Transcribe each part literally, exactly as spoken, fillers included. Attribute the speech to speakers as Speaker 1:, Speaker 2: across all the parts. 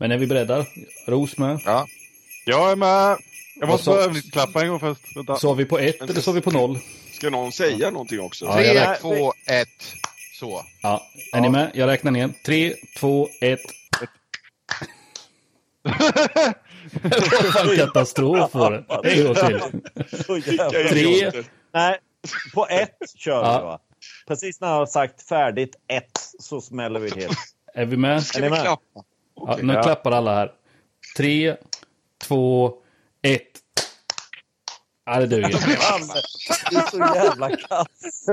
Speaker 1: Men är vi beredda? Ros med?
Speaker 2: Ja. Jag är med. Jag måste
Speaker 1: så,
Speaker 2: bara övningsklappa en gång först. Vänta.
Speaker 1: Så vi på ett eller så vi på noll?
Speaker 3: Ska någon säga någonting också?
Speaker 2: Ja, Tre, räk- två, ett. Så.
Speaker 1: Ja. Är ja. ni med? Jag räknar ner. Tre, två, ett. Det var fan katastrof för det. En gång till. Tre.
Speaker 4: Nej, på ett kör ja. vi va? Precis när jag har sagt färdigt ett så smäller vi helt.
Speaker 1: Är vi med?
Speaker 3: Ska är vi med? Klappa?
Speaker 1: Okay. Ja, nu ja. klappar alla här. Tre, två, ett. Ja, det duger.
Speaker 4: Det är så jävla kass.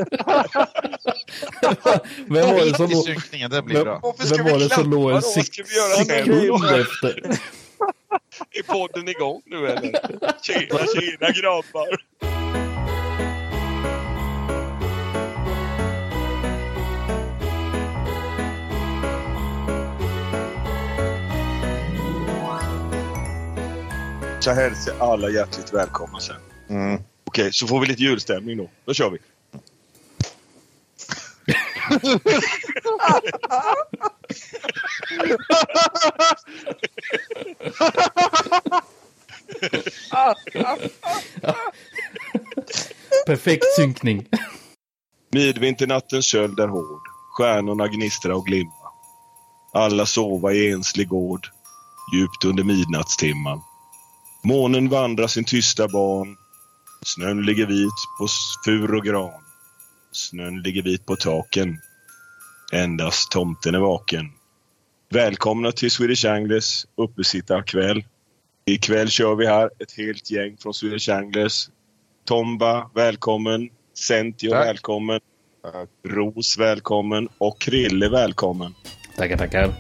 Speaker 1: Vem var det som låg...
Speaker 2: Det blir bra.
Speaker 1: Vem var det som låg en sekund efter?
Speaker 3: Är podden igång nu eller? Tjena, tjena grabbar. Så hälsar alla hjärtligt välkomna sen. Mm. Okej, okay, så får vi lite julstämning då. Då kör vi.
Speaker 1: Perfekt synkning.
Speaker 3: Midvinternattens köld är hård. Stjärnorna gnistra och glimma. Alla sova i enslig gård. Djupt under midnattstimman. Månen vandrar sin tysta ban. Snön ligger vit på fur och gran. Snön ligger vit på taken. Endast tomten är vaken. Välkomna till Swedish Anglers uppesittarkväll. Ikväll kör vi här ett helt gäng från Swedish Anglers. Tomba, välkommen. Sentio, Tack. välkommen. Tack. Ros, välkommen. Och Krille, välkommen.
Speaker 1: Tackar, tackar.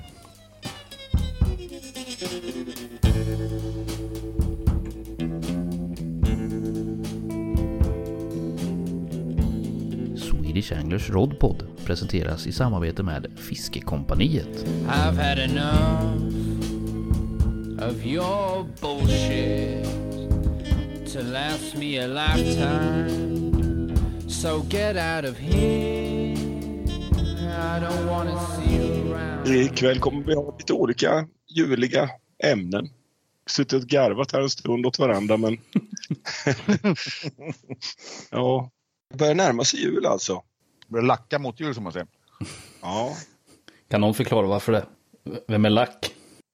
Speaker 1: Swedish Anglers Rodpod presenteras i samarbete med Fiskekompaniet.
Speaker 5: I've had enough of your bullshit to last me a lifetime. So get out of here. I don't want to see you around.
Speaker 3: Ikväll kommer vi ha lite olika juliga ämnen. Suttit och garvat här en stund åt varandra, men ja, det börjar närma sig jul alltså.
Speaker 2: Börjar lacka mot jul som man säger.
Speaker 3: Ja.
Speaker 1: Kan någon förklara varför det? Vem är lack?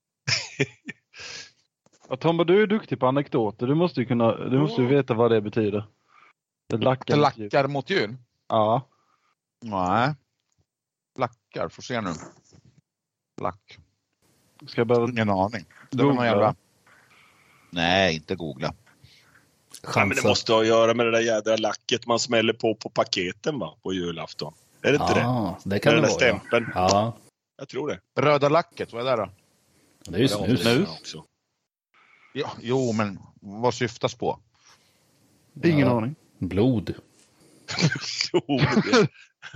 Speaker 6: Ja, Tomba, du är duktig på anekdoter. Du måste ju kunna, du måste ju veta vad det betyder. Det lackar,
Speaker 2: det lackar mot jul?
Speaker 6: Ja.
Speaker 2: Nej. Lackar, får se nu. Lack.
Speaker 6: Ska jag bara...
Speaker 2: Ingen aning. Det var någon jävla... Nej, inte googla.
Speaker 3: Ja, men det måste ha att göra med det där jädra lacket man smäller på på paketen va, på julafton. Är det inte
Speaker 1: ja,
Speaker 3: det?
Speaker 1: Det kan
Speaker 3: med
Speaker 1: det
Speaker 3: den där
Speaker 1: vara,
Speaker 3: stämpeln.
Speaker 1: Ja. ja.
Speaker 3: Jag tror det.
Speaker 2: Röda lacket, vad är det då?
Speaker 1: Det är ju snus. snus.
Speaker 3: Också.
Speaker 2: Ja, jo, men vad syftas på?
Speaker 6: Ingen
Speaker 1: ja.
Speaker 6: aning.
Speaker 1: Blod.
Speaker 3: Blod.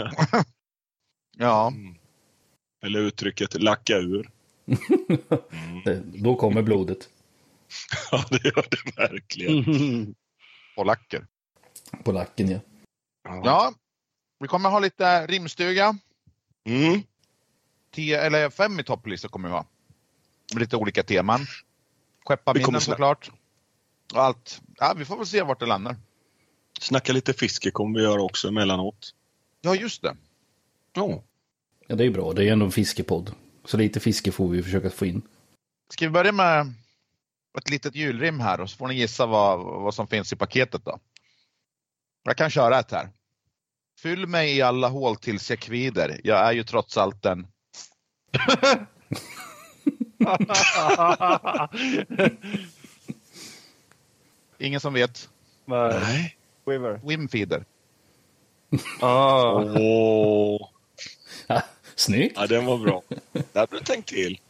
Speaker 2: Ja.
Speaker 3: Mm. Eller uttrycket lacka ur.
Speaker 1: Mm. Då kommer blodet.
Speaker 3: Ja, det gör det verkligen.
Speaker 2: Mm. På lacker.
Speaker 1: På lacken, ja.
Speaker 2: Ja. Ja, vi kommer ha lite rimstuga.
Speaker 3: Mm.
Speaker 2: Tio eller fem i topplista kommer vi ha. Med lite olika teman. Skeppa minnen såklart. Och allt. Ja, vi får väl se vart det landar.
Speaker 3: Snacka lite fiske kommer vi göra också emellanåt.
Speaker 2: Ja, just det.
Speaker 3: Oh.
Speaker 1: Ja, det är bra. Det är ändå en fiskepodd. Så lite fiske får vi försöka få in.
Speaker 2: Ska vi börja med ett litet julrim här och så får ni gissa vad, vad som finns i paketet då. Jag kan köra ett här. Fyll mig i alla hål tills jag kvider. Jag är ju trots allt en... Ingen som vet.
Speaker 3: Nej.
Speaker 4: Quiver.
Speaker 2: Wimfeeder.
Speaker 3: Åh. Oh.
Speaker 1: Snyggt.
Speaker 3: Ja, den var bra. Det hade du tänkt till.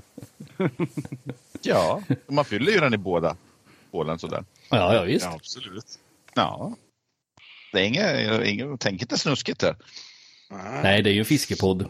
Speaker 2: Ja, man fyller ju den i båda hålen sådär.
Speaker 1: Ja, ja visst.
Speaker 3: Ja, absolut.
Speaker 2: Ja. Det är inget, inget tänk inte snuskigt här.
Speaker 1: Nej, det är ju en fiskepodd.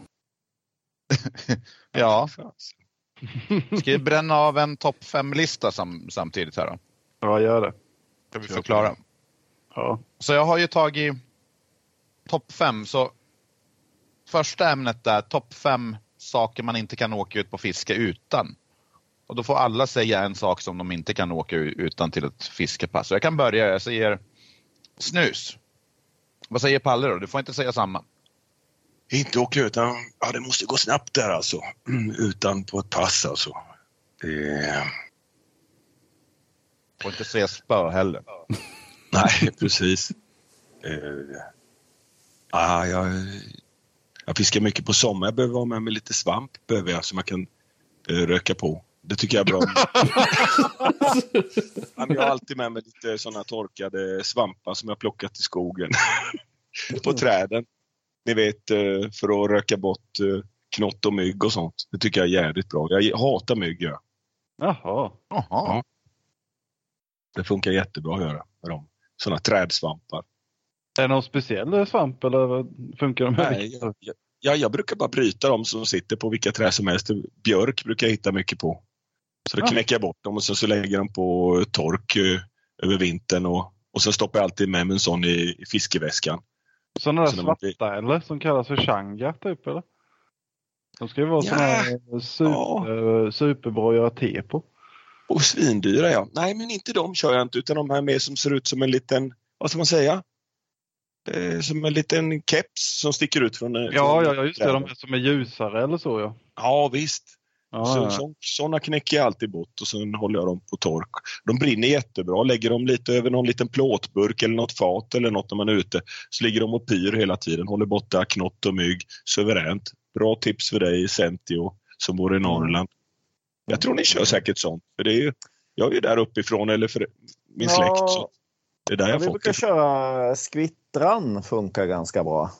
Speaker 2: Ja. Ska vi bränna av en topp fem-lista sam- samtidigt här då?
Speaker 6: Ja, gör det.
Speaker 2: Ska vi förklara?
Speaker 6: Ja.
Speaker 2: Så jag har ju tagit topp fem. Så första ämnet är topp fem saker man inte kan åka ut på fiske utan. Och då får alla säga en sak som de inte kan åka utan till ett fiskepass. Så jag kan börja, jag säger snus. Vad säger Palle då? Du får inte säga samma.
Speaker 3: Inte åka utan, ja det måste gå snabbt där alltså. Utan på ett pass alltså. Det...
Speaker 2: Får inte säga spö heller.
Speaker 3: Nej, precis. Uh, ah, jag, jag fiskar mycket på sommar. Jag behöver vara med med lite svamp behöver jag, så man kan uh, röka på. Det tycker jag är bra. Jag har alltid med mig lite sådana torkade svampar som jag plockat i skogen. På träden. Ni vet, uh, för att röka bort uh, knott och mygg och sånt. Det tycker jag är jävligt bra. Jag hatar mygg. Ja.
Speaker 6: Jaha.
Speaker 2: Jaha.
Speaker 3: Ja. Det funkar jättebra att göra med dem. Sådana trädsvampar.
Speaker 6: Är det någon speciell svamp eller funkar de här?
Speaker 3: Nej, jag, jag, jag brukar bara bryta dem som sitter på vilka träd som helst. Björk brukar jag hitta mycket på. Så då knäcker jag bort dem och så, så lägger jag dem på tork uh, över vintern. Och, och så stoppar jag alltid med mig en sån i, i fiskeväskan.
Speaker 6: Sådana där
Speaker 3: så
Speaker 6: svarta
Speaker 3: blir...
Speaker 6: eller? Som kallas för changa typ eller? De ska ju vara sådana
Speaker 3: Ja.
Speaker 6: här super, ja. superbra att göra te på.
Speaker 3: Och svindyra, ja. Nej, men inte de kör jag inte. Utan de här med som ser ut som en liten, vad ska man säga? Eh, som en liten keps som sticker ut från...
Speaker 6: Ja,
Speaker 3: från
Speaker 6: ja, just det. De är som är ljusare eller så, ja.
Speaker 3: Ja, visst.
Speaker 6: Ja,
Speaker 3: så,
Speaker 6: ja.
Speaker 3: så, såna knäcker jag alltid bort och sen håller jag dem på tork. De brinner jättebra. Lägger dem lite över någon liten plåtburk eller något fat eller något när man är ute. Så ligger de och pyr hela tiden. Håller borta knott och mygg. Suveränt. Bra tips för dig, Centio, som bor i Norrland. Jag tror ni kör säkert sånt. För det är ju, jag är ju där uppifrån, eller för min
Speaker 4: Ja,
Speaker 3: släkt. Så det är där
Speaker 4: Ja,
Speaker 3: jag
Speaker 4: vi
Speaker 3: fått
Speaker 4: brukar
Speaker 3: det.
Speaker 4: köra skvittran, funkar ganska bra.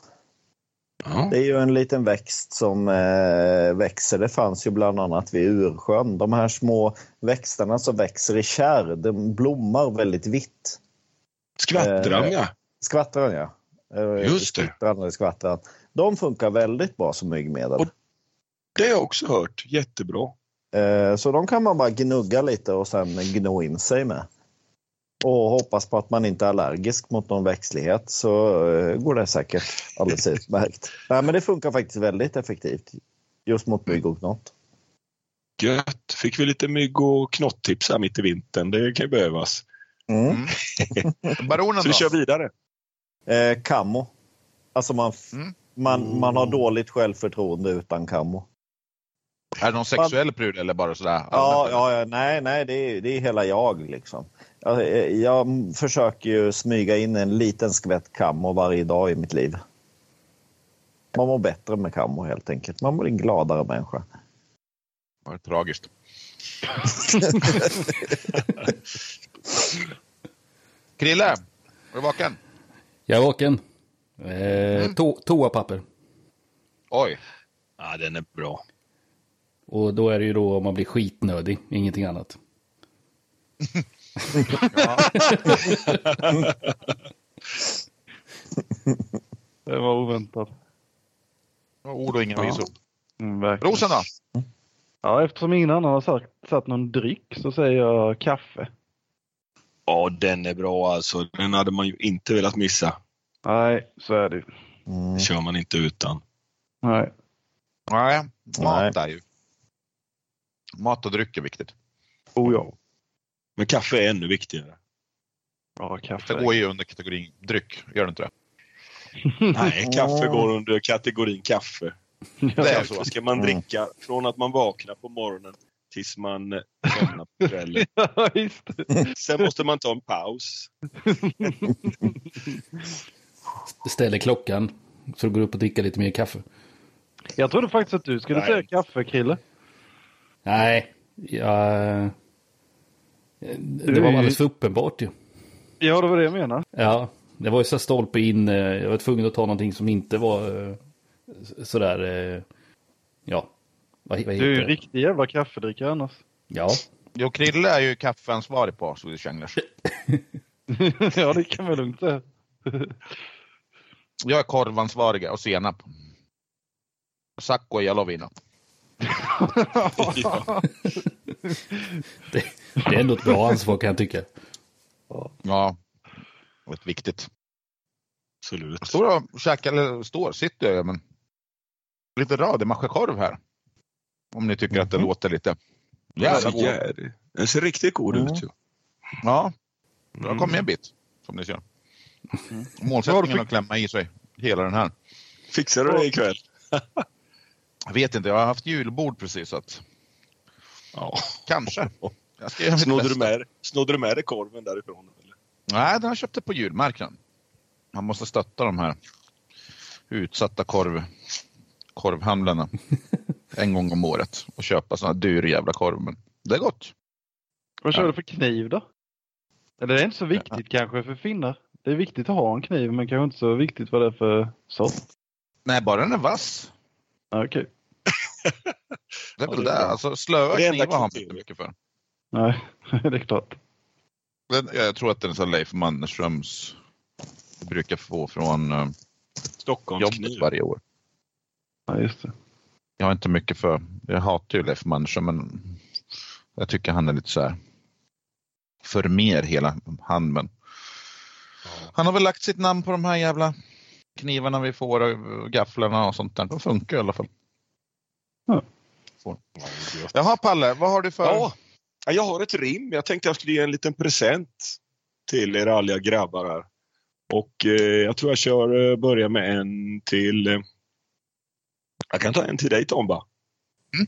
Speaker 3: Ja.
Speaker 4: Det är ju en liten växt som eh, växer. Det fanns ju bland annat vid Ursjön. De här små växterna som växer i kärr, de blommar väldigt vitt.
Speaker 3: Skvattran,
Speaker 4: Eh,
Speaker 3: ja.
Speaker 4: Skvattran, ja. Eh,
Speaker 3: Just det.
Speaker 4: Skvittran eller skvattran. De funkar väldigt bra som myggmedel.
Speaker 3: Och- Det har jag också hört. Jättebra.
Speaker 4: Eh, så de kan man bara gnugga lite och sen gno in sig med. Och hoppas på att man inte är allergisk mot någon växtlighet, så eh, går det säkert alldeles utmärkt. Nej, men det funkar faktiskt väldigt effektivt. Just mot mygg och knott.
Speaker 3: Gött. Fick vi lite mygg och knottips här mitt i vintern. Det kan ju behövas.
Speaker 4: Mm.
Speaker 2: Mm. Baronen
Speaker 3: Så vi
Speaker 2: då?
Speaker 3: kör vidare.
Speaker 4: Eh, kammo. Alltså man, f-
Speaker 2: Mm.
Speaker 4: man, man har dåligt självförtroende utan kammo.
Speaker 2: Är det någon sexuell prud eller bara sådär?
Speaker 4: Ja, ja, ja, nej, nej, det är, det är hela jag liksom. Jag, jag försöker ju smyga in en liten skvätt kammo varje dag i mitt liv. Man mår bättre med kammo helt enkelt. Man blir en gladare människa.
Speaker 2: Det var tragiskt. Krille, är du vaken?
Speaker 1: Jag är vaken. Eh, to- toapapper.
Speaker 2: Oj.
Speaker 3: Ja, den är bra.
Speaker 1: Och då är det ju då om man blir skitnödig, ingenting annat.
Speaker 6: Det var oväntat.
Speaker 2: Ord och ingen visor.
Speaker 6: Mm, verkligen.
Speaker 2: Rosen då?
Speaker 6: Ja, eftersom ingen annan har sagt, satt någon dryck så säger jag kaffe.
Speaker 3: Ja, den är bra alltså. Den hade man ju inte velat missa.
Speaker 6: Nej, så är det ju.
Speaker 4: Mm.
Speaker 3: Det kör man inte utan.
Speaker 6: Nej.
Speaker 2: Nej, mat
Speaker 4: Nej.
Speaker 2: är ju. Mat och dryck är viktigt.
Speaker 6: Oh ja.
Speaker 3: Men kaffe är ännu viktigare.
Speaker 6: Ja, kaffe.
Speaker 2: Det går ju under kategorin dryck, gör det inte det?
Speaker 3: Nej, kaffe går under kategorin kaffe.
Speaker 2: Det är så.
Speaker 3: Kaffe ska man dricka från att man vaknar på morgonen tills man eh, somnar på kvällen.
Speaker 6: Ja, just det.
Speaker 3: Sen måste man ta en paus.
Speaker 1: Ställer klockan så du går upp och dricker lite mer kaffe.
Speaker 6: Jag trodde faktiskt att du skulle
Speaker 3: Nej.
Speaker 6: säga kaffe, Krille.
Speaker 1: Nej, jag... Det var alldeles för uppenbart ju.
Speaker 6: Ja, det var det jag menade.
Speaker 1: Ja, det var ju så stolpe in. eh, Jag var tvungen att ta någonting som inte var eh, sådär... eh, Ja, vad, vad heter
Speaker 6: Du är ju en
Speaker 1: det?
Speaker 6: riktig jävla kaffedrickare annars.
Speaker 1: Ja,
Speaker 2: Jo, Krille är ju kaffeansvarig på Swedish English.
Speaker 6: Ja, det kan man lugnt säga.
Speaker 2: Jag är korvansvariga och senap. Sacco och jalovina.
Speaker 3: Ja.
Speaker 1: det, det är ändå ett bra ansvar kan jag tycka.
Speaker 2: Ja, ett viktigt.
Speaker 3: Absolut.
Speaker 2: Står och käkar, eller står, sitter jag, men lite rad, det är korv här. Om ni tycker att det låter lite Jävla god.
Speaker 3: Jävligt. Den ser riktigt god
Speaker 4: Mm.
Speaker 3: ut ju.
Speaker 2: Ja, jag kom med en bit som ni ser.
Speaker 6: Mm.
Speaker 2: Målsättningen är att klämma i sig hela den här.
Speaker 3: Fixar du det ikväll?
Speaker 2: Jag vet inte, jag har haft julbord precis så att
Speaker 3: Ja.
Speaker 2: kanske. Jag ska göra mitt
Speaker 3: Snodde du,
Speaker 2: bästa.
Speaker 3: med, snodde du med dig korven därifrån? Eller?
Speaker 2: Nej, den har jag köpt på julmarknaden. Man måste stötta de här utsatta korv, korvhandlarna en gång om året och köpa såna dyra jävla korv. Men det är gott.
Speaker 6: Vad kör
Speaker 2: Ja.
Speaker 6: du för kniv då? Eller det är inte så viktigt kanske för finnar. Det är viktigt att ha en kniv men kanske inte så viktigt vad det är för sort.
Speaker 2: Nej, bara den är vass.
Speaker 6: Ja, okej.
Speaker 2: Det är väl
Speaker 3: Ja, det
Speaker 2: det.
Speaker 3: är bra.
Speaker 2: Alltså slöa
Speaker 3: Det är enda
Speaker 2: knivar har man
Speaker 3: kriteriet.
Speaker 2: inte mycket för.
Speaker 6: Nej, det är klart.
Speaker 2: Den, jag tror att den är så Leif Mannerströms brukar få från uh,
Speaker 3: Stockholms
Speaker 2: jobbet
Speaker 3: kniv.
Speaker 2: varje år.
Speaker 6: Ja, just det.
Speaker 2: Jag har inte mycket för, jag hatar ju Leif Mannerström men jag tycker han är lite så här för mer hela handen. Han har väl lagt sitt namn på de här jävla knivarna vi får och gafflarna och sånt där. De funkar i alla fall.
Speaker 6: Ja.
Speaker 2: Får. Jaha Palle, vad har du för...
Speaker 3: Ja, jag har ett rim. Jag tänkte jag skulle ge en liten present till er alla grabbar här. Och eh, jag tror jag kör, eh, börjar med en till... Eh, jag kan ta en till dig Tomba.
Speaker 2: Mm.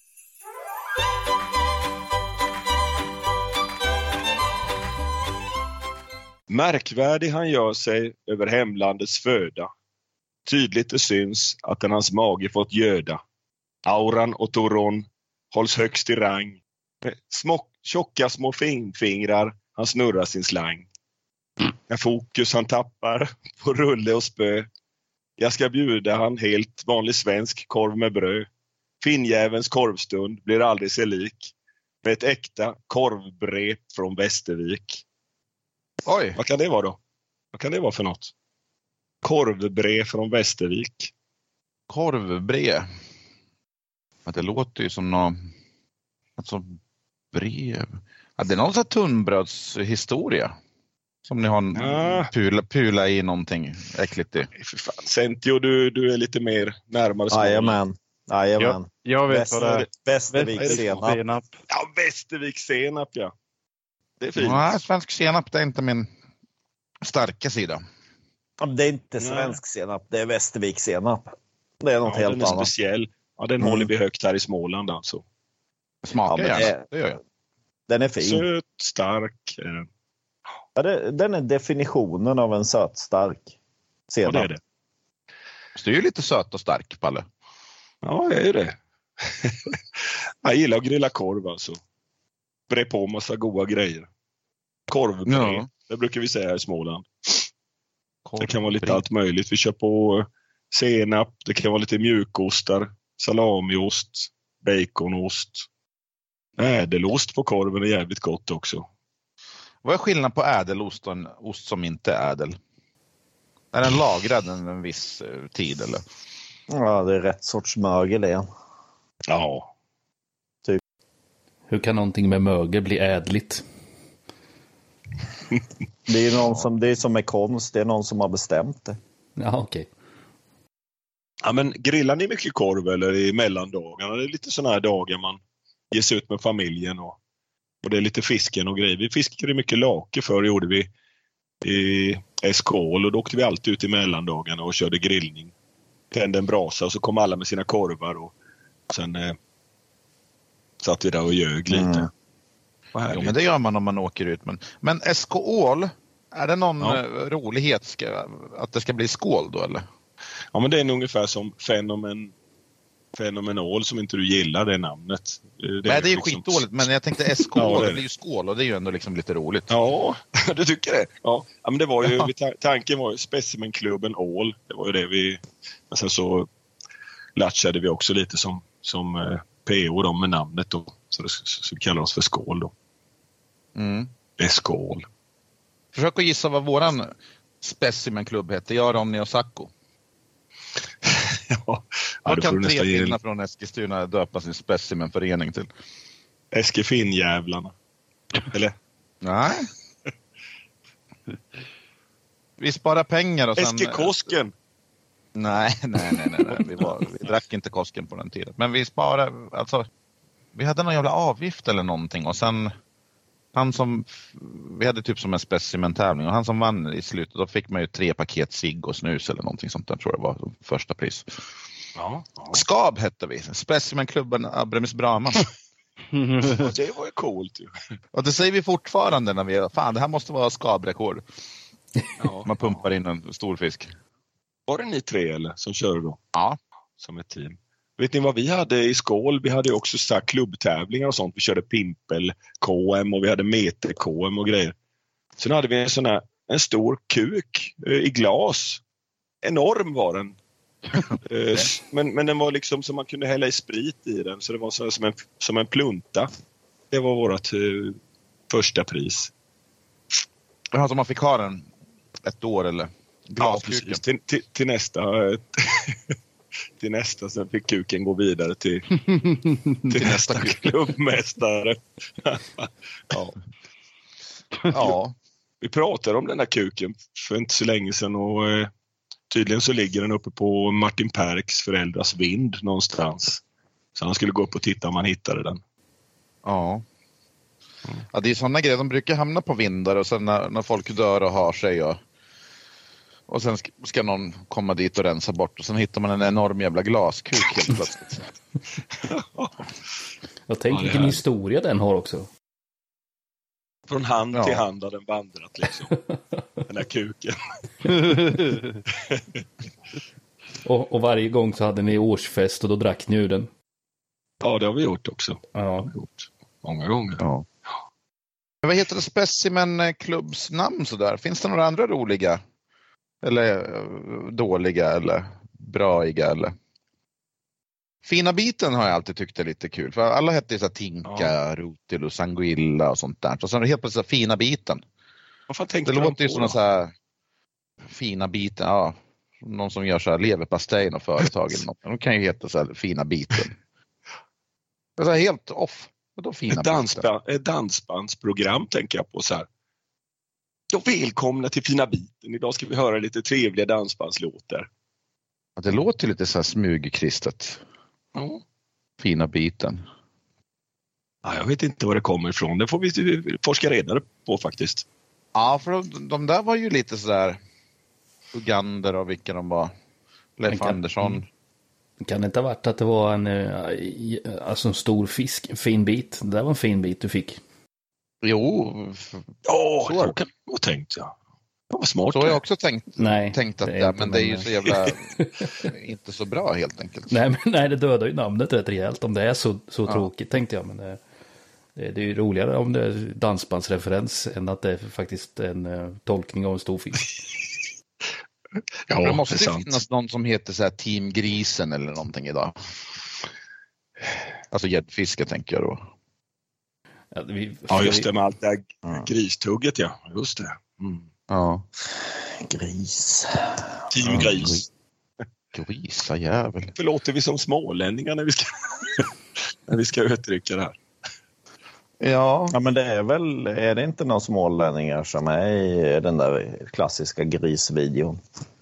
Speaker 3: Märkvärdig han gör sig över hemlandets föda. Tydligt det syns att den hans mage fått göda. Auran och Toron hålls högst i rang. Med små, tjocka små finfingrar han snurrar sin slang. När fokus han tappar på rulle och spö. Jag ska bjuda han helt vanlig svensk korv med bröd. Finnjävens korvstund blir aldrig sig lik. Med ett äkta korvbrev från Västervik.
Speaker 2: Oj,
Speaker 3: Vad kan det vara då? Vad kan det vara för något? Korvbrev från Västervik.
Speaker 2: korvbrev. Ja, det låter ju som något... Alltså, brev. Ja, det är någon sån här tunnbrödshistoria. Som ni har en
Speaker 3: Ja.
Speaker 2: pula, pula i någonting äckligt i.
Speaker 3: För fan. Sentio, du, du är lite mer närmare Småland.
Speaker 4: Jajamän. Jajamän.
Speaker 6: Jag vet vad det är.
Speaker 4: Västervik senap.
Speaker 6: Senap.
Speaker 3: Ja, Västervik senap, ja. Det är fint.
Speaker 2: Nej, svensk senap det är inte min starka sida.
Speaker 4: Det är inte
Speaker 3: Nej.
Speaker 4: svensk senap, det är Västervik senap. Det är något
Speaker 3: Ja,
Speaker 4: helt
Speaker 3: den är
Speaker 4: annat.
Speaker 3: speciell. Ja, den
Speaker 4: Mm.
Speaker 3: håller vi högt här i Småland alltså.
Speaker 2: Smakar
Speaker 4: Ja, men
Speaker 2: gärna,
Speaker 4: det-
Speaker 2: det gör jag.
Speaker 4: Den är fin.
Speaker 3: Söt, stark. Eh,
Speaker 4: Ja, det, den är definitionen av en söt stark
Speaker 3: ja,
Speaker 4: senap.
Speaker 3: det är det.
Speaker 2: Så det är ju lite söt och stark, Palle.
Speaker 3: Ja, det är det. Jag gillar att grilla korv alltså. Bre på massa goda grejer. Korvbre,
Speaker 2: Ja.
Speaker 3: det brukar vi säga här i Småland.
Speaker 2: Korv,
Speaker 3: Det kan vara lite
Speaker 2: brie.
Speaker 3: allt möjligt. Vi kör på senap, det kan vara lite mjukostar, salamiost, baconost. Ädelost på korven är jävligt gott också.
Speaker 2: Vad är skillnaden på ädelost och en ost som inte är ädel? Är den lagrad en, en viss eh, tid eller?
Speaker 4: Ja, det är rätt sorts mögel igen.
Speaker 3: Ja,
Speaker 1: Hur kan någonting med mögel bli ädligt?
Speaker 4: Det är någon som, det är som med konst, det är någon som har bestämt det.
Speaker 1: Ja, okej.
Speaker 3: ja men grillar ni mycket korv eller i mellandagarna? Det är lite sådana här dagar man ger sig ut med familjen och, och det är lite fisken och grejer. Vi fiskade mycket lake förr, gjorde vi i Eskål och då åkte vi alltid ut i mellandagarna och körde grillning. Tände en brasa och så kom alla med sina korvar och sen eh, satt vi där och ljög lite.
Speaker 4: Mm.
Speaker 3: Vad härligt.
Speaker 2: Jo, men det gör man om man åker ut. Men, men Eskål, är det någon
Speaker 3: Ja.
Speaker 2: eh, rolighet ska, att det ska bli skål då eller?
Speaker 3: Ja, men det är nog ungefär som fenomen, fenomenal som inte du gillar det namnet. Det
Speaker 2: Nej, det är ju
Speaker 3: liksom-
Speaker 2: skitdåligt, men jag tänkte Eskål,
Speaker 3: Ja, det är
Speaker 2: det
Speaker 3: det.
Speaker 2: blir ju skål och det är ju ändå liksom lite roligt.
Speaker 3: Ja, du tycker det? Ja, ja men det var ju,
Speaker 2: Ja.
Speaker 3: vi ta- tanken var ju specimenklubben All. Det var ju det vi, men sen så latchade vi också lite som, som eh, P O då med namnet då. Så, det, så vi kallar oss för Skål då.
Speaker 2: Mm.
Speaker 3: Det är Skål.
Speaker 2: Försök att gissa vad våran specimenklubb heter. Jag, Ronny och Sacco.
Speaker 3: ja, ja,
Speaker 2: Vad
Speaker 3: då får
Speaker 2: kan
Speaker 3: du
Speaker 2: tre
Speaker 3: nästan ge
Speaker 2: finnar från Eskilstuna döpa sin specimenförening till?
Speaker 3: Eskefinn-jävlarna. Eller?
Speaker 2: Nej. Vi sparar pengar och sen...
Speaker 3: Eskekosken.
Speaker 2: Nej, nej, nej, nej, nej. Vi, var, vi drack inte kosken på den tiden. Men vi sparar, alltså, vi hade någon jävla avgift eller någonting och sen han som, vi hade typ som en specimentävling och han som vann i slutet, då fick man ju tre paket cigg och snus eller någonting sånt där, tror jag var första pris.
Speaker 3: Ja, ja.
Speaker 2: Skab hette vi, specimenklubben Abremis Brahma.
Speaker 3: Det var ju coolt ju.
Speaker 2: Och det säger vi fortfarande när vi, fan det här måste vara skabrekord.
Speaker 3: Ja,
Speaker 2: man pumpar in en stor fisk.
Speaker 3: Var det ni tre eller som körde då?
Speaker 2: Ja.
Speaker 3: Som ett team. Vet ni vad vi hade i Skål? Vi hade också så här klubbtävlingar och sånt. Vi körde pimpel, K M och vi hade meter K M och grejer. Sen hade vi en sån här, en stor kuk eh, i glas. Enorm var den. eh, men, men den var liksom så man kunde hälla i sprit i den. Så det var så som, en, som en plunta. Det var vårt eh, första pris.
Speaker 2: Alltså man fick ha den ett år eller?
Speaker 3: Ja, precis. Till, till, till nästa... till nästa, sen fick kuken gå vidare till, till nästa klubbmästare. Ja.
Speaker 2: Ja.
Speaker 3: Vi pratade om den där kuken för inte så länge sedan och eh, tydligen så ligger den uppe på Martin Perks föräldrars vind någonstans. Så han skulle gå upp och titta om han hittade den.
Speaker 2: Ja. Ja, det är sådana grejer, de brukar hamna på vindar och sen när, när folk dör och har sig och Och sen ska, ska någon komma dit och rensa bort. Och sen hittar man en enorm jävla glaskuk helt plötsligt.
Speaker 1: Jag tänker ja, vilken historia den har också.
Speaker 3: Från hand
Speaker 2: ja.
Speaker 3: till hand har den vandrat liksom. Den här kuken.
Speaker 1: och, och varje gång så hade ni årsfest och då drack ni ur den.
Speaker 3: Ja, det har vi gjort också.
Speaker 1: Ja.
Speaker 3: Det har vi gjort. Många gånger.
Speaker 2: Ja. Men vad heter det Specimen Clubs namn sådär? Finns det några andra roliga? Eller dåliga eller braiga eller Fina biten har jag alltid tyckt är lite kul. För alla hette ju så här Tinka, ja. Rutil och Sanguilla och sånt där. Och sen är det helt plötsligt så Fina biten.
Speaker 3: Vad fan tänkte
Speaker 2: det
Speaker 3: de
Speaker 2: låter ju som så här Fina biten, ja. Någon som gör så här leverpastej och företag eller något. De kan ju heta så här Fina biten. Det är så här helt off. Då fina
Speaker 3: ett, dansba- ett dansbandsprogram tänker jag på så här. Ja, välkomna till Fina biten. Idag ska vi höra lite trevliga dansbandslåtar.
Speaker 2: Ja, det låter lite så här smygkristet.
Speaker 3: Ja.
Speaker 2: Fina biten.
Speaker 3: Ja, jag vet inte var det kommer ifrån. Det får vi forska reda på faktiskt.
Speaker 2: Ja, för de, de där var ju lite så där Ugander och vilka de var. Leif
Speaker 1: kan,
Speaker 2: Andersson.
Speaker 1: Kan det inte ha varit att det var en, alltså en stor fisk, en fin bit? Det där var en fin bit du fick.
Speaker 2: Jo.
Speaker 3: Ja, så, så kan jag ha tänkt, ja. Det var smart.
Speaker 2: Så har jag också tänkt,
Speaker 1: nej,
Speaker 2: tänkt att det, är men det är ju så jävla inte så bra helt enkelt.
Speaker 1: Nej, men nej, det dödar ju namnet rätt rejält om det är så, så
Speaker 2: ja.
Speaker 1: tråkigt tänkte jag. Men det, det, det är ju roligare om det är dansbandsreferens än att det är faktiskt en uh, tolkning av en stor fisk.
Speaker 2: Ja, det måste det finnas någon som heter så här Team Grisen eller någonting idag. Alltså gäddfiske tänker jag då.
Speaker 1: Ja, vi,
Speaker 3: ja just det med allt det här
Speaker 2: ja.
Speaker 3: gristugget, ja. Just det. Mm.
Speaker 2: Ja.
Speaker 4: Gris.
Speaker 3: Team
Speaker 2: ja,
Speaker 3: Gris.
Speaker 2: Grisa jävel.
Speaker 3: Förlåter vi som smålänningar när vi ska, när vi ska uttrycka det här.
Speaker 2: Ja.
Speaker 4: Ja, men det är väl, är det inte någon smålänningar som är i den där klassiska grisvideon?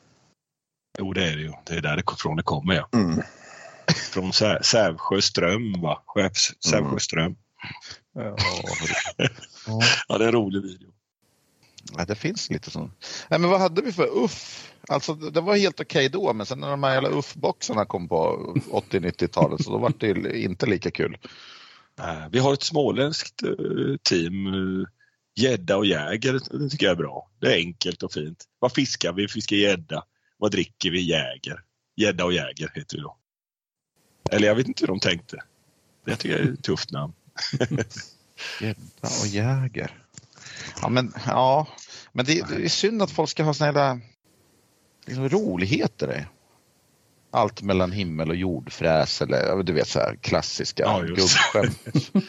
Speaker 3: Jo, det är det ju. Det är där det från det kommer, ja.
Speaker 4: Mm.
Speaker 3: Från Sä- Sävsjöström, va? Chefs Sävsjöström.
Speaker 2: Mm.
Speaker 3: Ja. Ja, det är en rolig video.
Speaker 2: Ja, det finns lite sånt. Nej, men vad hade vi för uff? Alltså, det var helt okej då, men sen när de här jävla uff-boxarna kom på åttio-nittiotalet så då var det inte lika kul.
Speaker 3: Vi har ett småländskt team, gädda och jäger, det tycker jag är bra. Det är enkelt och fint. Vad fiskar vi? Fiskar gädda. Vad dricker vi? Jäger. Gädda och jäger heter det då. Eller jag vet inte hur de tänkte. Det tycker jag är ett tufft namn.
Speaker 2: Gädda och jäger. Ja, men, ja. men det, det är synd att folk ska ha såna här liksom, roligheter. Allt mellan himmel och jordfräs eller du vet så här klassiska
Speaker 3: ja,
Speaker 2: gubbskämt.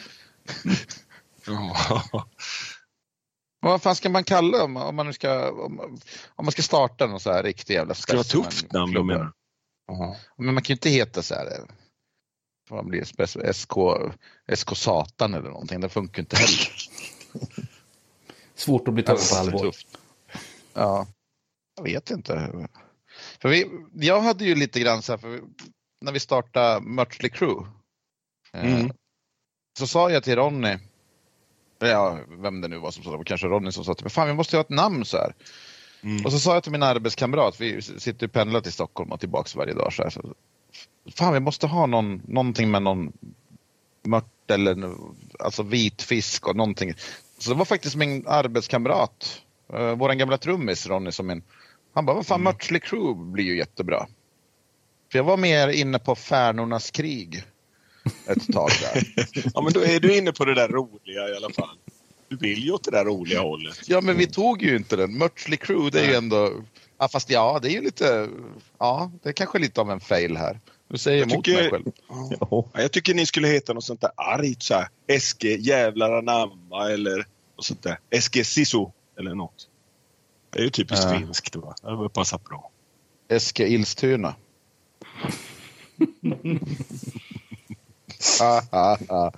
Speaker 3: Ja.
Speaker 2: Vad fan ska man kalla dem om man nu ska om, om man ska starta någon så här riktig jävla
Speaker 3: ska vara tufft namn då menar.
Speaker 2: Uh-huh. Men man kan ju inte heta så här. Vad blir det? S K S K Satan eller någonting. Det funkar inte heller.
Speaker 1: Svårt att bli tagen på allvar.
Speaker 2: Ja. Jag vet inte. För vi, jag hade ju lite grann så här, för vi, när vi startade Mötley Crüe.
Speaker 3: Mm.
Speaker 2: så sa jag till Ronny, ja, vem det nu var som sa det, kanske Ronny som sa till mig, fan vi måste ha ett namn så här. Mm. Och så sa jag till min arbetskamrat, vi sitter och pendlar till Stockholm och tillbaka varje dag så här. Så, fan vi måste ha någon, någonting med någon mört eller alltså vit fisk och någonting. Så det var faktiskt min arbetskamrat, uh, våran gamla trummis Ronny som min, han bara, vad fan, mm. Mötley Crüe blir ju jättebra. För jag var mer inne på Färnornas krig ett tag där.
Speaker 3: Ja, men då är du inne på det där roliga i alla fall. Du vill ju åt det där roliga hållet.
Speaker 2: Ja, men vi tog ju inte den. Mötley Crüe, det är ju ändå... Ja, fast ja, det är ju lite... Ja, det är kanske lite av en fail här. Du säger jag emot tycker, mig själv.
Speaker 3: Ja, jag tycker ni skulle heta något sånt där argt så här. S G jävlar anamma eller något sånt där. S G Sisu eller något. Det är ju typiskt äh. finskt, va? Det var passat bra.
Speaker 2: S G Ilstuna. ah, ah, ah.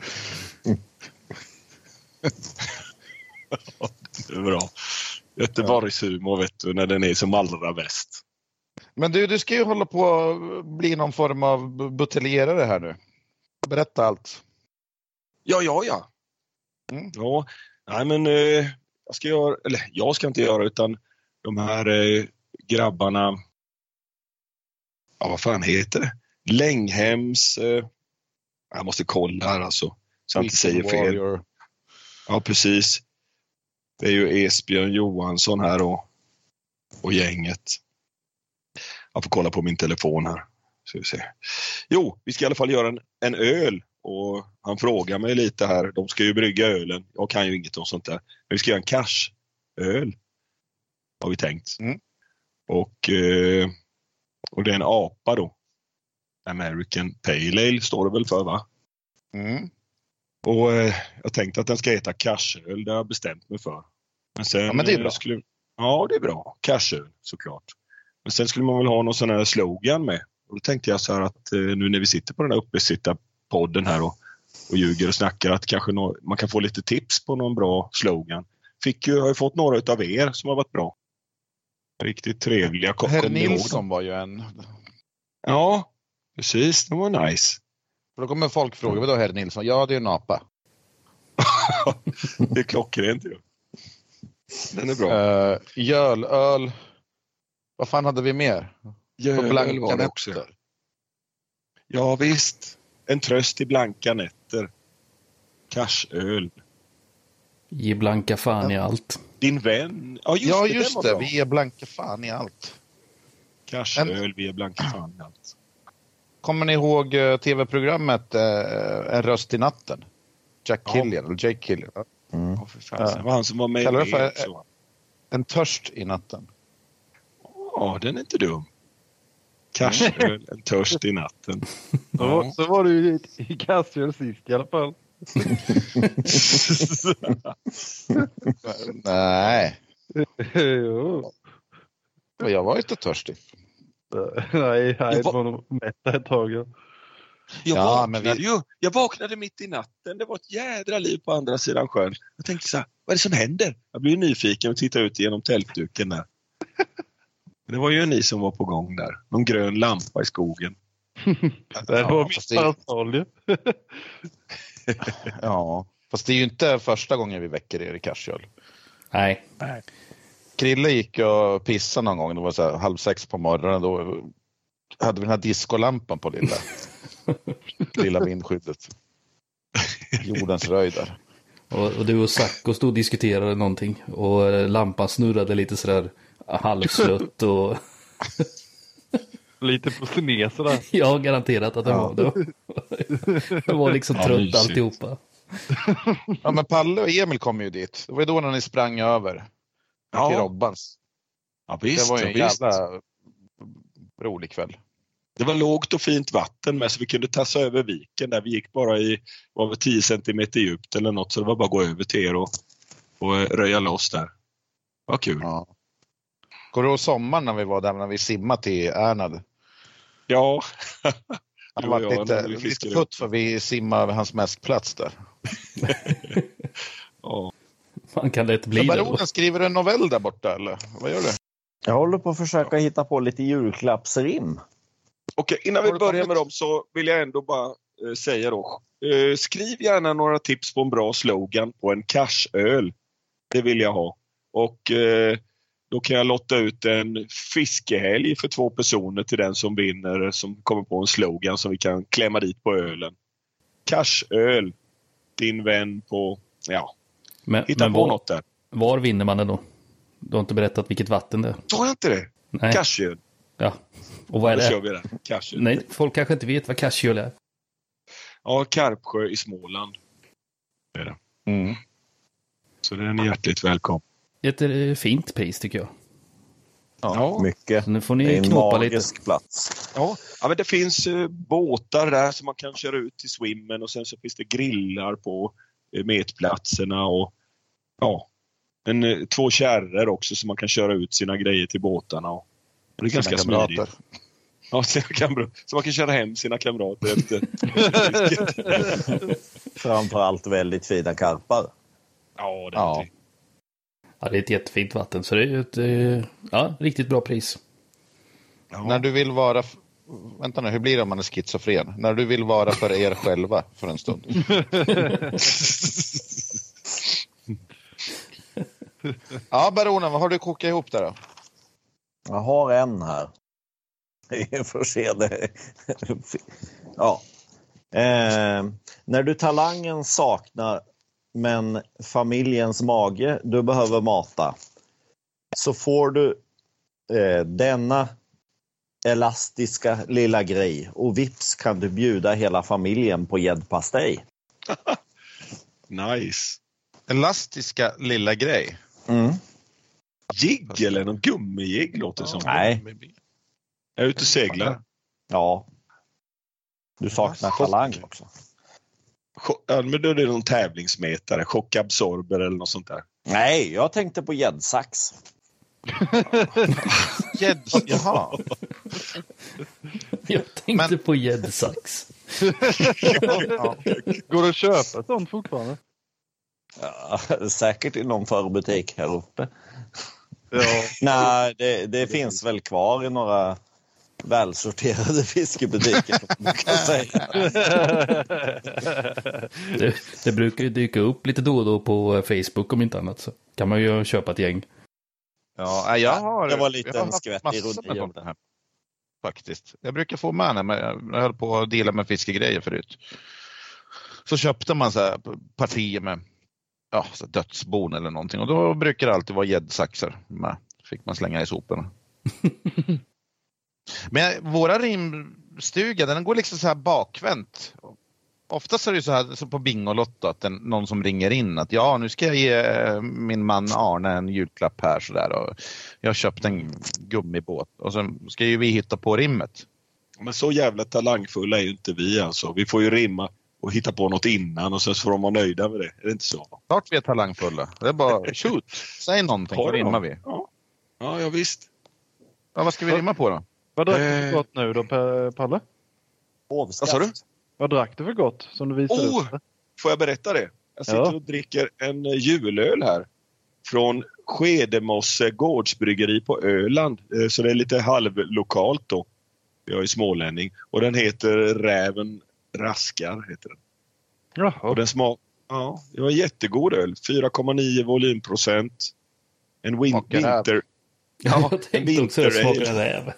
Speaker 3: Det är bra. Göteborgs humor, vet du, när den är som allra bäst.
Speaker 2: Men du, du ska ju hålla på att bli någon form av buteljerare här nu. Berätta allt.
Speaker 3: Ja, ja, ja. Mm. Ja, nej men eh, jag ska göra, eller jag ska inte göra utan de här eh, grabbarna, ja vad fan heter det? Länghems, eh, jag måste kolla här alltså, så jag inte säger fel. Warrior. Ja, precis. Det är ju Esbjörn Johansson här och, och gänget. Jag får kolla på min telefon här. Så vi ser. Jo, vi ska i alla fall göra en, en öl. Och han frågar mig lite här. De ska ju brygga ölen. Jag kan ju inget om sånt där. Men vi ska göra en cash-öl. Har vi tänkt. Mm. Och, eh, och det är en apa då. American Pale Ale står det väl för, va?
Speaker 2: Mm.
Speaker 3: Och eh, jag tänkte att den ska heta Cashöl. Det har jag bestämt mig för. Men sen,
Speaker 2: ja, men det är bra.
Speaker 3: Skulle, ja, det är bra. Cashöl, såklart. Men sen skulle man väl ha någon sån här slogan med. Och då tänkte jag så här att eh, nu när vi sitter på den här uppesitta-podden här och, och ljuger och snackar att kanske no- man kan få lite tips på någon bra slogan. Fick ju, har ju fått några utav er som har varit bra. Riktigt trevliga.
Speaker 2: Herr Nilsson var ju en...
Speaker 3: Ja, precis. Det var nice.
Speaker 2: För då kommer folk fråga, vad då Herr Nilsson? Ja, det är en apa.
Speaker 3: Det är klockrent ju. Den är bra.
Speaker 2: Uh, Jöl, öl. Vad fan hade vi mer?
Speaker 3: Jöl var det också. Ja visst. En tröst i blanka nätter. Cashöl.
Speaker 1: Ge blanka fan ja. i allt.
Speaker 3: Din vän. Ja just
Speaker 2: ja,
Speaker 3: det.
Speaker 2: Just det. Vi är blanka fan i allt.
Speaker 3: Cashöl, en... vi är blanka fan i allt.
Speaker 2: Kommer ni ihåg uh, tv-programmet uh, En röst i natten? Jack ja. Killian, eller Jake Killian.
Speaker 3: Mm. Oh, för fan. Det var han som var med.
Speaker 2: Kallar det för en, en törst i natten.
Speaker 3: Ja, den är inte dum. Cashöl, en törst i natten.
Speaker 6: Ja. Så var det ju i Cashöl sist i alla fall.
Speaker 2: Nej.
Speaker 6: Jo.
Speaker 2: Jag var inte törstig.
Speaker 6: Nej, jag var nog mätta ett tag. Ja.
Speaker 3: Jag, ja, vaknade men vi... ju, jag vaknade mitt i natten. Det var ett jädra liv på andra sidan sjön. Jag tänkte så här, vad är det som händer? Jag blev nyfiken och tittade ut genom tältduken där. Det var ju ni som var på gång där. Någon grön lampa i skogen.
Speaker 6: Det var mitt det...
Speaker 2: Ja, fast det är ju inte första gången vi väcker er i Cashöl.
Speaker 1: Nej. Nej.
Speaker 2: Krille gick och pissade någon gång. Det var så här halv sex på morgonen. Då hade vi den här diskolampan på lilla, lilla vindskyddet. Jordens röj där.
Speaker 1: Och, och du och Sacco stod och diskuterade någonting. Och lampan snurrade lite sådär halvslött och...
Speaker 6: Lite på sned sådär.
Speaker 1: Jag har garanterat att det ja. var det. Det var liksom ja, trött mysigt. Alltihopa.
Speaker 2: Ja, men Palle och Emil kom ju dit. Det var ju då när ni sprang över. Ja. Till Robbans.
Speaker 3: Ja, visst,
Speaker 2: det var ju en
Speaker 3: ja,
Speaker 2: jävla rolig kväll.
Speaker 3: Det var lågt och fint vatten med så vi kunde tassa över viken där. Vi gick bara i var det tio centimeter djupt eller något. Så det var bara att gå över till er och, och röja loss där. Vad kul. Ja.
Speaker 2: Går det ihåg sommaren när vi var där när vi simmade till Ernad?
Speaker 3: Ja.
Speaker 2: Han var ja, lite, lite putt för vi simmade vid hans mäskplats där.
Speaker 3: Ja.
Speaker 1: Man kan det inte bli
Speaker 2: det. Baronen skriver en novell där borta eller? Vad gör du?
Speaker 4: Jag håller på att försöka hitta på lite julklappsrim.
Speaker 3: Okej, innan vi börjar med dem så vill jag ändå bara eh, säga då eh, skriv gärna några tips på en bra slogan på en cashöl. Det vill jag ha. Och eh, då kan jag lotta ut en fiskehelg för två personer till den som vinner, som kommer på en slogan som vi kan klämma dit på ölen. Cashöl. Din vän på, ja,
Speaker 1: Men,
Speaker 3: hitta
Speaker 1: men
Speaker 3: på
Speaker 1: var,
Speaker 3: något där.
Speaker 1: var vinner man det då? Du har inte berättat vilket vatten det är.
Speaker 3: Sa jag inte det?
Speaker 1: Nej.
Speaker 3: Cashöl.
Speaker 1: Ja. Och vad är
Speaker 3: Då
Speaker 1: det?
Speaker 3: kör vi det. Cashöl.
Speaker 1: Nej, folk kanske inte vet vad cashöl är.
Speaker 3: Ja, Karpsjö i Småland. Det är det.
Speaker 4: Mm.
Speaker 3: Så det är ni hjärtligt välkommen.
Speaker 1: Ett eh, fint pris tycker jag.
Speaker 3: Ja.
Speaker 4: Mycket.
Speaker 1: Så nu får
Speaker 4: Det är
Speaker 1: ni
Speaker 4: en
Speaker 1: knåpa lite.
Speaker 4: magisk plats.
Speaker 3: Ja. ja, men det finns eh, båtar där som man kan köra ut till swimmen och sen så finns det grillar på eh, metplatserna och ja, en, eh, två kärror också som man kan köra ut sina grejer till båtarna. Och det är
Speaker 2: Sina
Speaker 3: ganska
Speaker 2: kamrater.
Speaker 3: smidigt. Ja, sina kamrater. Så man kan köra hem sina kamrater efter.
Speaker 4: Framförallt väldigt fina karpar.
Speaker 3: Ja, det är
Speaker 2: Ja.
Speaker 3: det.
Speaker 1: Ja, det är ett jättefint vatten. Så det är ju ett eh, ja, riktigt bra pris.
Speaker 3: Ja.
Speaker 2: När du vill vara... f- Vänta nu, hur blir det om man är schizofren? När du vill vara för er själva för en stund. Ja, baronen, vad har du kokat ihop där då?
Speaker 4: Jag har en här. Vi får se det. Ja. Eh, när du talangen saknar men familjens mage du behöver mata, så får du eh, denna elastiska lilla grej och vips kan du bjuda hela familjen på gäddpastej.
Speaker 3: Nice.
Speaker 2: Elastiska lilla grej.
Speaker 4: Mm.
Speaker 3: Jigg eller någon gummijigg låter det som.
Speaker 4: Nej.
Speaker 3: Jag är ute och seglar.
Speaker 4: Ja. Du saknar
Speaker 3: Chock.
Speaker 4: talang också.
Speaker 3: Cho- Ja, men då är det någon tävlingsmetare, chockabsorber eller något sånt där.
Speaker 4: Nej, jag tänkte på gäddsax.
Speaker 2: Gädds, jaha.
Speaker 1: Jag tänkte
Speaker 2: Men-
Speaker 1: på gäddsax.
Speaker 2: Ja.
Speaker 6: Går det att köpa sånt fortfarande?
Speaker 4: Ja, säkert i någon förbutik här uppe.
Speaker 6: Ja.
Speaker 4: Nej, det, det finns väl kvar i några välsorterade fiskebutiker. Man kan säga.
Speaker 1: Det, det brukar ju dyka upp lite då och då på Facebook om inte annat. Så kan man ju köpa ett gäng.
Speaker 2: Ja, jag har...
Speaker 4: Det var lite
Speaker 2: jag har
Speaker 4: en
Speaker 2: haft
Speaker 4: skvätt
Speaker 2: massor
Speaker 4: ironi
Speaker 2: med
Speaker 4: om
Speaker 2: sånt här. Faktiskt. Jag brukar få med när jag höll på att dela med fiskegrejer förut. Så köpte man så här partier med ja, så dödsbon eller någonting. Och då brukar det alltid vara gäddsaxar med. Fick man slänga i soporna. Men våra rimstuga, den går liksom så här bakvänt. Oftast är det ju så här så på Bingolotto att den, någon som ringer in att ja, nu ska jag ge min man Arne en julklapp här så där, och jag har köpt en gummibåt och sen ska ju vi hitta på rimmet.
Speaker 3: Men så jävla talangfulla är ju inte vi alltså. Vi får ju rimma och hitta på något innan och sen så får de vara nöjda med det. Är det inte så?
Speaker 2: Klart vi är talangfulla. Det är bara shoot. Säg någonting,
Speaker 3: Har
Speaker 2: så
Speaker 3: du
Speaker 2: rimmar
Speaker 3: någon?
Speaker 2: vi.
Speaker 3: Ja, ja, ja visst.
Speaker 2: Ja, vad ska vi rimma på då?
Speaker 6: Vad drack du
Speaker 3: Eh.
Speaker 6: för gott nu då, Pa- Palle?
Speaker 3: Vad sa du?
Speaker 6: Vad drack du för gott som du visade
Speaker 3: Oh!
Speaker 6: upp?
Speaker 3: Får jag berätta det? Jag sitter
Speaker 6: Ja.
Speaker 3: och dricker en julöl här. Från Skedemosse gårdsbryggeri på Öland. Eh, Så det är lite halvlokalt då. Jag är smålänning. Och den heter Räven Raskar. Heter den.
Speaker 6: Jaha.
Speaker 3: Och den smak... Ja, det var en jättegod öl. fyra komma nio volymprocent. En win-
Speaker 2: Smakar räv.
Speaker 3: vinter...
Speaker 1: Ja, jag tänkte också att det
Speaker 3: vinter
Speaker 1: smakar räv.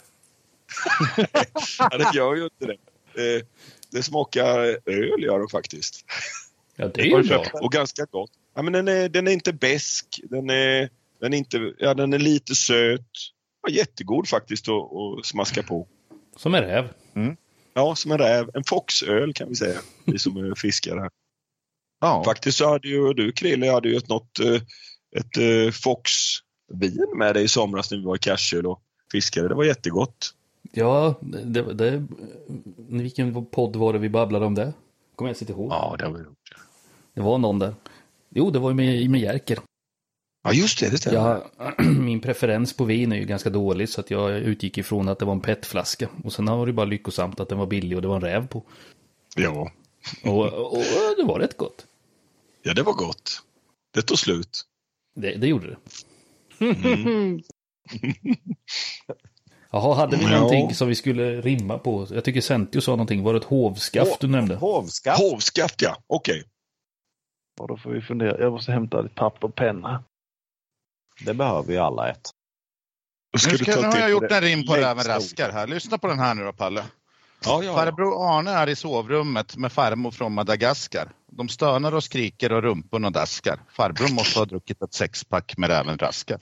Speaker 3: Ja, det gör ju inte det. Eh, Det smakar öl, gör det faktiskt.
Speaker 1: Ja, det är ju bra.
Speaker 3: Och ganska gott. Ja, men den är, den är inte besk. Den är, den är, inte, ja, den är lite söt. Ja, jättegod faktiskt att, att smaska på.
Speaker 1: Som en räv.
Speaker 3: Ja, som en räv. En foxöl kan vi säga. Vi som är fiskare här.
Speaker 2: Ja,
Speaker 3: Faktiskt så hade ju du, Krille, hade ju ett, något, eh, ett eh, foxvin med dig i somras när vi var i Karsöl och fiskade. Det var jättegott.
Speaker 1: Ja, det, det, vilken podd var det vi babblade om det? Kommer jag inte ihåg.
Speaker 3: Ja, det har vi gjort.
Speaker 1: Det var någon där. Jo, det var ju med, med Jerker.
Speaker 3: Ja, just det. Det stämmer.
Speaker 1: Jag, min preferens på vin är ju ganska dålig, så att jag utgick ifrån att det var en petflaska. Och sen var det bara lyckosamt att den var billig och det var en räv på.
Speaker 3: Ja.
Speaker 1: Och, och, och det var rätt gott.
Speaker 3: Ja, det var gott. Det tog slut.
Speaker 1: Det, det gjorde det.
Speaker 3: Mm.
Speaker 1: Jaha, hade vi
Speaker 3: Ja.
Speaker 1: någonting som vi skulle rimma på? Jag tycker Centio sa någonting. Var det ett hovskaft du nämnde?
Speaker 4: Hovskaft.
Speaker 3: Hovskaft, ja. Okej.
Speaker 6: Ja, då får vi fundera. Jag måste hämta lite papper och penna.
Speaker 4: Det behöver ju alla ett.
Speaker 3: Då ska
Speaker 2: Nu,
Speaker 3: du
Speaker 2: ska,
Speaker 3: ta
Speaker 2: nu har
Speaker 3: till
Speaker 2: jag gjort
Speaker 3: det.
Speaker 2: en rim på det här med
Speaker 3: Längsta
Speaker 2: raskar här. Lyssna på den här nu då, Palle.
Speaker 3: Ja, ja.
Speaker 2: Farbror Arne är i sovrummet med farmor från Madagaskar. De stönar och skriker och rumporna daskar. Farbror måste ha druckit ett sexpack med även raskar.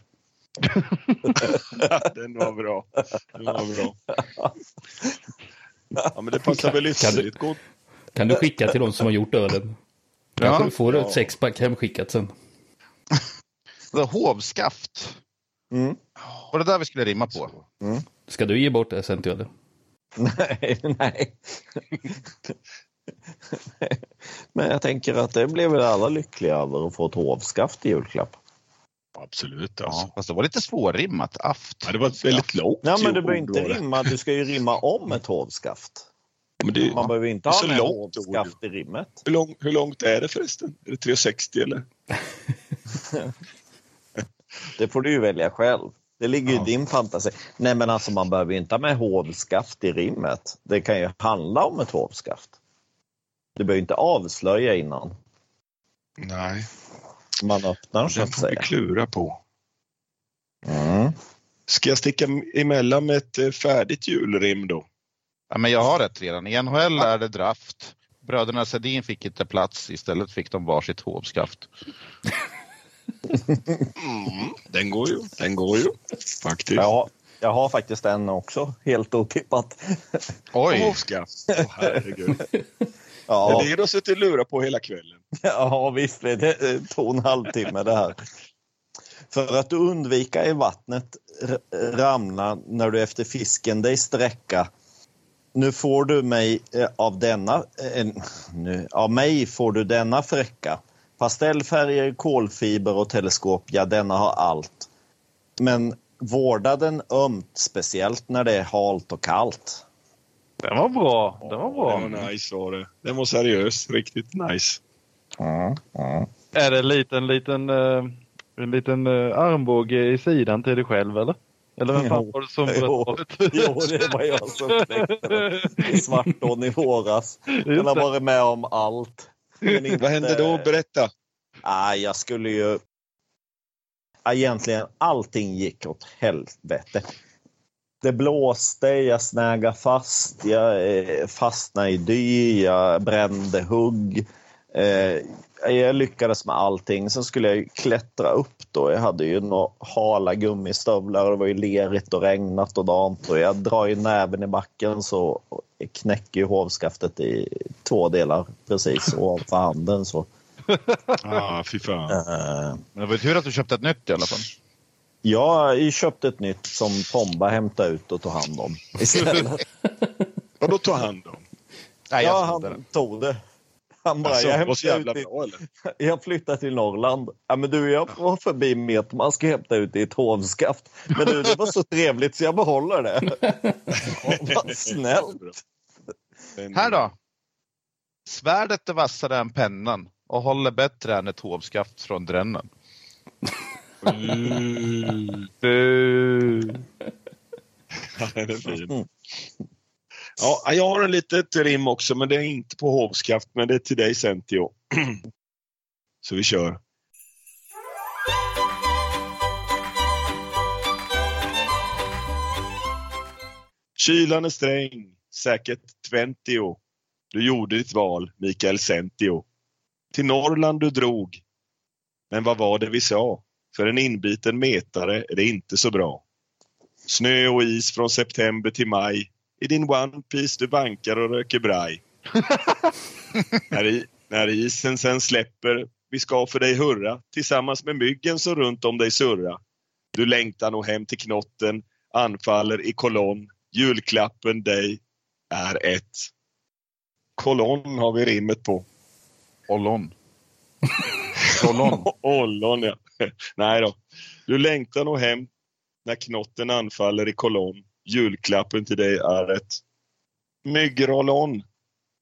Speaker 3: Den var bra. Den var bra. Ja, men det passar väl ytterligt gott.
Speaker 1: Kan du skicka till de som har gjort ölen?
Speaker 2: Ja.
Speaker 1: Kanske får du
Speaker 3: Ja.
Speaker 1: ett sexpack hemskickat sen.
Speaker 2: Det hovskaft.
Speaker 4: Mm.
Speaker 2: Och det där vi skulle rimma på.
Speaker 1: Ska du ge bort det Centio eller?
Speaker 4: Nej, nej. Men jag tänker att det blir väl alla lyckliga över att få ett hovskaft i julklapp.
Speaker 3: Absolut alltså.
Speaker 2: Ja, fast det var lite svårrimmat. Aft.
Speaker 3: Ja, det var ett väldigt lågt.
Speaker 4: Nej, men du
Speaker 3: ord,
Speaker 4: behöver inte
Speaker 3: var det.
Speaker 4: rimma. Du ska ju rimma om ett hovskaft.
Speaker 3: Men det,
Speaker 4: Man behöver inte
Speaker 3: Det är
Speaker 4: ha
Speaker 3: så
Speaker 4: med
Speaker 3: långt
Speaker 4: hovskaft i rimmet.
Speaker 3: hur, lång, hur långt är det förresten? Är det tre sextio eller?
Speaker 4: Det får du ju välja själv. Det ligger
Speaker 3: Ja.
Speaker 4: i din fantasi. Nej, men alltså man behöver ju inte ha med hovskaft i rimmet. Det kan ju handla om ett hovskaft. Du behöver inte avslöja innan
Speaker 3: Nej,
Speaker 4: man öppnar, så
Speaker 3: den
Speaker 4: att
Speaker 3: får vi
Speaker 4: säga.
Speaker 3: klura på.
Speaker 4: Mm.
Speaker 3: Ska jag sticka emellan med ett eh, färdigt julrim då?
Speaker 2: Ja, men jag har rätt redan. I N H L är det draft. Bröderna Sedin fick inte plats. Istället fick de varsitt hovskaft.
Speaker 3: Mm, den går ju, den går ju. Faktiskt.
Speaker 4: Jag, har, jag har faktiskt en också, helt otippat.
Speaker 2: Oj!
Speaker 3: Hovskaft. Åh, herregud.
Speaker 4: Ja,
Speaker 3: Det ligger då suttit och lurat på hela kvällen.
Speaker 4: ja visst, det tog en halvtimme det här. För att undvika i vattnet r- ramla när du efter fisken dig sträcka. Nu får du mig eh, av denna, eh, nu, av mig får du denna fräcka. Pastellfärger, kolfiber och teleskop, ja denna har allt. Men vårda den ömt, speciellt när det är halt och kallt.
Speaker 6: Den var bra. Den var bra.
Speaker 3: Den var nice var det. Den var seriös. Riktigt nice.
Speaker 4: Mm, mm.
Speaker 6: Är det en liten, liten, eh, en liten eh, armbåge i sidan till dig själv, eller? Eller vem fan
Speaker 4: Jo.
Speaker 6: var det som
Speaker 4: Jo,
Speaker 6: berättade?
Speaker 4: jo, det var jag som upptäckte det i Svartån i våras. Den har varit med om allt. Men inte...
Speaker 3: Vad hände då? Berätta.
Speaker 4: Ah, jag skulle ju... Ah, egentligen allting gick åt helvete. Det blåste, jag snägade fast, jag eh, fastnade i dy, jag brände hugg. Eh, jag lyckades med allting. Sen skulle jag ju klättra upp då. Jag hade ju några hala gummistövlar och det var ju lerigt och regnat och dant. Och jag drar ju näven i backen så knäcker ju hovskaftet i två delar precis ovanför handen så.
Speaker 3: Ah, fy fan.
Speaker 4: Eh,
Speaker 2: Men det var ju tur att du köpte ett nytt i alla fall.
Speaker 4: jag har ju köpt ett nytt som Tomba hämtade ut och tog hand om istället.
Speaker 3: Vad då ta hand om?
Speaker 2: Nej, jag
Speaker 4: Ja,
Speaker 2: snodde
Speaker 4: han
Speaker 2: den.
Speaker 4: tog det. Han bara,
Speaker 3: Alltså,
Speaker 4: jag
Speaker 3: det var så
Speaker 4: hämtar
Speaker 3: jävla
Speaker 4: ut i,
Speaker 3: bra eller?
Speaker 4: jag flyttar till Norrland. Ja, men du, jag var förbi met. Man ska hämta ut i ett hovskaft. Men du, det var så trevligt så jag behåller det. Ja, vad snällt.
Speaker 3: Den-
Speaker 2: Här då. Svärdet är vassare än pennan och håller bättre än ett hovskaft från drännen.
Speaker 3: Mm.
Speaker 6: Du.
Speaker 3: Ja, den är fin. Ja, jag har en litet rim också, men det är inte på hovskaft, men det är till dig Centio. Så vi kör. Kylan är sträng, säkert tjugo. Du gjorde ditt val, Mikael Centio. Till Norrland du drog. Men vad var det vi sa? För en inbiten metare är det inte så bra. Snö och is från september till maj. I din One Piece du bankar och röker braj. när, i, när isen sen släpper, vi ska för dig hurra. Tillsammans med myggen så runt om dig surra. Du längtar nog hem till knotten, anfaller i kolonn. Julklappen dig är ett. Kolonn har vi rimmet på.
Speaker 2: Ollon. Ollon.
Speaker 3: Ollon, ja. Nej då. Du längtar nog hem när knotten anfaller i kolonn. Julklappen till dig är ett myggrollon.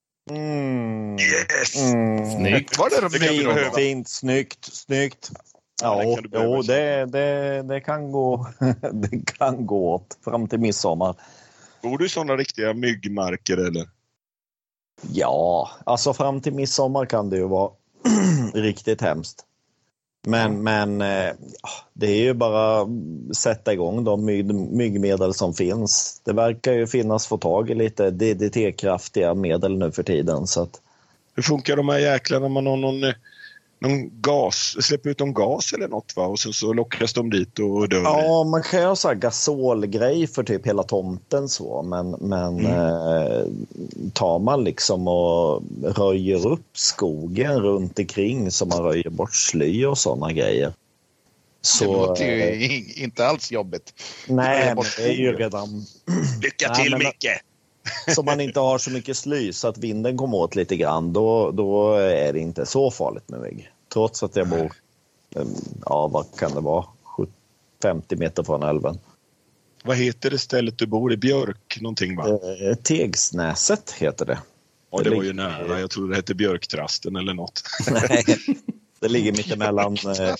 Speaker 4: Mm.
Speaker 3: Yes!
Speaker 4: Mm.
Speaker 1: Snyggt.
Speaker 2: Var det de
Speaker 4: Fint,
Speaker 2: myggrollon?
Speaker 4: fint, snyggt, snyggt. Ja,
Speaker 3: den kan du behöva
Speaker 4: jo,
Speaker 3: i
Speaker 4: det, det, det, kan gå, det kan gå åt fram till midsommar.
Speaker 3: Bor du i sådana riktiga myggmarker eller?
Speaker 4: Ja, alltså fram till midsommar kan det ju vara riktigt hemskt. Men, men eh, det är ju bara sätta igång de myg, myggmedel som finns. Det verkar ju finnas få tag i lite D D T-kraftiga medel nu för tiden. Så att...
Speaker 3: Hur funkar de här jäklarna om man har någon, någon gas, släpper ut någon gas eller något va? Och sen så lockas de dit och dör.
Speaker 4: Ja, man kan ju ha så här gasolgrej för typ hela tomten så. Men, men mm. eh, tar man liksom och röjer upp skogen runt omkring så man röjer bort sly och sådana grejer.
Speaker 2: Så, det låter ju eh, inte alls jobbigt.
Speaker 4: Nej, men det är ju redan...
Speaker 3: Lycka till,
Speaker 4: nej,
Speaker 3: Micke!
Speaker 4: Så man inte har så mycket sly så att vinden kommer åt lite grann, då, då är det inte så farligt med mig. Trots att jag bor, ja vad kan det vara, femtio meter från älven.
Speaker 3: Vad heter det stället du bor i? Björk någonting va?
Speaker 4: Eh, Tegsnäset heter det.
Speaker 3: Ja, det, det var ju nära. Jag trodde det hette Björktrasten eller något.
Speaker 4: Nej, det ligger mitt emellan eh,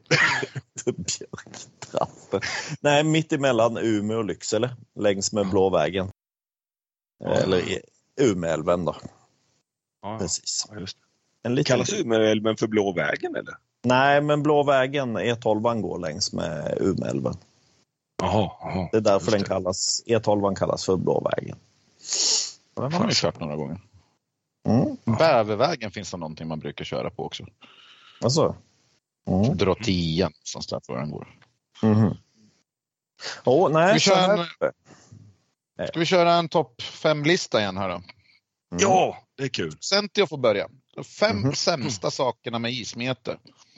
Speaker 4: Björktrasten. Nej, mitt emellan Umeå och Lycksele, längs med Blå vägen. Ja. Eller Umeälven då.
Speaker 3: Ja,
Speaker 4: precis.
Speaker 3: Ja, just det.
Speaker 4: En liten...
Speaker 3: Kallas Umeälven för Blå vägen eller?
Speaker 4: Nej, men Blå vägen, E tolv går längs med Umeälven.
Speaker 3: Jaha, jaha.
Speaker 4: Det är därför den kallas, E tolv kallas för Blå vägen.
Speaker 2: Den har man ju kört några gånger.
Speaker 4: Mm.
Speaker 2: Bävervägen finns det någonting man brukar köra på också.
Speaker 4: Alltså? Mm.
Speaker 2: Dra tian som där för den går.
Speaker 4: Mm. Oh, nej,
Speaker 2: Ska vi köra en, ska vi köra en topp fem-lista igen här då? Mm.
Speaker 3: Ja, det är kul.
Speaker 2: Sen till att få börja. Fem
Speaker 4: Mm.
Speaker 2: sämsta sakerna med ismeter.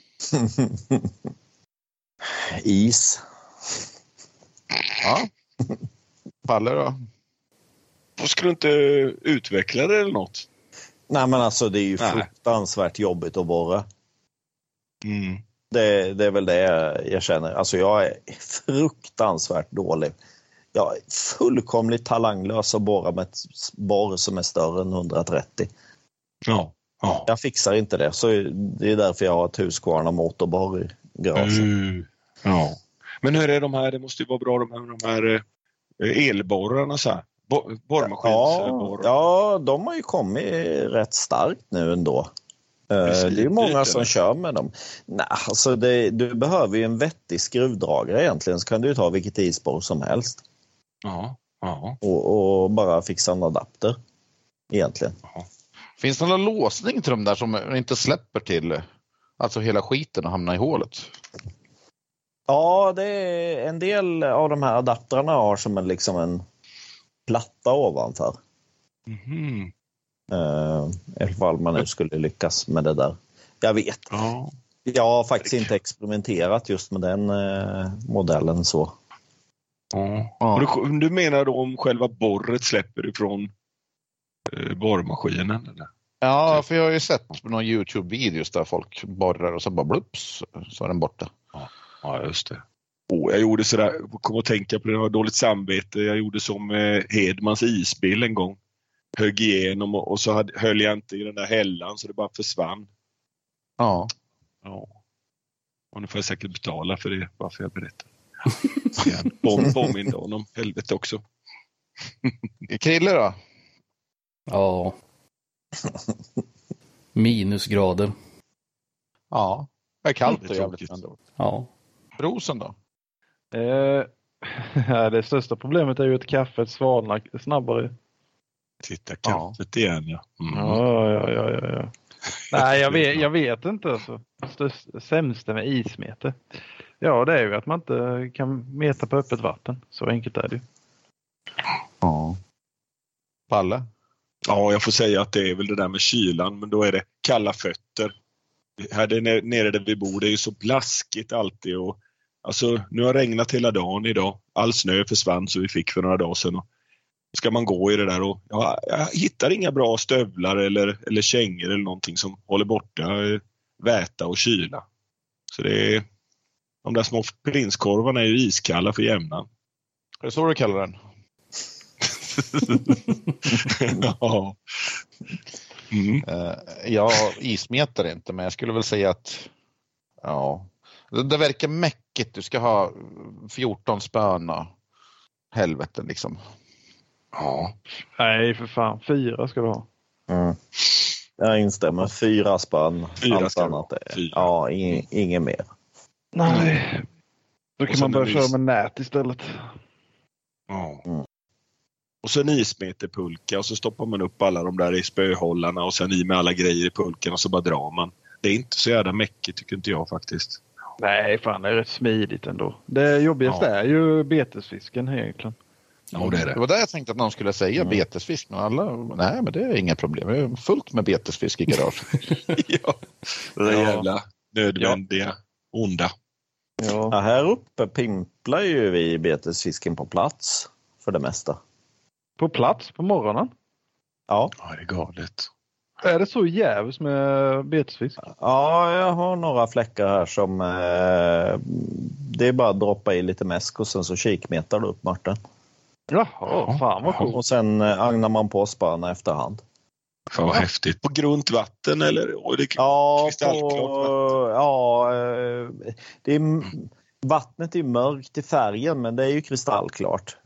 Speaker 4: Is.
Speaker 2: Ja. Faller då?
Speaker 3: Och skulle du inte utveckla det eller något?
Speaker 4: Nej, men alltså det är ju
Speaker 3: Nej.
Speaker 4: fruktansvärt jobbigt att borra.
Speaker 3: Mm.
Speaker 4: Det, det är väl det jag, jag känner. Alltså jag är fruktansvärt dålig. Jag är fullkomligt talanglös att borra med ett borr som är större än hundratrettio.
Speaker 3: Ja. Ja.
Speaker 4: Jag fixar inte det. Så det är därför jag har ett Husqvarna motorborr i garaget.
Speaker 3: Mm. Ja. Men hur är de här? Det måste ju vara bra de här, de här eh, elborrarna så här. Bo- borrmaskinsborrar.
Speaker 4: Ja, ja, de har ju kommit rätt starkt nu ändå. Det är ju många som kör med dem. Nej, alltså det, du behöver ju en vettig skruvdragare egentligen, så kan du ta vilket isborr som helst.
Speaker 3: Ja, ja.
Speaker 4: Och, och bara fixa en adapter egentligen.
Speaker 3: Ja.
Speaker 2: Finns det någon låsning till de där som inte släpper till alltså hela skiten och hamnar i hålet?
Speaker 4: Ja, det är en del av de här adapterna har som en, liksom en platta ovanför.
Speaker 3: Mm.
Speaker 4: Uh, I alla fall man nu skulle lyckas med det där. Jag vet.
Speaker 3: Ja.
Speaker 4: Jag har faktiskt inte experimenterat just med den uh, modellen så.
Speaker 3: Ja. Ja. Du, du menar då om själva borret släpper ifrån uh, borrmaskinen eller?
Speaker 2: Ja, för jag har ju sett några YouTube-videos där folk borrar och så bara blups så är den borta.
Speaker 3: Ja, ja just det. Oh, jag gjorde sådär, kom att tänka på det, jag har dåligt samvete. Jag gjorde som eh, Hedmans isbil en gång. Högg igenom och, och så hade, höll jag inte i den där hällan så det bara försvann.
Speaker 2: Ja.
Speaker 3: Ja. Och nu får jag säkert betala för det, varför jag berättar. Bom, påminner honom, helvete också.
Speaker 2: Krille då?
Speaker 1: Ja. Minusgrader.
Speaker 2: Ja. Det är kallt
Speaker 3: Det är
Speaker 2: och jävligt
Speaker 3: tråkigt.
Speaker 2: ändå.
Speaker 1: Ja.
Speaker 2: Brosen då?
Speaker 6: Eh, det största problemet är ju att kaffet svalnar snabbare.
Speaker 3: Titta kaffet igen, ja. Mm.
Speaker 6: Ja, ja, ja, ja, ja. Nej, jag vet, jag vet inte. Alltså. Störst, sämsta med ismeter. Ja, det är ju att man inte kan meta på öppet vatten. Så enkelt är det.
Speaker 2: Ja. Palle?
Speaker 3: Ja, jag får säga att det är väl det där med kylan, men då är det kalla fötter. Här det nere där vi bor, det är ju så blaskigt alltid. Och, alltså, nu har regnat hela dagen idag. All snö försvann så vi fick för några dagar sedan. Och ska man gå i det där och ja, jag hittar inga bra stövlar eller, eller kängor eller någonting som håller borta eh, väta och kyla. Så det är, de där små prinskorvarna är ju iskalla för jämnan.
Speaker 2: Är det så du kallar den?
Speaker 3: Ja. Mm.
Speaker 2: Uh, jag ismetar inte, men jag skulle väl säga att ja, Det, det verkar mäckigt. Du ska ha fjorton spön och helveten liksom.
Speaker 3: Ja.
Speaker 6: Nej, för fan. Fyra ska du ha.
Speaker 4: Mm. Jag instämmer. Fyra spön.
Speaker 3: Fyra
Speaker 4: Allt
Speaker 3: ska
Speaker 4: annat
Speaker 3: det
Speaker 4: är.
Speaker 3: vara. Fyra.
Speaker 4: Ja, ing, inget mer.
Speaker 6: Nej. Då
Speaker 3: Och
Speaker 6: kan
Speaker 3: sen
Speaker 6: man börja
Speaker 3: är det
Speaker 6: köra med nät istället.
Speaker 3: Ja.
Speaker 4: Mm.
Speaker 3: Och sen ismeterpulka och så stoppar man upp alla de där i spöhållarna och sen i med alla grejer i pulken och så bara drar man. Det är inte så jävla mäckigt tycker inte jag faktiskt.
Speaker 6: Nej, fan det är rätt smidigt ändå. Det jobbigaste
Speaker 3: Ja.
Speaker 6: är ju betesfisken egentligen.
Speaker 3: Ja, det är
Speaker 2: Det
Speaker 3: det.
Speaker 2: var där jag tänkte att någon skulle säga
Speaker 4: Mm.
Speaker 2: betesfisk. Men alla, nej men det är inga problem. Det är fullt med betesfisk i garaget.
Speaker 3: Ja. Det där
Speaker 6: Ja.
Speaker 3: jävla nödvändiga, onda.
Speaker 4: Ja,
Speaker 6: Ja.
Speaker 4: här uppe pimplar ju vi betesfisken på plats för det mesta.
Speaker 6: På plats på morgonen.
Speaker 4: Ja,
Speaker 3: Ja, det är galet.
Speaker 6: Är det så jävligt med betesfisk?
Speaker 4: ja jag har några fläckar här som eh, det är bara att droppa i lite mäsk och sen så kikmetar du upp mörten.
Speaker 6: Jaha, fan vad coolt.
Speaker 4: Och sen eh, agnar man på spöna efterhand.
Speaker 3: Fan vad häftigt. På grunt vatten eller? Och det
Speaker 4: Ja,
Speaker 3: kristallklart
Speaker 4: på,
Speaker 3: vatten.
Speaker 4: ja eh, det är, vattnet är mörkt i färgen men det är ju kristallklart.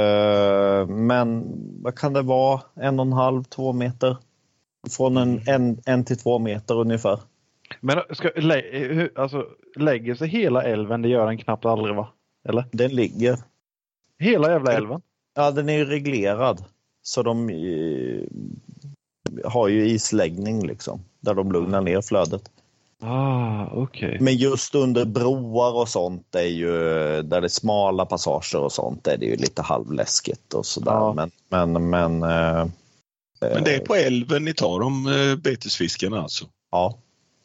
Speaker 4: Eh, men vad kan det vara? En och en halv, två meter? Från en, en, en till två meter ungefär.
Speaker 6: Men ska, lä, hur- alltså, lägger sig hela älven? Det gör den knappt aldrig va? Eller?
Speaker 4: Den ligger.
Speaker 6: Hela jävla älven?
Speaker 4: Ja, den är ju reglerad. Så de eh, har ju isläggning liksom. Där de lugnar ner flödet.
Speaker 6: Ah, okej.
Speaker 4: Men just under broar och sånt är ju, där det är smala passager och sånt är det ju lite halvläskigt och sådär.
Speaker 6: Ja.
Speaker 4: Men, men, men, eh,
Speaker 3: Men det är på älven ni tar de eh, betesfiskarna alltså?
Speaker 4: ja.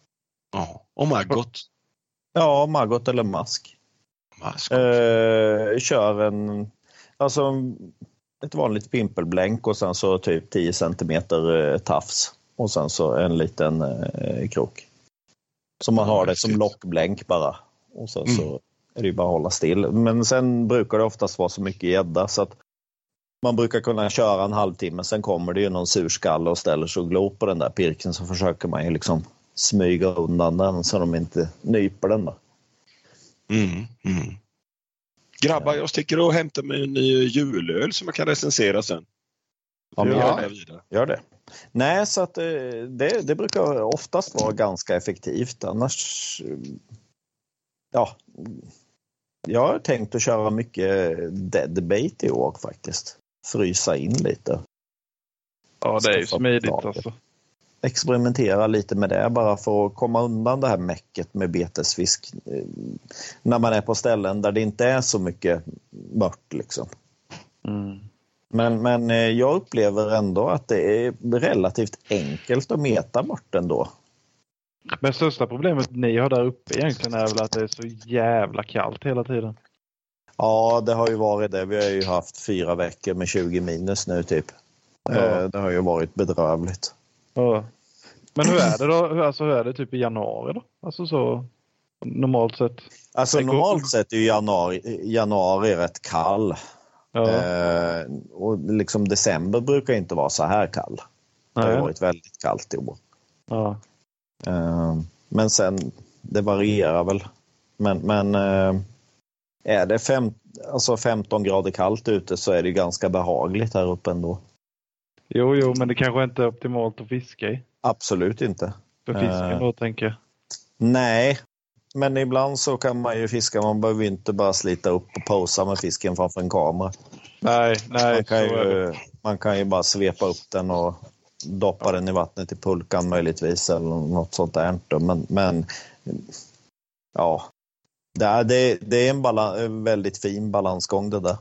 Speaker 3: Ja. Och maggot?
Speaker 4: Ja, maggot eller mask.
Speaker 3: Mask.
Speaker 4: Eh, kör en, alltså ett vanligt pimpelblänk och sen så typ tio centimeter eh, tafs. Och sen så en liten eh, krok. Så man
Speaker 3: Ja,
Speaker 4: har det som
Speaker 3: häftigt.
Speaker 4: lockblänk bara. Och sen
Speaker 3: Mm.
Speaker 4: så är det ju bara att hålla still. Men sen brukar det oftast vara så mycket gädda så att man brukar kunna köra en halvtimme. Sen kommer det ju någon surskalle och ställer sig och glor på den där pirken. Så försöker man ju liksom smyga undan den så de inte nyper den då.
Speaker 3: Mm, mm. Grabbar, jag sticker och hämtar mig en ny julöl som jag kan recensera sen.
Speaker 4: Ja, men
Speaker 3: Jag
Speaker 4: gör
Speaker 3: gör
Speaker 4: det.
Speaker 3: det vidare.
Speaker 4: Gör det. Nej, så att eh, det, det brukar oftast vara ganska effektivt. Annars, eh, ja, jag har tänkt att köra mycket deadbait i år faktiskt. Frysa in lite.
Speaker 6: Ja, det är ju
Speaker 4: Skaffa
Speaker 6: smidigt
Speaker 4: lager.
Speaker 6: alltså.
Speaker 4: Experimentera lite med det bara för att komma undan det här mäcket med betesfisk. eh, När man är på ställen där det inte är så mycket mört liksom.
Speaker 6: Mm.
Speaker 4: Men, men eh, jag upplever ändå att det är relativt enkelt att meta mört ändå.
Speaker 6: Men största problemet ni har där uppe egentligen är väl att det är så jävla kallt hela tiden.
Speaker 4: Ja, det har ju varit det. Vi har ju haft fyra veckor med tjugo minus nu typ.
Speaker 6: Ja.
Speaker 4: Eh, Det har ju varit bedrövligt.
Speaker 6: Ja. Men hur är det då? Hur, alltså, hur är det typ i januari då? Alltså så normalt sett.
Speaker 4: Alltså
Speaker 6: Det går-
Speaker 4: normalt sett är ju januari, januari rätt kall.
Speaker 6: Ja.
Speaker 4: Eh, och liksom december brukar inte vara så här kall. Det har ju
Speaker 6: Nej.
Speaker 4: varit väldigt kallt i år.
Speaker 6: Ja.
Speaker 4: Eh, men sen, det varierar väl. Men, men eh, är det fem, alltså femton grader kallt ute så är det ganska behagligt här uppe ändå.
Speaker 6: Jo, jo, men det kanske inte är optimalt att fiska i.
Speaker 4: Absolut inte.
Speaker 6: För fisken
Speaker 4: Eh.
Speaker 6: då, tänker jag.
Speaker 4: Nej, men ibland så kan man ju fiska. Man behöver ju inte bara slita upp och posa med fisken framför en kamera.
Speaker 6: Nej, nej.
Speaker 4: Man kan,
Speaker 6: så är det.
Speaker 4: ju, man kan ju bara svepa upp den och doppa den i vattnet i pulkan möjligtvis eller något sånt där. Men, men ja, det är, det, det är en, balans, en väldigt fin balansgång det där.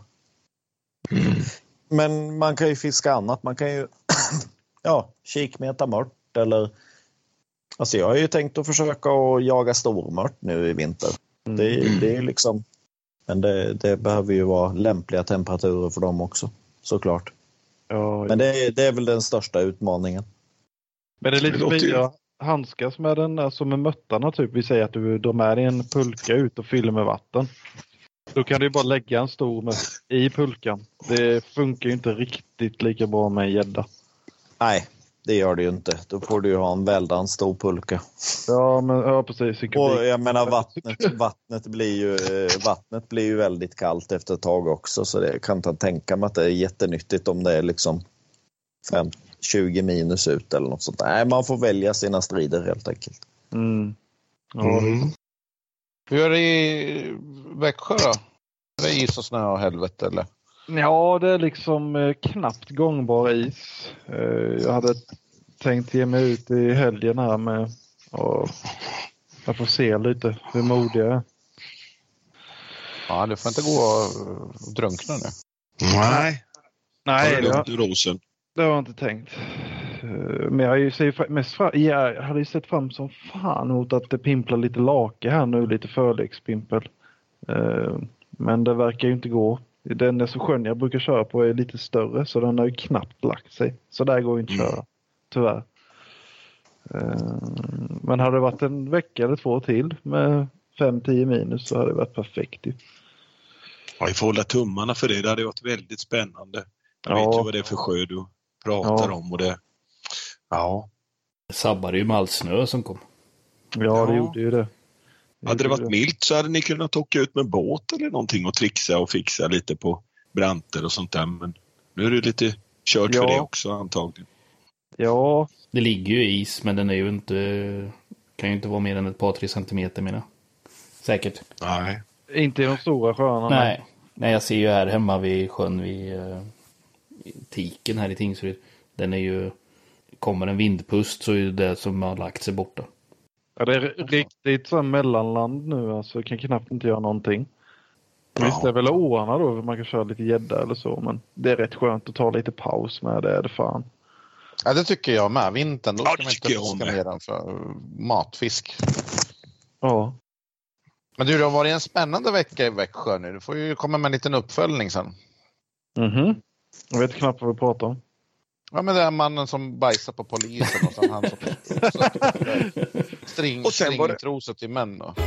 Speaker 4: Men man kan ju fiska annat. Man kan ju ja, kikmeta mört eller alltså jag har ju tänkt att försöka att jaga stormört nu i vinter.
Speaker 6: Mm.
Speaker 4: Det, det är liksom men det, det behöver ju vara lämpliga temperaturer för dem också såklart.
Speaker 6: Ja,
Speaker 4: Men det är, det är väl den största utmaningen.
Speaker 6: Men det är lite
Speaker 3: Det låter ju-
Speaker 6: smidigt att handskas med den, alltså med möttarna typ. Vi säger att du drar med dig en pulka ut och fyller med vatten. Då kan du ju bara lägga en stor möss i pulkan. Det funkar ju inte riktigt lika bra med en gädda.
Speaker 4: Nej, det gör det ju inte. Då får du ju ha en väldans stor pulka.
Speaker 6: Ja, men ja, precis.
Speaker 4: Och jag menar vattnet, vattnet, blir ju, vattnet blir ju väldigt kallt efter ett tag också. Så det kan inte tänka mig att det är jättenyttigt om det är liksom fem, tjugo minus ut eller något sånt. Nej, man får välja sina strider helt enkelt.
Speaker 6: Mm. Ja,
Speaker 2: Mm. Hur är det i Växjö då? Är det is och snö och helvete eller?
Speaker 6: Ja, det är liksom eh, knappt gångbar is. Eh, jag hade tänkt ge mig ut i helgen här med och jag får se lite hur modig jag är.
Speaker 2: Ja, du får inte gå och drunkna nu.
Speaker 3: Nej.
Speaker 6: Nej,
Speaker 3: Har du
Speaker 6: det har,
Speaker 3: långt ur rosen?
Speaker 6: det har jag inte tänkt. Eh, Men jag, har ju sett mest fram, jag hade ju sett fram som fan mot att det pimplar lite lake här nu, lite förläggspimpel. Eh, Men det verkar ju inte gå. Den så sjön jag brukar köra på är lite större så den har ju knappt lagt sig. Så där går ju inte att köra, tyvärr. Men hade det varit en vecka eller två till med fem till tio minus så hade det varit perfekt.
Speaker 3: Ja, vi får hålla tummarna för det. Det hade varit väldigt spännande. Jag
Speaker 6: Ja.
Speaker 3: vet ju vad det är för sjö du pratar
Speaker 6: Ja.
Speaker 3: om. Och det... Ja.
Speaker 1: Det sabbade ju med all snö som kom.
Speaker 6: Ja, det
Speaker 3: Ja.
Speaker 6: gjorde ju det.
Speaker 3: Hade det varit milt så hade ni kunnat åka ut med båt eller någonting och trixa och fixa lite på branter och sånt där. Men nu är det lite kört
Speaker 6: Ja.
Speaker 3: för det också antagligen.
Speaker 6: Ja,
Speaker 1: Det ligger ju i is, men den är ju inte, kan ju inte vara mer än ett par, tre centimeter menar. Säkert.
Speaker 3: Nej.
Speaker 6: inte i de stora sjöarna.
Speaker 1: Nej. Nej, jag ser ju här hemma vid sjön vid uh, Tiken här i Tingsryd. Den är ju, kommer en vindpust så är det det som har lagt sig borta.
Speaker 6: Ja, det är riktigt så här mellanland nu. Alltså kan knappt inte göra någonting. Visst, det är väl åarna då. Man kan köra lite gädda eller så. Men det är rätt skönt att ta lite paus med det. Är det fan.
Speaker 2: Ja, det tycker jag med. Vintern, då
Speaker 3: Ja,
Speaker 2: ska
Speaker 3: det
Speaker 2: man
Speaker 3: tycker
Speaker 2: inte
Speaker 3: jag
Speaker 2: fiska
Speaker 3: med.
Speaker 2: ner den för matfisk.
Speaker 6: Ja.
Speaker 2: Men du, det har varit en spännande vecka i Växjö nu. Du får ju komma med en liten uppföljning sen.
Speaker 6: Mhm. Jag vet knappt vad vi pratar om.
Speaker 2: Ja, men det är mannen som bajsar på polisen och sen han som string,
Speaker 3: Och sen var det-
Speaker 2: stringtrosor till män då.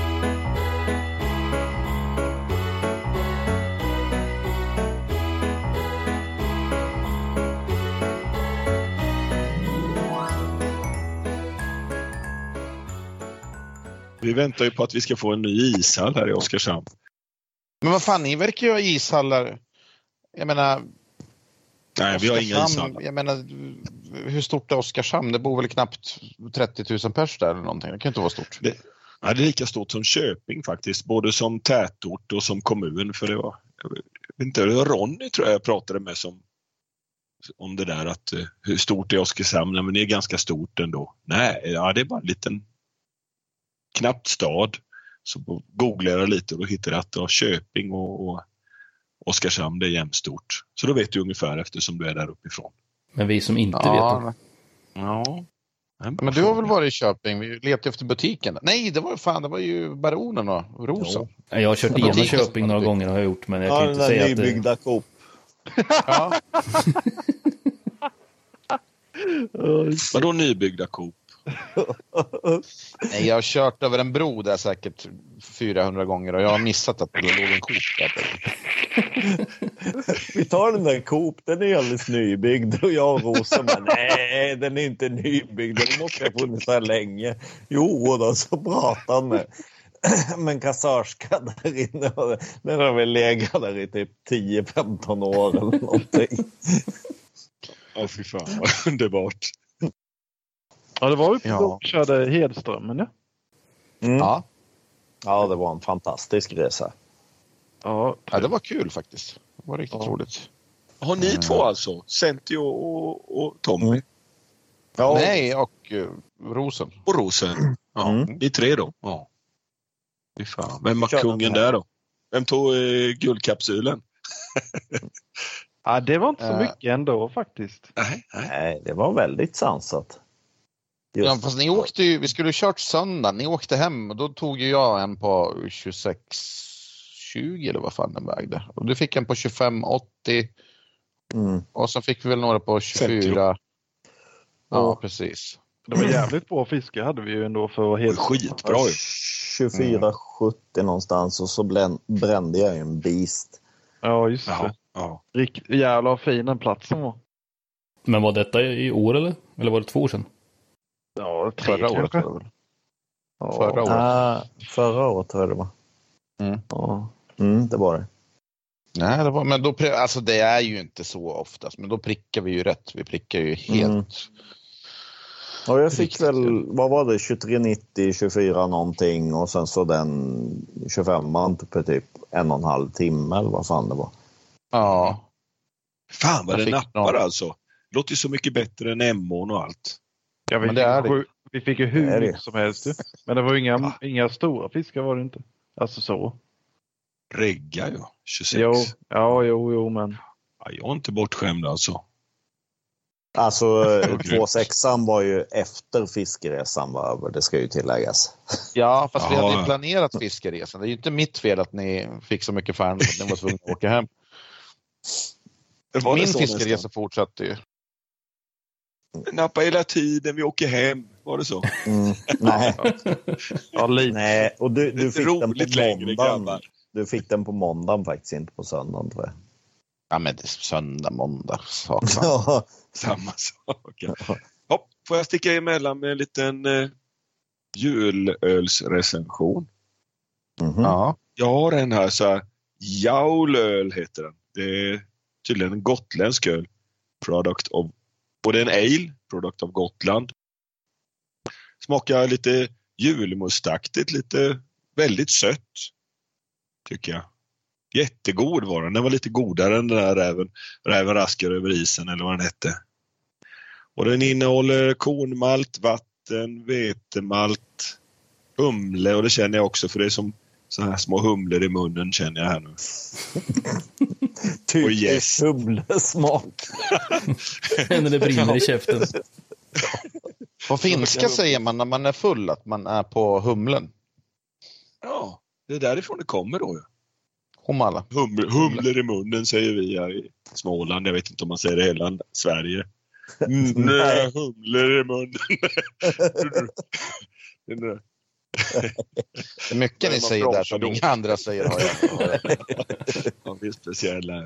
Speaker 3: Vi väntar ju på att vi ska få en ny ishall här i Oskarshamn.
Speaker 2: Men vad fan, ni verkar ju ha ishallar. Jag menar,
Speaker 3: Nej, vi har inga
Speaker 2: Oskarshamn,
Speaker 3: ishallar.
Speaker 2: jag menar, hur stort är Oskarshamn? Det bor väl knappt trettio tusen pers där eller någonting. Det kan inte vara stort.
Speaker 3: Det, ja, det är lika stort som Köping faktiskt. Både som tätort och som kommun. För det var, jag vet inte, det var Ronny tror jag jag pratade med som, om det där att eh, hur stort är Oskarshamn? Nej, men det är ganska stort ändå. Nej, ja, det är bara en liten knappt stad. Så googlade jag lite och då hittade jag att ja, Köping och, och Oskarshamn det är jämnstort. Så då vet du ungefär eftersom du är där uppifrån.
Speaker 1: Men vi som inte
Speaker 2: Ja,
Speaker 1: vet det.
Speaker 3: Ja.
Speaker 2: men du har väl varit i Köping? Vi letade efter butiken. Nej, det var fan, det var ju Baronen och Rosen.
Speaker 1: Jag har kört
Speaker 2: Ja,
Speaker 1: igenom
Speaker 2: det-
Speaker 1: Köping några gånger har jag gjort, men jag
Speaker 4: Ja,
Speaker 1: kan
Speaker 4: den
Speaker 1: inte
Speaker 4: där
Speaker 1: säga att det...
Speaker 4: nybyggda Coop.
Speaker 2: Ja.
Speaker 3: Vadå nybyggda Coop?
Speaker 2: Nej, jag har kört över en bro där säkert fyrahundra gånger och jag har missat att det låg en Coop där.
Speaker 4: Vi tar den där Coop, den är alldeles nybyggd. Och jag och Rosa, men nej, den är inte nybyggd. Den måste ha funnits här länge. Jo, då så pratar han med, med en kassörska där inne. Och den har väl legat där i typ tio femton år eller någonting.
Speaker 3: Ja, fy fan, vad underbart.
Speaker 6: Ja, det var ju
Speaker 2: Ja.
Speaker 6: då vi körde Hedströmmen, ja.
Speaker 4: Mm.
Speaker 2: Ja.
Speaker 4: Ja, det var en fantastisk resa.
Speaker 6: Ja,
Speaker 2: Ja, det var kul faktiskt. Det var riktigt
Speaker 6: Ja.
Speaker 2: roligt.
Speaker 3: Har ni två alltså? Senti och, och, och Tommy?
Speaker 4: Mm. Ja,
Speaker 2: Nej, och uh, Rosen.
Speaker 3: Och Rosen? Ja,
Speaker 4: Mm.
Speaker 3: ni tre då? Ja. Fy fan. Vem var
Speaker 4: Kör den
Speaker 3: kungen
Speaker 4: här.
Speaker 3: där då? Vem tog eh, guldkapsylen?
Speaker 6: ja, det var inte så
Speaker 2: Äh.
Speaker 6: mycket ändå faktiskt.
Speaker 3: Nej, nej.
Speaker 4: nej, det var väldigt sansat.
Speaker 2: Ja,
Speaker 4: Just.
Speaker 2: fast ni åkte ju, vi skulle ju kört söndag. Ni åkte hem och då tog ju jag en på tjugosex tjugo eller vad fan den vägde. Och du fick en på tjugofem åttio
Speaker 4: Mm.
Speaker 2: och så fick vi väl några på tjugofyra. Ja,
Speaker 6: Och-
Speaker 2: precis.
Speaker 6: Det var jävligt bra fiske hade vi ju ändå för att vara
Speaker 3: Det var
Speaker 6: helt...
Speaker 3: skitbra ju.
Speaker 4: tjugofyra sjuttio någonstans och så blän- brände jag ju en beast.
Speaker 6: Ja, just
Speaker 3: Ja,
Speaker 6: det.
Speaker 3: ja.
Speaker 6: Rikt, jävla fin den platsen var.
Speaker 1: Men var detta i år eller? Eller var det två år sedan?
Speaker 6: Ja, tre
Speaker 2: Förra året
Speaker 6: kanske.
Speaker 2: var det väl?
Speaker 6: Ja,
Speaker 2: Förra året.
Speaker 4: Ah, förra året tror jag det var.
Speaker 6: Ja.
Speaker 4: Mm, det var det.
Speaker 2: Nej, det var, men då, pri- alltså det är ju inte så oftast, men då prickar vi ju rätt. Vi prickar ju helt.
Speaker 4: Mm. Och jag fick
Speaker 2: Riktigt,
Speaker 4: väl, vad var det, tjugotre nittio, tjugofyra någonting och sen så den tjugofemman på typ en och en halv timme eller vad fan det var.
Speaker 2: Ja.
Speaker 3: Fan vad
Speaker 2: Jag
Speaker 3: det
Speaker 2: fick
Speaker 3: nappar
Speaker 2: någon.
Speaker 3: alltså. Låter ju så mycket bättre än M Å'n och allt.
Speaker 6: Ja, vi,
Speaker 2: Men
Speaker 6: fick
Speaker 2: det är
Speaker 6: ju sju, vi fick ju
Speaker 4: Det
Speaker 6: hur
Speaker 4: är det.
Speaker 6: mycket som helst ju. Men det var ju inga,
Speaker 3: Va?
Speaker 6: inga stora fiskar var det inte. Alltså så.
Speaker 3: Regga ju. tjugosex.
Speaker 6: Jo, ja, jo, jo, men.
Speaker 3: Ja, jag är inte bortskämd alltså.
Speaker 4: Alltså
Speaker 3: grymt.
Speaker 4: två sexan var ju efter fiskeresan var över, det ska ju tilläggas.
Speaker 2: Ja, fast vi
Speaker 3: Ja.
Speaker 2: hade ju planerat fiskeresan. Det är ju inte mitt fel att ni fick så mycket färn att ni var tvungna att åka hem.
Speaker 3: Var det
Speaker 2: Min
Speaker 3: så
Speaker 2: fiskeresa
Speaker 3: nästan?
Speaker 2: fortsatte ju.
Speaker 3: Nappa hela tiden, vi åker hem. Var det så?
Speaker 4: Mm, nej,
Speaker 6: Ja, lite.
Speaker 4: nej, och du, du
Speaker 3: Lite
Speaker 4: fick den på
Speaker 3: roligt längre,
Speaker 4: måndagen.
Speaker 3: grabbar.
Speaker 4: Du fick den på måndagen faktiskt, inte på söndagen tror jag.
Speaker 2: Ja, men det är söndag, måndag. Sak.
Speaker 4: Ja,
Speaker 3: Samma sak. Hopp, får jag sticka emellan med en liten eh, julölsrecension?
Speaker 4: mhm.
Speaker 2: Ja.
Speaker 3: Jag har en här så här. Jaulöl heter den. Det är tydligen en gotländsk öl. Product of, och det är en ale. Product of Gotland. Smakar lite julmustaktigt. Lite väldigt sött. Tycker jag. Jättegod var den. Den var lite godare än den där räven, räven raskar över isen eller vad den hette. Och den innehåller kornmalt, vatten, vetemalt, humle och det känner jag också för det är som så här små humlor i munnen känner jag här nu.
Speaker 4: Typ
Speaker 3: Och yes.
Speaker 4: humlesmak.
Speaker 1: När det brinner i käften.
Speaker 2: På finska säger man när man är full att man är på humlen.
Speaker 3: Ja, det är därifrån det kommer då ju.
Speaker 2: Humala.
Speaker 3: Hum, humlor i munnen säger vi här i Småland. Jag vet inte om man säger det i hela Sverige. Mm, nej, humlor i munnen. Det är
Speaker 2: Det är mycket ni
Speaker 3: Man
Speaker 2: säger där
Speaker 3: pratar
Speaker 2: som
Speaker 3: då.
Speaker 2: inga andra säger. Har jag.
Speaker 3: ja, det är speciella.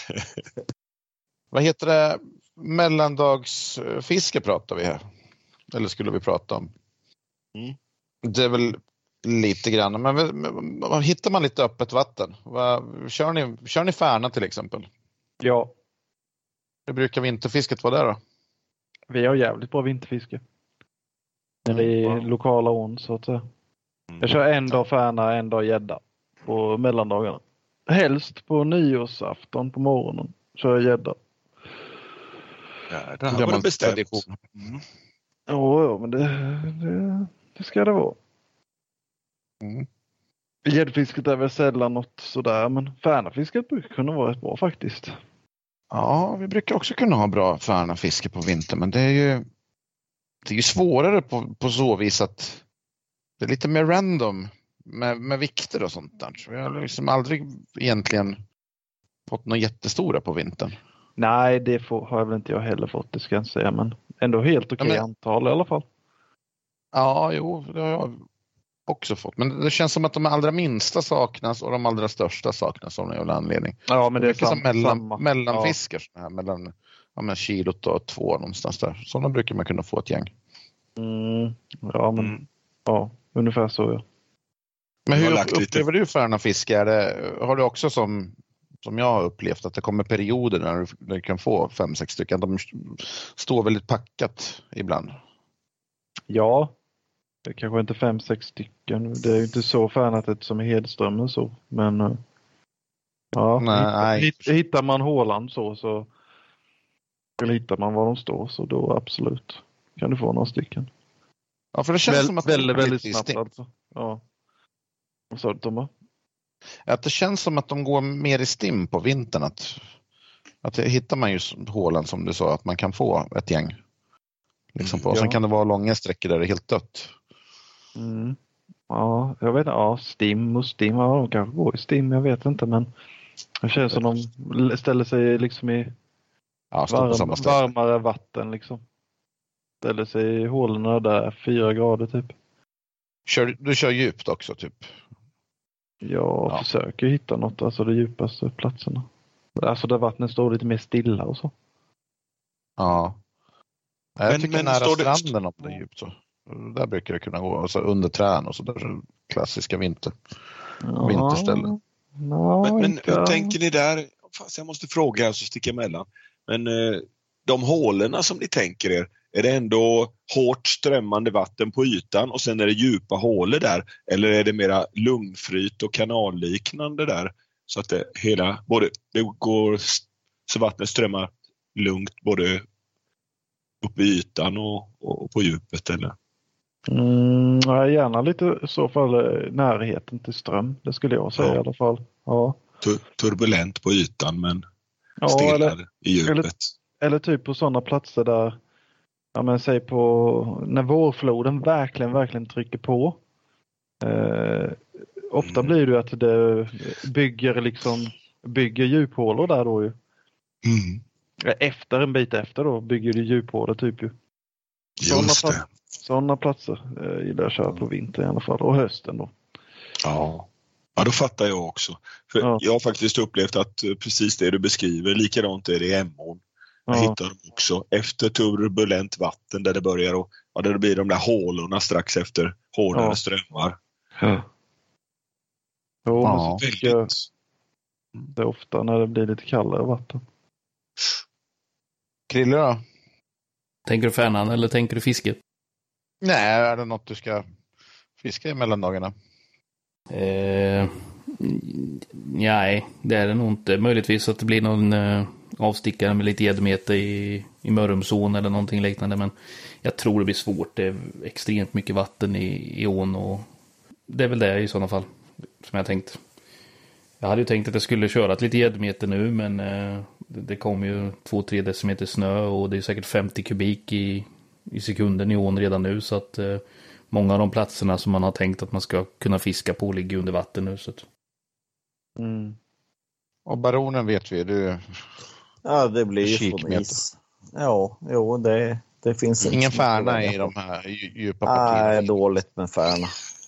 Speaker 2: Vad heter det? Mellandagsfiske pratar vi här. Eller skulle vi prata om?
Speaker 3: Mm.
Speaker 2: Det är väl lite grann. Men, men, men hittar man lite öppet vatten? Vad, kör, ni, kör ni Färna till exempel?
Speaker 6: Ja,
Speaker 2: Hur brukar vinterfisket vara där då?
Speaker 6: vi har jävligt bra vinterfiske. Nere i
Speaker 3: Mm.
Speaker 6: lokala ån så att säga.
Speaker 3: Mm.
Speaker 6: Jag kör en dag Färna, en dag gädda på mellandagarna. Helst på nyårsafton på morgonen kör jag gädda.
Speaker 3: Ja, det
Speaker 2: Det
Speaker 3: här
Speaker 2: har
Speaker 3: var
Speaker 2: man
Speaker 3: det bestämt.
Speaker 2: tradition.
Speaker 3: Mm.
Speaker 6: Ja, ja, men det, det, det ska det vara.
Speaker 2: Mm.
Speaker 6: Gäddfisket är väl sällan något sådär, men Färnafisket brukar kunna vara rätt bra faktiskt.
Speaker 2: Ja, vi brukar också kunna ha bra Färnafiske på vintern, men det är ju det är ju svårare på, på så vis att det är lite mer random med, med vikter och sånt där. Så vi har liksom aldrig egentligen fått några jättestora på vintern.
Speaker 6: Nej, det får, har jag väl inte jag heller fått, det ska jag inte säga, men ändå helt okej
Speaker 2: Ja, men-
Speaker 6: antal i alla fall.
Speaker 2: Ja, jo, det har jag också fått. Men det känns som att de allra minsta saknas och de allra största saknas av någon jävla anledning.
Speaker 6: Ja, men det är
Speaker 2: Mycket som
Speaker 6: sam,
Speaker 2: mellan,
Speaker 6: samma.
Speaker 2: mellanfiskar, såna här, mellan ja, men kilot och två någonstans där. Sådana brukar man kunna få ett gäng.
Speaker 6: Ja, mm, ja men
Speaker 3: Mm.
Speaker 6: ja, ungefär så ja.
Speaker 2: Men
Speaker 3: Jag har
Speaker 2: hur
Speaker 3: lagt lite-
Speaker 2: upplever du Färnafiske? Är det, har du också som, som jag har upplevt att det kommer perioder när du, när du kan få fem, sex stycken? De står väldigt packat ibland.
Speaker 6: Ja, det är kanske inte fem, sex stycken. Det är ju inte så färnatet som i Hedströmmen så, men eh, ja,
Speaker 2: Nej,
Speaker 6: hittar,
Speaker 2: nej.
Speaker 6: hitt, hittar man hålan så så eller hittar man var de står så då absolut kan du få några stycken.
Speaker 2: Ja, för det känns
Speaker 6: Väl,
Speaker 2: som att
Speaker 6: väldigt,
Speaker 2: de,
Speaker 6: väldigt
Speaker 2: lite i
Speaker 6: snabbt
Speaker 2: stim-
Speaker 6: alltså. Ja. Vad sa du Tomma?
Speaker 2: att det känns som att de går mer i stim på vintern. Att, att det hittar man ju hålan som du sa, att man kan få ett gäng. Liksom på.
Speaker 6: Mm,
Speaker 2: Sen
Speaker 6: ja.
Speaker 2: kan det vara långa sträckor där det är helt dött.
Speaker 6: Mm. Ja, jag vet inte. Ja, Stim och Stim. Ja, de kanske går i Stim, jag vet inte. Men det känns som de ställer sig liksom i
Speaker 2: Ja, står på samma
Speaker 6: varm,
Speaker 2: ställe.
Speaker 6: varmare vatten liksom. Ställer sig i hålorna där, fyra grader typ.
Speaker 2: Kör, du kör djupt också typ.
Speaker 6: Jag
Speaker 2: Ja.
Speaker 6: försöker hitta något, alltså de djupaste platserna. Alltså där vattnet står lite mer stilla och så.
Speaker 2: Ja. Jag
Speaker 3: Men-
Speaker 2: tycker
Speaker 3: men
Speaker 2: nära
Speaker 3: står det-
Speaker 2: stranden om det är djupt så. Där brukar det kunna gå. Alltså under trän och så där klassiska vinter. Vinterställen.
Speaker 6: Ja,
Speaker 3: Men, men
Speaker 6: inte-
Speaker 3: hur tänker ni där? Fast jag måste fråga här så sticker jag emellan. Men eh, de hålorna som ni tänker er, är det ändå hårt strömmande vatten på ytan och sen är det djupa hålor där? Eller är det mera lugnfryt och kanalliknande där? Så att det hela, både, det går så vattnet strömmar lugnt både upp i ytan och, och på djupet eller?
Speaker 6: Mm, ja, gärna lite i så fall eh, närheten till ström. Det skulle jag säga
Speaker 3: Ja.
Speaker 6: i alla fall. Ja.
Speaker 3: Tur- turbulent på ytan men
Speaker 6: Ja,
Speaker 3: stilla
Speaker 6: eller,
Speaker 3: i djupet.
Speaker 6: eller- eller typ på sådana platser där, ja men säg på när vårfloden verkligen, verkligen trycker på. Eh, ofta
Speaker 3: Mm.
Speaker 6: blir det ju att det bygger liksom, bygger djuphålor där då ju.
Speaker 3: Mm.
Speaker 6: Efter en bit efter då bygger det djuphålor typ ju. Sådana
Speaker 3: Just
Speaker 6: plats-
Speaker 3: det.
Speaker 6: Sådana platser eh, gillar jag att köra på vintern i alla fall. Och hösten då.
Speaker 3: Ja. Ja, då fattar jag också. För
Speaker 6: Ja.
Speaker 3: jag har faktiskt upplevt att eh, precis det du beskriver, likadant är det i Emån. Jag
Speaker 6: Ja.
Speaker 3: hittar dem också efter turbulent vatten där det börjar och ja, där det blir de där hålorna strax efter hårdare
Speaker 6: Ja.
Speaker 3: strömmar.
Speaker 6: Ja. Jo,
Speaker 2: Ja,
Speaker 6: men så tycker jag
Speaker 3: Väldigt.
Speaker 6: det är ofta när det blir lite kallare vatten.
Speaker 2: Krille då?
Speaker 1: Tänker du färnan eller tänker du fiske?
Speaker 2: Nej, är det något du ska fiska i mellandagarna?
Speaker 1: Eh, nej, det är det nog inte. Möjligtvis att det blir någon eh, avstickare med lite gäddmete i, i Mörrumsån eller någonting liknande. Men jag tror det blir svårt. Det är extremt mycket vatten i, i ån och det är väl det i sådana fall som jag tänkt. Jag hade ju tänkt att jag skulle köra ett lite gäddmete nu men eh, det, det kom ju två tre decimeter snö och det är säkert femtio kubik i, i sekunden i ån redan nu så att eh, många av de platserna som man har tänkt att man ska kunna fiska på ligger under vatten nu. Så att...
Speaker 6: Mm.
Speaker 2: Och baronen vet vi, du...
Speaker 4: Ja, det blir ju
Speaker 2: Kikmeter.
Speaker 4: från is. Ja, jo, det, det finns inte
Speaker 2: Ingen
Speaker 4: så mycket att
Speaker 2: färna
Speaker 4: välja
Speaker 2: i
Speaker 4: på.
Speaker 2: de här dju- djupa
Speaker 4: Nej,
Speaker 2: partierna.
Speaker 4: dåligt med färna.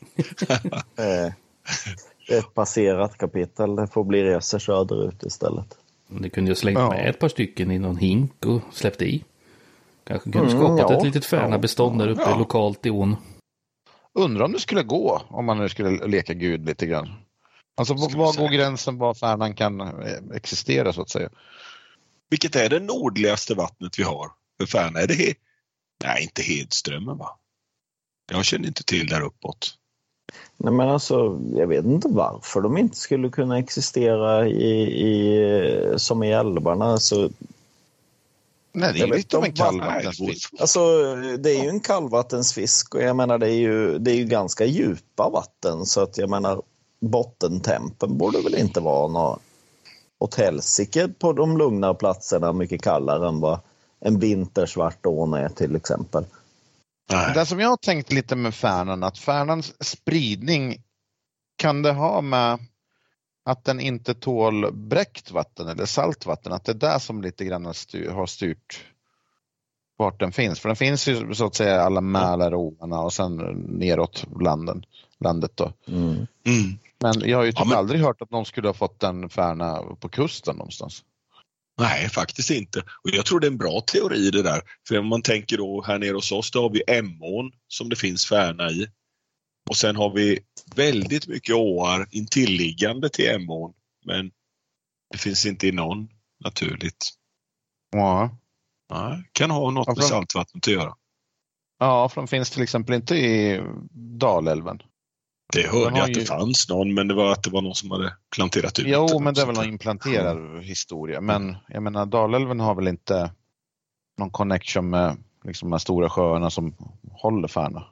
Speaker 4: Eh, Det är ett passerat kapitel. Det får bli resor söderut istället.
Speaker 1: Det kunde ju slängt
Speaker 2: Ja.
Speaker 1: med ett par stycken i någon hink och släppt i. Kanske kunde
Speaker 4: Mm,
Speaker 1: skapat
Speaker 4: ja.
Speaker 1: ett litet färna bestånd där uppe
Speaker 2: Ja.
Speaker 1: lokalt i ån.
Speaker 2: Undrar om det skulle gå om man nu skulle leka gud lite grann. Alltså
Speaker 3: Ska vi
Speaker 2: var
Speaker 3: säga.
Speaker 2: går gränsen var färnan kan eh, existera så att säga?
Speaker 3: Vilket är det nordligaste vattnet vi har för färna? Är det he- Nej, inte Hedströmmen va? Jag känner inte till där uppåt.
Speaker 4: Nej, men alltså, jag vet inte varför de inte skulle kunna existera i, i, som i älvarna. Alltså,
Speaker 2: Nej, det är
Speaker 4: Jag
Speaker 2: ju
Speaker 4: vet
Speaker 2: lite av en
Speaker 4: inte om man-
Speaker 2: kallvattensfisk.
Speaker 4: alltså, det är ju en kallvattensfisk och jag menar det är ju, det är ju ganska djupa vatten så att jag menar bottentempen borde väl inte vara något åt helsike på de lugna platserna mycket kallare än vad en vintersvart ån är till exempel.
Speaker 3: Nej.
Speaker 2: Det som jag har tänkt lite med färnan, att färnans spridning kan det ha med att den inte tål bräckt vatten eller saltvatten, att det är där som lite grann styr, har styrt vart den finns. För den finns ju så att säga alla Mälaråarna och sen neråt landen, landet då.
Speaker 4: Mm.
Speaker 3: Mm.
Speaker 2: Men jag har ju typ
Speaker 3: Ja, men-
Speaker 2: aldrig hört att någon skulle ha fått en färna på kusten någonstans.
Speaker 3: Nej, faktiskt inte. Och jag tror det är en bra teori det där. För om man tänker då här nere hos oss, då har vi Emån som det finns färna i. Och sen har vi väldigt mycket åar intilliggande till Emån. Men det finns inte i någon naturligt.
Speaker 2: Ja.
Speaker 3: Nej, kan ha något
Speaker 2: Ja,
Speaker 3: med
Speaker 2: för-
Speaker 3: saltvattnet att göra.
Speaker 2: Ja, för de finns till exempel inte i Dalälven.
Speaker 3: Det hörde
Speaker 2: Den har
Speaker 3: jag att det
Speaker 2: ju-
Speaker 3: fanns någon, men det var att det var någon som hade planterat ut
Speaker 2: Jo,
Speaker 3: den
Speaker 2: men det är
Speaker 3: också.
Speaker 2: väl någon implanterad historia. Men jag menar, Dalälven har väl inte någon connection med liksom de här stora sjöarna som håller färna.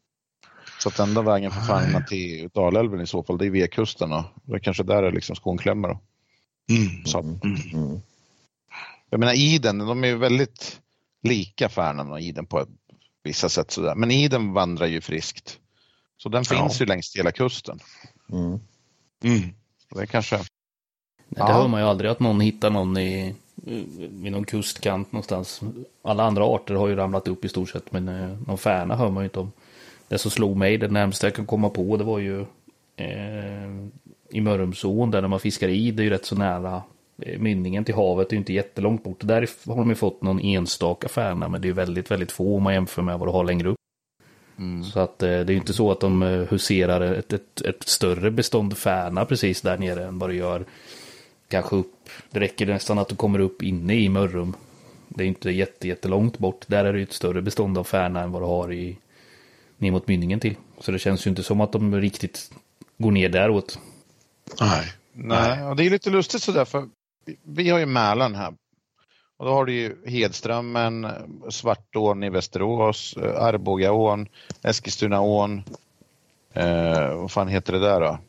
Speaker 2: Så att enda vägen för färna till Dalälven i så fall, det är via kusten. Och det är kanske där är liksom skon klämmer då.
Speaker 3: Mm.
Speaker 2: Så,
Speaker 3: Mm.
Speaker 4: Mm.
Speaker 2: jag menar, iden, de är ju väldigt lika färnan och iden på vissa sätt sådär. Men iden vandrar ju friskt. Så den
Speaker 3: Ja.
Speaker 2: finns ju längs hela kusten.
Speaker 4: Mm.
Speaker 3: Mm.
Speaker 2: Så det kanske...
Speaker 1: Nej, det
Speaker 2: Ja.
Speaker 1: hör man ju aldrig att någon hittar någon i, vid någon kustkant någonstans. Alla andra arter har ju ramlat upp i stort sett, men eh, någon färna hör man ju inte om. Det som slog mig, det närmaste jag kan komma på, det var ju eh, i Mörrumsån där när man fiskar i, det är ju rätt så nära mynningen till havet är ju inte jättelångt bort. Där har de ju fått någon enstaka färna, men det är väldigt, väldigt få om man jämför med vad du har längre upp. Mm. Så att det är ju inte så att de huserar ett, ett, ett större bestånd färna precis där nere än vad det gör kanske upp. Det räcker nästan att du kommer upp inne i Mörrum. Det är inte jätte, jättelångt bort. Där är det ju ett större bestånd av färna än vad du har i ner mot mynningen till. Så det känns ju inte som att de riktigt går ner däråt.
Speaker 2: Nej. Nej, och det är lite lustigt sådär, för vi har ju Mälaren här. Och då har du ju Hedströmmen, Svartån i Västerås, Arbogaån, Eskilstunaån. Eh, vad fan heter det där då?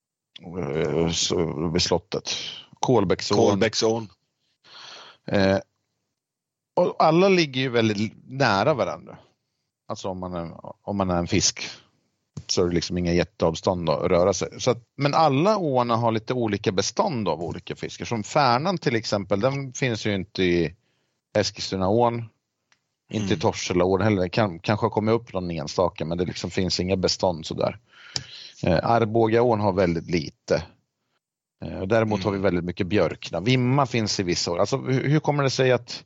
Speaker 2: Eh, vid slottet. Kolbäcksån.
Speaker 3: Kolbäcksån.
Speaker 2: Eh, och alla ligger ju väldigt nära varandra. Alltså om man är, om man är en fisk så är det liksom inga jätteavstånd att röra sig. Så att, men alla åarna har lite olika bestånd av olika fiskar. Som Färnan till exempel, den finns ju inte i Eskilstunaån. Inte mm. i Torselaån heller. Det kan, kanske har kommit upp någon enstaka, men det liksom finns inga bestånd sådär. Eh, Arbogaån har väldigt lite. Eh, däremot mm. har vi väldigt mycket björkna. Vimma finns i vissa år. Alltså hur, hur kommer det sig att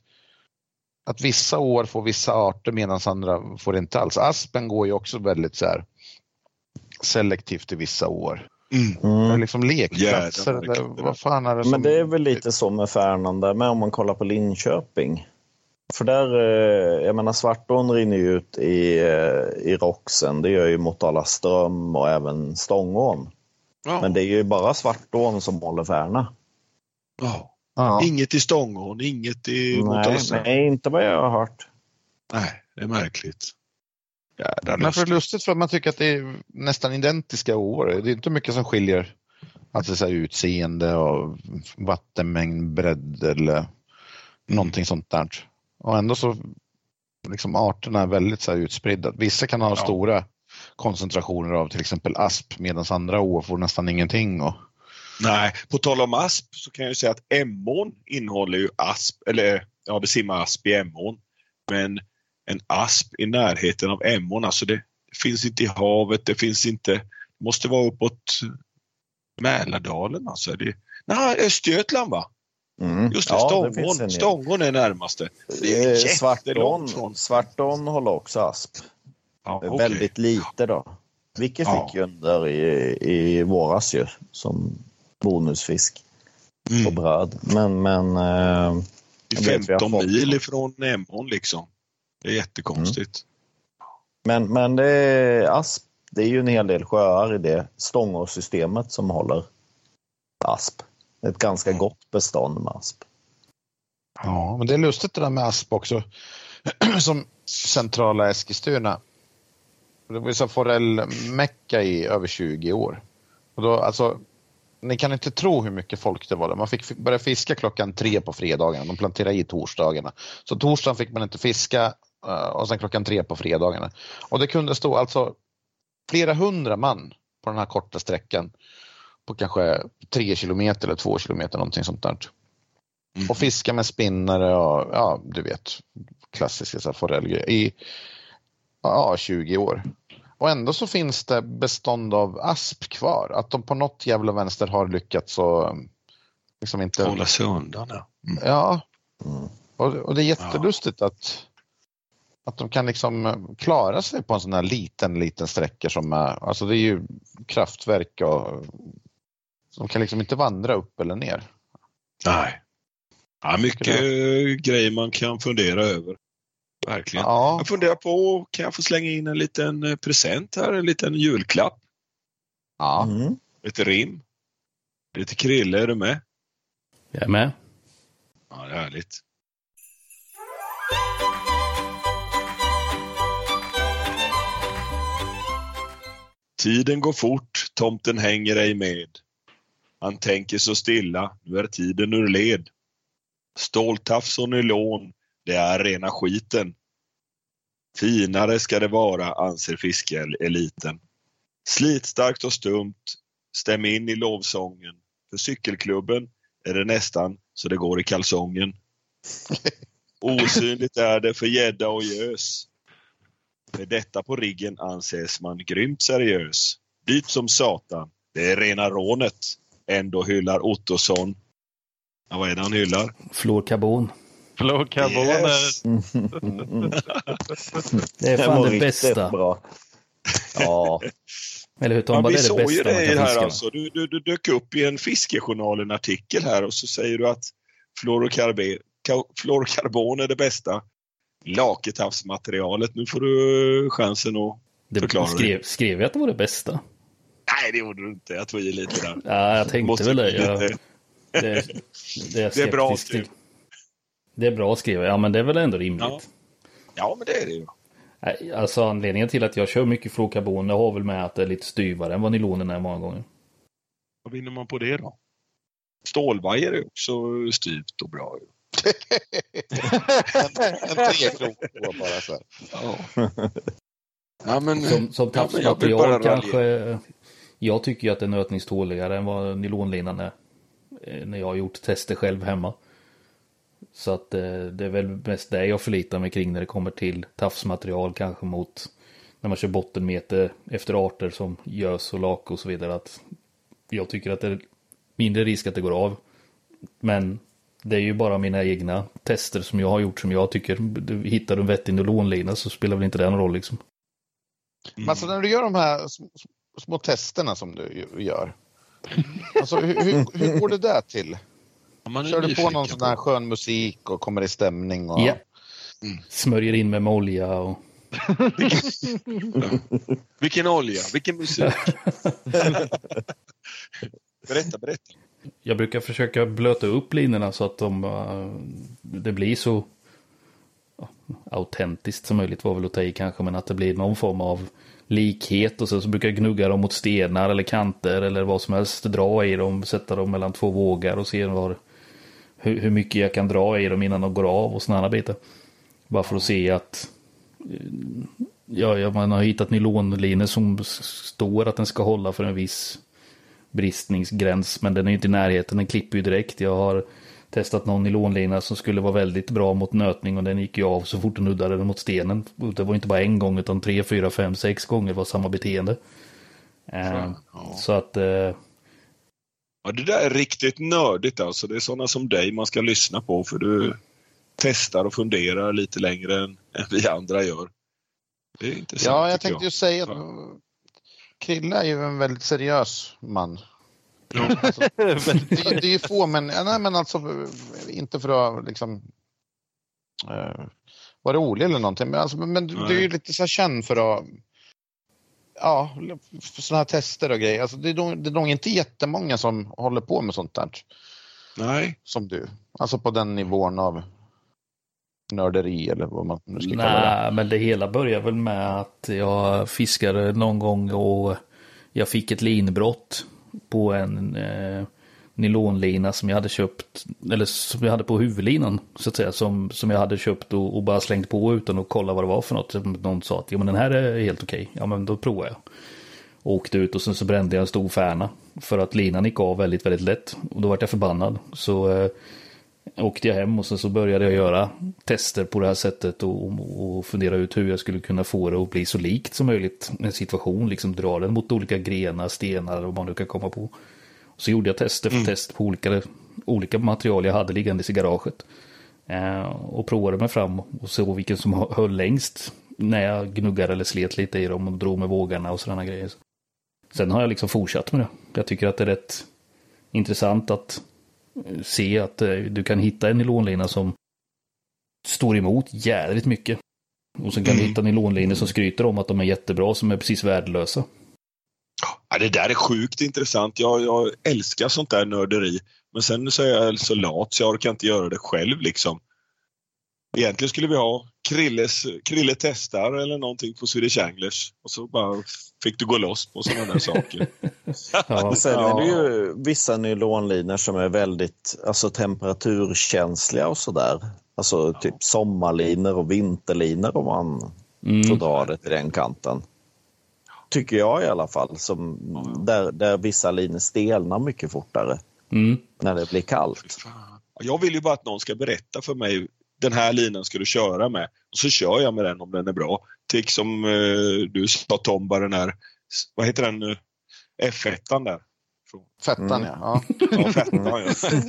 Speaker 2: att vissa år får vissa arter medan andra får inte alls? Aspen går ju också väldigt så här selektivt i vissa år. Mm. Det är liksom lekplatser.
Speaker 3: Yeah, det
Speaker 2: vad fan är det som...
Speaker 4: Men det är väl lite så med Färnan där med, om man kollar på Linköping. För där, jag menar Svartån rinner ju ut i, i Roxen. Det gör ju Motala ström och även Stångån. Oh. Men det är ju bara Svartån som håller Färna.
Speaker 3: Ja. Ja. Inget i Stångån, inget i
Speaker 4: Motala ström. Nej, inte vad jag har hört.
Speaker 3: Nej, det är märkligt.
Speaker 2: Ja, men för lustigt för att man tycker att det är nästan identiska år. Det är inte mycket som skiljer, alltså så här utseende och vattenmängd, bredd eller mm. någonting sånt där. Och ändå så liksom arterna är väldigt så här utspridda. Vissa kan ha ja. stora koncentrationer av till exempel asp, medan andra år får nästan ingenting. Och...
Speaker 3: Nej, på tal om asp så kan jag säga att Emån innehåller ju asp, eller ja, det simmar asp i Emån. Men en asp i närheten av Emån, alltså det, det finns inte i havet, det finns inte, det måste vara uppåt Mälardalen, alltså det, nej, Östergötland va? Mm. Just det, ja, Stångån, det Stångån är närmaste. Det är
Speaker 4: Svartån, Svartån håller också asp. Ja, okay. Väldigt lite då. Vilket ja. fick ju under i, i våras ju, som bonusfisk mm. och bröd. Men, men eh,
Speaker 3: femton mil ifrån Emån liksom. Det är jättekonstigt.
Speaker 4: Mm. Men, men det är asp. Det är ju en hel del sjöar i det Stångåsystemet som håller asp. Ett ganska gott bestånd med asp.
Speaker 2: Ja, men det är lustigt det där med asp också. Som centrala Eskilstuna. Det var ju så forellmäcka i över tjugo år. Och då, alltså, ni kan inte tro hur mycket folk det var där. Man fick börja fiska klockan tre på fredagarna. De planterade i torsdagarna. Så torsdagen fick man inte fiska och sen klockan tre på fredagarna. Och det kunde stå alltså flera hundra man på den här korta sträckan. På kanske tre kilometer eller två kilometer, någonting sånt där. Mm. Och fiska med spinnare och ja, du vet, klassiska så forellgrejer i ja, tjugo år. Och ändå så finns det bestånd av asp kvar. Att de på något jävla vänster har lyckats så liksom inte...
Speaker 3: hålla sig undan, ja.
Speaker 2: Mm. Ja. Mm. Och, och det är jättelustigt ja. att att de kan liksom klara sig på en sån här liten, liten sträcka som är... Alltså det är ju kraftverk och... De kan liksom inte vandra upp eller ner.
Speaker 3: Nej. Ja, mycket grejer man kan fundera över. Verkligen. Ja. Jag funderar på, kan jag få slänga in en liten present här? En liten julklapp?
Speaker 2: Ja.
Speaker 3: Mm. Lite rim. Lite Krille, är du med?
Speaker 1: Jag är med.
Speaker 3: Ja, det är härligt. Tiden går fort, tomten hänger ej med. Han tänker så stilla, nu är tiden ur led. Ståltafs och nylon, det är rena skiten. Finare ska det vara, anser fiskeliten. Slitstarkt och stumt, stäm in i lovsången. För cykelklubben är det nästan så det går i kalsongen. Osynligt är det för gädda och gös. Med detta på riggen anses man grymt seriös. Dyrt som satan, det är rena rånet. Ändå hyllar Ottosson. Ja, vad är det han hyllar?
Speaker 1: Fluorkarbon.
Speaker 6: Fluorkarbon
Speaker 3: Yes.
Speaker 1: Det är fan
Speaker 4: var
Speaker 1: det
Speaker 4: riktigt
Speaker 1: bästa.
Speaker 4: Bra. Ja.
Speaker 1: Eller hur Tom,
Speaker 3: Ja,
Speaker 1: vad
Speaker 3: vi
Speaker 1: är det
Speaker 3: såg
Speaker 1: bästa
Speaker 3: ju
Speaker 1: man
Speaker 3: det
Speaker 1: kan
Speaker 3: här
Speaker 1: fiska?
Speaker 3: alltså. Du, du, du dök upp i en fiskejournalen-artikel här och så säger du att fluorokarbon, fluorokarbon är det bästa lakethavsmaterialet. Nu får du chansen att
Speaker 1: Det
Speaker 3: förklara
Speaker 1: skrev,
Speaker 3: det.
Speaker 1: skrev jag att det var det bästa?
Speaker 3: Nej, det gjorde du inte. Jag tog i lite där.
Speaker 1: Ja, jag tänkte
Speaker 3: Måste
Speaker 1: väl det.
Speaker 3: bli
Speaker 1: Jag,
Speaker 3: lite-
Speaker 1: det, det, är jag
Speaker 3: Det är bra,
Speaker 1: skeptisk till.
Speaker 3: typ.
Speaker 1: Det är bra skrivet. Ja, men det är väl ändå rimligt.
Speaker 3: Ja. Ja, men det är det ju.
Speaker 1: Nej, alltså anledningen till att jag kör mycket fluorkarbon, det har väl med att det är lite styvare än vad nylonen är många gånger.
Speaker 3: Vad vinner man på det då? Stålvajer är också styvt och bra. ju.
Speaker 2: En, en trekrok på bara så här.
Speaker 3: Ja. Ja, men,
Speaker 1: Som, som
Speaker 3: ja, men jag vill bara
Speaker 1: tafsmaterial
Speaker 3: raljera.
Speaker 1: kanske. Jag tycker ju att det är nötningståligare än vad nylonlinan är. eh, När jag har gjort tester själv hemma. Så att eh, det är väl mest det jag förlitar mig kring när det kommer till tafsmaterial, kanske mot när man kör bottenmeter efter arter som gös och lak och så vidare. Att jag tycker att det är mindre risk att det går av. Men det är ju bara mina egna tester som jag har gjort som jag tycker. Du hittar du en vettig nylonlina så spelar väl inte det någon roll liksom.
Speaker 2: Men alltså när du gör de här små, små testerna som du ju- gör. Alltså hur, hur, hur går det där till?
Speaker 3: Ja, man är
Speaker 2: Kör du på
Speaker 3: nyfiken
Speaker 2: någon sån här skön musik och kommer i stämning? Och...
Speaker 1: Ja. Smörjer in med, med olja och...
Speaker 3: Vilken olja, vilken musik. Berätta, berätta.
Speaker 1: Jag brukar försöka blöta upp linorna så att de, uh, det blir så uh, autentiskt som möjligt, var väl att ta i kanske, men att det blir någon form av likhet, och så, så brukar jag gnugga dem mot stenar eller kanter eller vad som helst, dra i dem, sätta dem mellan två vågar och se var, hur, hur mycket jag kan dra i dem innan de går av och sådana bitar. Bara för att se att ja, ja, man har hittat nylonlinor som står att den ska hålla för en viss bristningsgräns, men den är ju inte i närheten, den klipper ju direkt. Jag har testat någon nylonlina som skulle vara väldigt bra mot nötning och den gick ju av så fort den nuddade den mot stenen. Det var inte bara en gång utan tre, fyra, fem, sex gånger var samma beteende. Eh,
Speaker 3: ja.
Speaker 1: Så att eh,
Speaker 3: Ja, det där är riktigt nördigt alltså. Det är sådana som dig man ska lyssna på, för du testar och funderar lite längre än, än vi andra gör. Det är intressant.
Speaker 2: Ja, jag
Speaker 3: tycker
Speaker 2: tänkte ju säga att Krille är ju en väldigt seriös man. Alltså, det, det är ju få, men, nej, men alltså inte för att liksom uh, vara rolig eller någonting, men, alltså, men du, du är ju lite så här känd för att ja, för sådana här tester och grejer. Alltså, det, är nog, det är nog inte jättemånga som håller på med sånt där.
Speaker 3: Nej.
Speaker 2: Som du. Alltså på den nivån av nörderi eller vad man nu ska kalla det.
Speaker 1: nej, men det hela börjar väl med att jag fiskade någon gång och jag fick ett linbrott på en eh, nylonlina som jag hade köpt, eller som jag hade på huvudlinan så att säga, som, som jag hade köpt och, och bara slängt på utan att kolla vad det var för något. Någon sa att ja, men den här är helt okej. Ja, men då provar jag. Åkte ut och sen så brände jag en stor färna för att linan gick av väldigt, väldigt lätt. Och då var jag förbannad. Så eh, åkte jag hem och sen så började jag göra tester på det här sättet och, och fundera ut hur jag skulle kunna få det att bli så likt som möjligt en situation, liksom dra den mot olika grenar, stenar och vad man nu kan komma på. Så gjorde jag tester för mm. test på olika, olika material jag hade liggandes i garaget. Eh, och provade mig fram och såg vilken som höll längst när jag gnuggade eller slet lite i dem och drog med vågarna och sådana grejer. Sen har jag liksom fortsatt med det. Jag tycker att det är rätt intressant att se att du kan hitta en nylonlina som står emot jävligt mycket. Och sen kan mm. du hitta nylonlinor som skryter om att de är jättebra, som är precis värdelösa.
Speaker 3: Ja, det där är sjukt intressant. Jag, jag älskar sånt där nörderi. Men sen så är jag så lat så jag orkar inte göra det själv liksom. Egentligen skulle vi ha Krilles, Krille testar eller någonting på Swedish Anglers. Och så bara fick du gå loss på sådana där saker.
Speaker 4: Ja. Sen är det ju vissa nylonlinor som är väldigt alltså, temperaturkänsliga och sådär. Alltså typ sommarlinor och vinterlinor om man mm. får dra det till den kanten. Tycker jag i alla fall. Som, där, där vissa linor stelnar mycket fortare
Speaker 1: mm.
Speaker 4: när det blir kallt.
Speaker 3: Jag vill ju bara att någon ska berätta för mig, den här linan ska du köra med. Och så kör jag med den om den är bra. Tick som eh, du sa Tom, bara den här, vad heter den nu? F ett där. Från.
Speaker 2: Fettan,
Speaker 4: Mm.
Speaker 2: ja. ja.
Speaker 3: Ja, fettan, ja.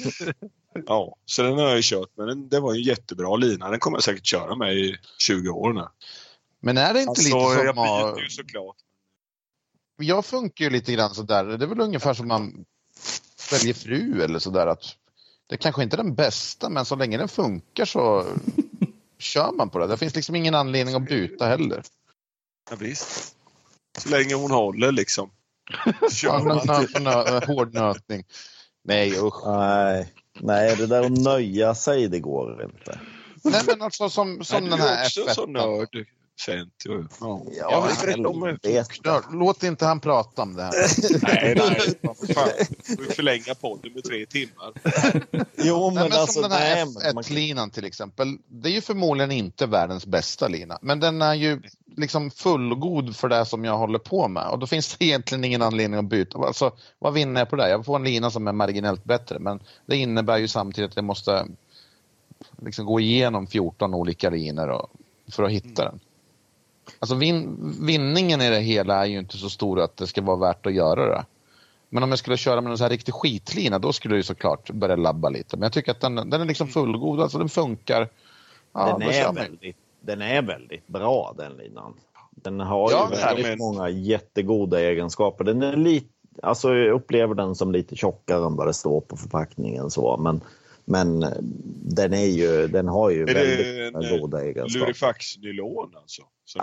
Speaker 3: Ja, så den har jag ju kört. Men den, det var ju en jättebra lina. Den kommer jag säkert köra med i tjugo år nu.
Speaker 2: Men är det inte
Speaker 3: Alltså,
Speaker 2: lite som
Speaker 3: jag
Speaker 2: att...
Speaker 3: byter ju såklart.
Speaker 2: Jag funkar ju lite grann sådär. Det är väl ungefär som man väljer fru eller sådär. Att det kanske inte är den bästa, men så länge den funkar så kör man på det. Det finns liksom ingen anledning att byta heller.
Speaker 3: Ja, visst. Så länge hon håller liksom.
Speaker 2: Ja, nö, nö, nö, hård nötning. Nej, usch.
Speaker 4: Nej, nej, det där att nöja sig, det går inte.
Speaker 2: Nej, men alltså som, som
Speaker 3: Nej,
Speaker 2: den
Speaker 3: du är
Speaker 2: här
Speaker 3: också
Speaker 2: F ett.
Speaker 3: så nörd. Fint, jo. Ja,
Speaker 4: Ja,
Speaker 3: jag vill berätta om en
Speaker 4: helvete.
Speaker 2: Låt inte han prata om det här.
Speaker 3: Nej, nej. Fan, vi förlänga podden med tre timmar.
Speaker 4: Jo, men,
Speaker 2: Nej, men
Speaker 4: alltså,
Speaker 2: som den här
Speaker 4: nej,
Speaker 2: F
Speaker 4: man-
Speaker 2: ett-linan till exempel. Det är ju förmodligen inte världens bästa lina. Men den är ju liksom fullgod för det som jag håller på med. Och då finns det egentligen ingen anledning att byta. Alltså, vad vinner jag på det? Jag får en lina som är marginellt bättre. Men det innebär ju samtidigt att jag måste liksom gå igenom fjorton olika linor och, för att hitta den. Alltså vin, vinningen i det hela är ju inte så stor att det ska vara värt att göra det. Men om jag skulle köra med någon så här riktig skitlina, då skulle det ju såklart börja labba lite. Men jag tycker att den, den är liksom fullgod, alltså den funkar. Ja,
Speaker 4: den,
Speaker 2: då kör
Speaker 4: är
Speaker 2: vi.
Speaker 4: väldigt, den är väldigt bra, den linan. Den har
Speaker 2: Ja,
Speaker 4: ju
Speaker 2: det är
Speaker 4: väldigt
Speaker 3: det.
Speaker 4: många jättegoda egenskaper. Den är lite, alltså jag upplever den som lite tjockare än vad det står på förpackningen så, men men den är ju, den har ju
Speaker 3: Är
Speaker 4: väldigt
Speaker 3: det
Speaker 4: många
Speaker 3: en
Speaker 4: goda egenskaper.
Speaker 3: lurifax-nylon alltså? Som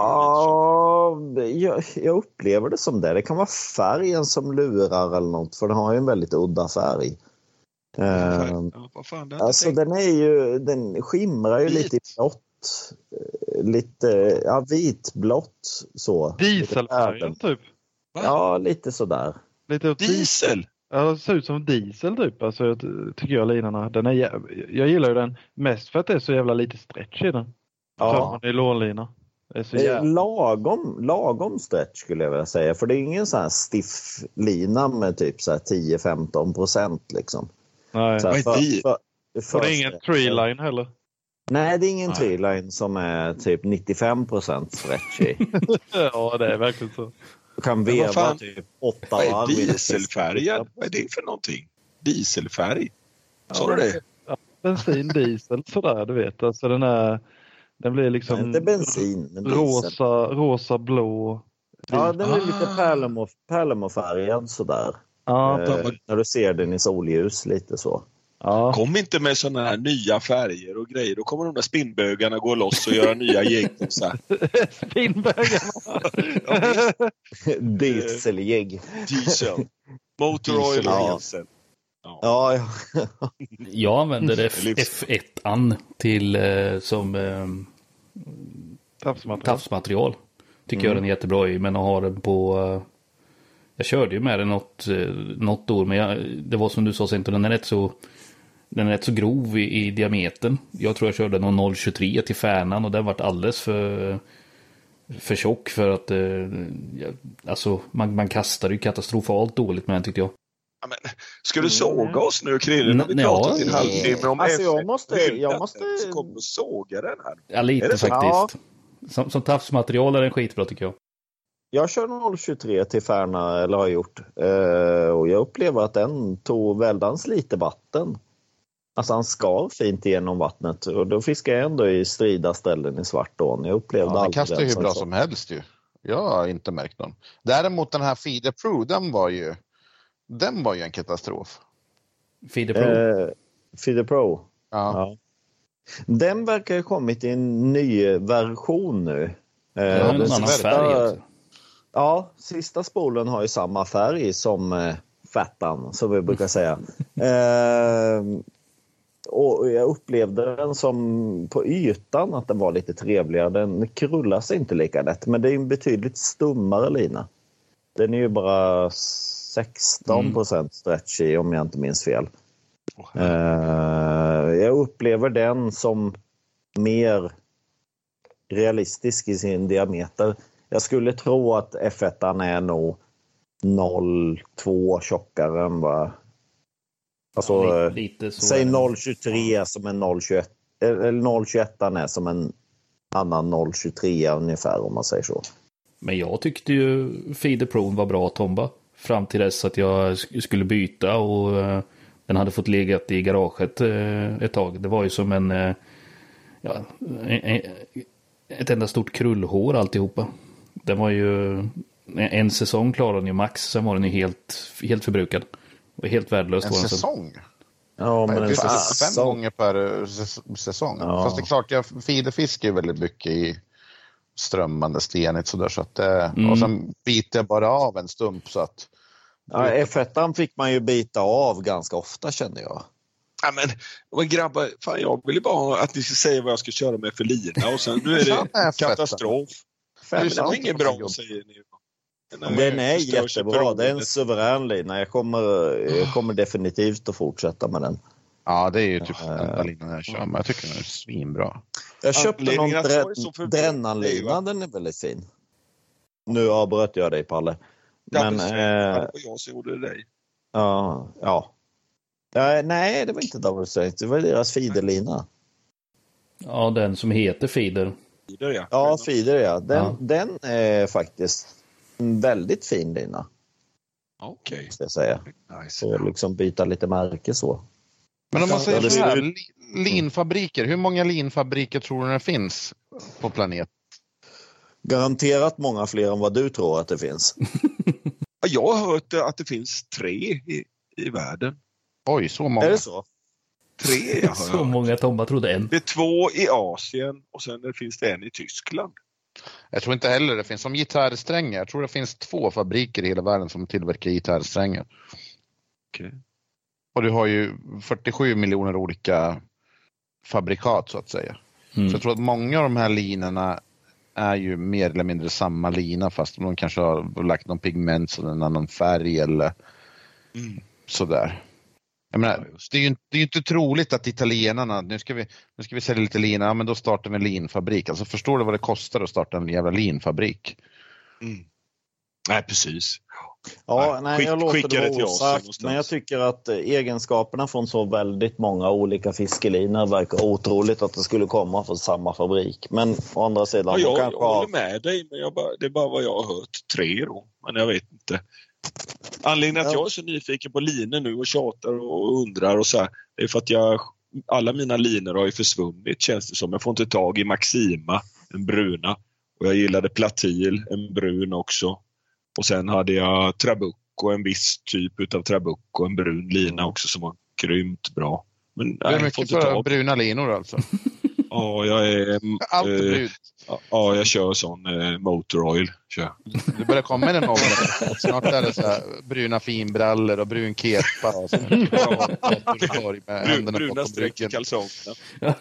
Speaker 4: Ja, jag, jag upplever det som det. Det kan vara färgen som lurar eller något, för den har ju en väldigt udda färg.
Speaker 3: Ja,
Speaker 4: Uh,
Speaker 3: vad fan, det
Speaker 4: alltså
Speaker 3: tänkt.
Speaker 4: den är ju, den skimrar ju
Speaker 3: Vit.
Speaker 4: lite i blått. Eh, Lite, ja, vitblått så.
Speaker 6: Dieselfärgen
Speaker 4: Lite
Speaker 6: typ.
Speaker 4: Ja, lite sådär.
Speaker 6: Lite åt
Speaker 3: Diesel?
Speaker 6: Ja, det ser ut som diesel typ. Alltså, jag ty- tycker jag linorna. Den är jä- jag gillar ju den mest för att det är så jävla lite stretch i den.
Speaker 4: Ja.
Speaker 6: För nylonlina. Det är så
Speaker 4: Eh,
Speaker 6: jävla...
Speaker 4: Lagom, lagom stretch skulle jag vilja säga. För det är ingen sån här stiff lina med typ så här tio till femton procent liksom.
Speaker 6: Nej.
Speaker 4: Så här,
Speaker 3: Vad är det?
Speaker 4: för, för, för
Speaker 6: Och det är ingen tree line heller.
Speaker 4: Nej, det är ingen
Speaker 3: Nej.
Speaker 4: tree line som är typ nittiofem procent stretch i.
Speaker 6: Ja, det är verkligen så.
Speaker 4: Du kan
Speaker 3: Men vad
Speaker 4: veva
Speaker 3: fan?
Speaker 4: typ åtta
Speaker 3: Vad är
Speaker 4: varv i det.
Speaker 3: dieselfärgen? Vad är det för någonting? Dieselfärg? Sa du det?
Speaker 6: Bensin, diesel sådär, du vet. Alltså den är... Den blir liksom...
Speaker 4: Inte bensin, men diesel.
Speaker 6: rosa, rosa, blå.
Speaker 4: Ja, den är lite
Speaker 3: Ah.
Speaker 4: pärlemo, pärlemofärgad sådär.
Speaker 6: Ja,
Speaker 4: Eh, när du ser den i solljus lite så.
Speaker 6: ja.
Speaker 3: Kom inte med sådana här nya färger och grejer. Då kommer de där spinnbögarna gå loss och göra nya gäng. Så här.
Speaker 6: Spinnbögarna.
Speaker 4: Dieseljägg.
Speaker 3: Diesel. Motor oil
Speaker 4: Diesel, ja.
Speaker 3: diesel. Ja.
Speaker 4: Ja, ja.
Speaker 1: Jag använder F-
Speaker 3: Livs-
Speaker 1: F ett-an till eh, som eh,
Speaker 6: Tafsmaterial.
Speaker 1: tafsmaterial. Tycker jag den är jättebra i, men att ha den på... Eh, jag körde ju med den något, eh, något år, men jag, det var som du sa Sento, den är rätt så... Den är rätt så grov i, i diametern. Jag tror jag körde någon noll komma tjugotre till färnan och den vart alldeles för... För tjock för att... Eh, ja, alltså, man, man kastar ju katastrofalt dåligt med den tyckte jag.
Speaker 3: Ja, men, ska du såga oss nu, Krille? När vi
Speaker 1: Ja,
Speaker 3: pratat i en
Speaker 1: ja.
Speaker 3: halvtimme om
Speaker 4: Alltså,
Speaker 3: F
Speaker 4: jag
Speaker 3: ett
Speaker 4: måste-
Speaker 3: hyllan,
Speaker 4: jag måste-
Speaker 3: så kommer du såga den här.
Speaker 1: Ja, lite
Speaker 3: Är det så?
Speaker 1: faktiskt. Som, som tafsmaterial är den skitbra tycker jag.
Speaker 4: Jag kör noll komma tjugotre till Färna, eller har gjort. Eh, och jag upplever att den tog väldans lite vatten. Alltså han skar fint igenom vattnet. Och då fiskar jag ändå i strida ställen i Svartån. Jag upplevde
Speaker 2: Ja, den
Speaker 4: aldrig
Speaker 2: kastar ju hur
Speaker 4: som
Speaker 2: bra
Speaker 4: så.
Speaker 2: som helst ju. Jag har inte märkt någon. Däremot den här Feeder Pro, den var ju... Den var ju en katastrof.
Speaker 1: Feeder Pro.
Speaker 4: Eh, Feeder Pro.
Speaker 2: Ja.
Speaker 4: Ja. Den verkar ha kommit i en ny version nu. Eh,
Speaker 1: Den har en
Speaker 4: den
Speaker 1: annan
Speaker 4: sista-
Speaker 1: färg också.
Speaker 4: Ja, sista spolen har ju samma färg som eh, fettan, som vi brukar säga. eh, och jag upplevde den som på ytan att den var lite trevligare. Den krullar sig inte lika lätt, men det är en betydligt stummare lina. Den är ju bara sexton procent stretch i, om jag inte minns fel. Eh, jag upplever den som mer realistisk i sin diameter. Jag skulle tro att F ett är nog noll komma två tjockare än vad... Alltså,
Speaker 1: Ja, li- lite så
Speaker 4: säg
Speaker 1: är det.
Speaker 4: noll komma tjugotre som en noll komma tjugoett. Eller noll komma tjugoett är som en annan noll komma tjugotre ungefär, om man säger så.
Speaker 1: Men jag tyckte ju Feeder Pro var bra, Tomba. Fram till dess att jag skulle byta och uh, den hade fått legat i garaget uh, ett tag. Det var ju som en, uh, ja, en, en, ett enda stort krullhår alltihopa. Den var ju, en säsong klarade den ju max, sen var den ju helt, helt förbrukad. Och helt värdelös.
Speaker 2: En säsong?
Speaker 4: Ja, men
Speaker 2: det
Speaker 4: en
Speaker 2: finns
Speaker 4: säsong.
Speaker 2: fem gånger per säsong.
Speaker 4: Ja.
Speaker 2: Fast det är klart, jag feederfiskar ju väldigt mycket i strömmande stenigt sådär, så att
Speaker 1: Mm.
Speaker 2: och sen biter jag bara av en stump så att
Speaker 4: Ja, F ett fick man ju bita av ganska ofta, kände jag.
Speaker 3: Ja, men, men grabbar, fan, jag ville bara att ni ska säga vad jag ska köra med för lina och sen nu är det katastrof. Det är inget bra, säger ni.
Speaker 4: Den är jättebra, det är en suverän lina. Jag kommer, jag kommer definitivt att fortsätta med den.
Speaker 2: Ja, det är ju typ enda linan jag kör, men jag tycker den är svinbra.
Speaker 4: Jag köpte någon
Speaker 3: Anledningen att jag är så förbi-
Speaker 4: Drännan-lina, den är väldigt fin. Nu avbröt jag dig, Palle. Men,
Speaker 3: Men,
Speaker 4: eh,
Speaker 3: jag så gjorde det dig.
Speaker 4: ja, ja. ja. Nej, det var inte Double Strength, det var deras feederlina.
Speaker 1: Ja, den som heter feeder.
Speaker 3: Feeder, ja.
Speaker 4: Ja, feeder, ja. Den,
Speaker 1: Ja.
Speaker 4: den är faktiskt en väldigt fin lina,
Speaker 3: Okej.
Speaker 4: ska jag säga.
Speaker 3: Nice.
Speaker 4: Så liksom byta lite märke så.
Speaker 2: Men om man
Speaker 4: Ja,
Speaker 2: säger
Speaker 4: det
Speaker 2: så
Speaker 4: ser
Speaker 2: här,
Speaker 4: ut-
Speaker 2: li- linfabriker, hur många linfabriker tror du det finns på planet?
Speaker 4: Garanterat många fler än vad du tror att det finns.
Speaker 3: Ja, jag har hört att det finns tre i, i världen.
Speaker 2: Oj, så många.
Speaker 4: Är det så?
Speaker 3: Tre jag har
Speaker 1: Så
Speaker 3: hört.
Speaker 1: många Tomba trodde en.
Speaker 3: Det är två i Asien och sen finns det en i Tyskland.
Speaker 2: Jag tror inte heller det finns som gitarrsträngar. Jag tror det finns två fabriker i hela världen som tillverkar gitarrsträngar.
Speaker 3: Okej.
Speaker 2: Och du har ju fyrtiosju miljoner olika fabrikat så att säga.
Speaker 1: Mm.
Speaker 2: Så jag tror att många av de här linorna är ju mer eller mindre samma lina, fast de kanske har lagt någon pigment eller en annan färg eller
Speaker 3: Mm.
Speaker 2: sådär. Jag menar,
Speaker 3: Ja, just
Speaker 2: det är ju inte, det är ju inte troligt att italienarna, nu ska vi, nu ska vi sälja lite lina, ja, men då startar vi en linfabrik. Alltså förstår du vad det kostar att starta en jävla linfabrik?
Speaker 3: Mm. Nej, precis.
Speaker 4: Ja,
Speaker 3: Nej,
Speaker 4: nej,
Speaker 3: skick-
Speaker 4: jag låter
Speaker 3: skicka
Speaker 4: det
Speaker 3: det
Speaker 4: vara
Speaker 3: till oss
Speaker 4: osagt,
Speaker 3: någonstans.
Speaker 4: men jag tycker att eh, egenskaperna från så väldigt många olika fiskelinor verkar otroligt att det skulle komma från samma fabrik. Men å andra sidan,
Speaker 3: Ja,
Speaker 4: de
Speaker 3: jag,
Speaker 4: kanske
Speaker 3: jag
Speaker 4: har...
Speaker 3: håller med dig, men jag bara, det är bara vad jag har hört. Tre då, men jag vet inte. Anledningen att
Speaker 4: Ja.
Speaker 3: jag är så nyfiken på linor nu och tjatar och undrar och så här, det är för att jag, alla mina linor har ju försvunnit, känns det som. Jag får inte tag i Maxima, en bruna. Och jag gillade Platil, en brun också. Och sen hade jag Trabucco, en viss typ av Trabucco, en brun lina också som var grymt bra. Men
Speaker 2: Det är
Speaker 3: nej, jag får
Speaker 2: mycket
Speaker 3: inte
Speaker 2: för
Speaker 3: tag.
Speaker 2: bruna linor alltså.
Speaker 3: Ja, jag är...
Speaker 2: Allt är
Speaker 3: eh,
Speaker 2: brunt.
Speaker 3: Ja, jag kör sån eh, motor oil. Kör.
Speaker 2: Det börjar komma i den åldern. Snart är det så här bruna finbrallor och brun kepa. Och så med
Speaker 3: Brun,
Speaker 2: händerna
Speaker 3: bruna
Speaker 2: bakom
Speaker 3: streck i
Speaker 2: ryggen.
Speaker 3: kalsongerna.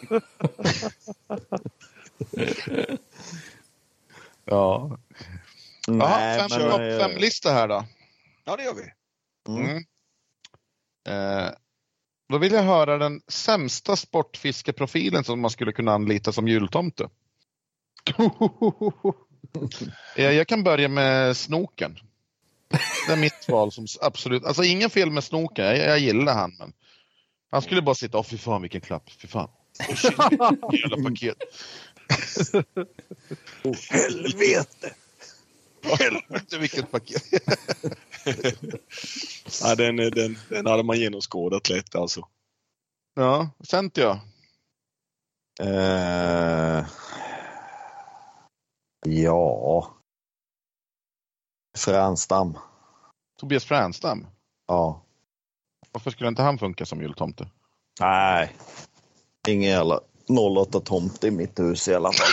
Speaker 2: Ja. Jaha,
Speaker 4: Nej,
Speaker 2: fem,
Speaker 4: men,
Speaker 2: topp
Speaker 4: eh,
Speaker 2: fem lista här då.
Speaker 3: Ja, det gör vi.
Speaker 4: mm.
Speaker 2: Mm. Eh, då vill jag höra den sämsta sportfiskeprofilen som man skulle kunna anlita som jultomte. eh, jag kan börja med snoken. Det är mitt val som absolut, alltså ingen fel med snoken, jag, jag gillar han, men han skulle bara sitta, åh fy fan vilken klapp, fy fan. Oh, shit, jävla paket.
Speaker 4: Oh, helvete!
Speaker 2: Helvete vilket paket.
Speaker 3: Ja, den, den, den hade man genomskådat lätt alltså.
Speaker 2: Ja, sent jag.
Speaker 4: Eh, ja... Fränstam.
Speaker 2: Tobias Fränstam.
Speaker 4: Ja.
Speaker 2: Varför skulle inte han funka som jultomte?
Speaker 4: Nej. Ingen jävla noll åtta tomte i mitt hus i alla fall.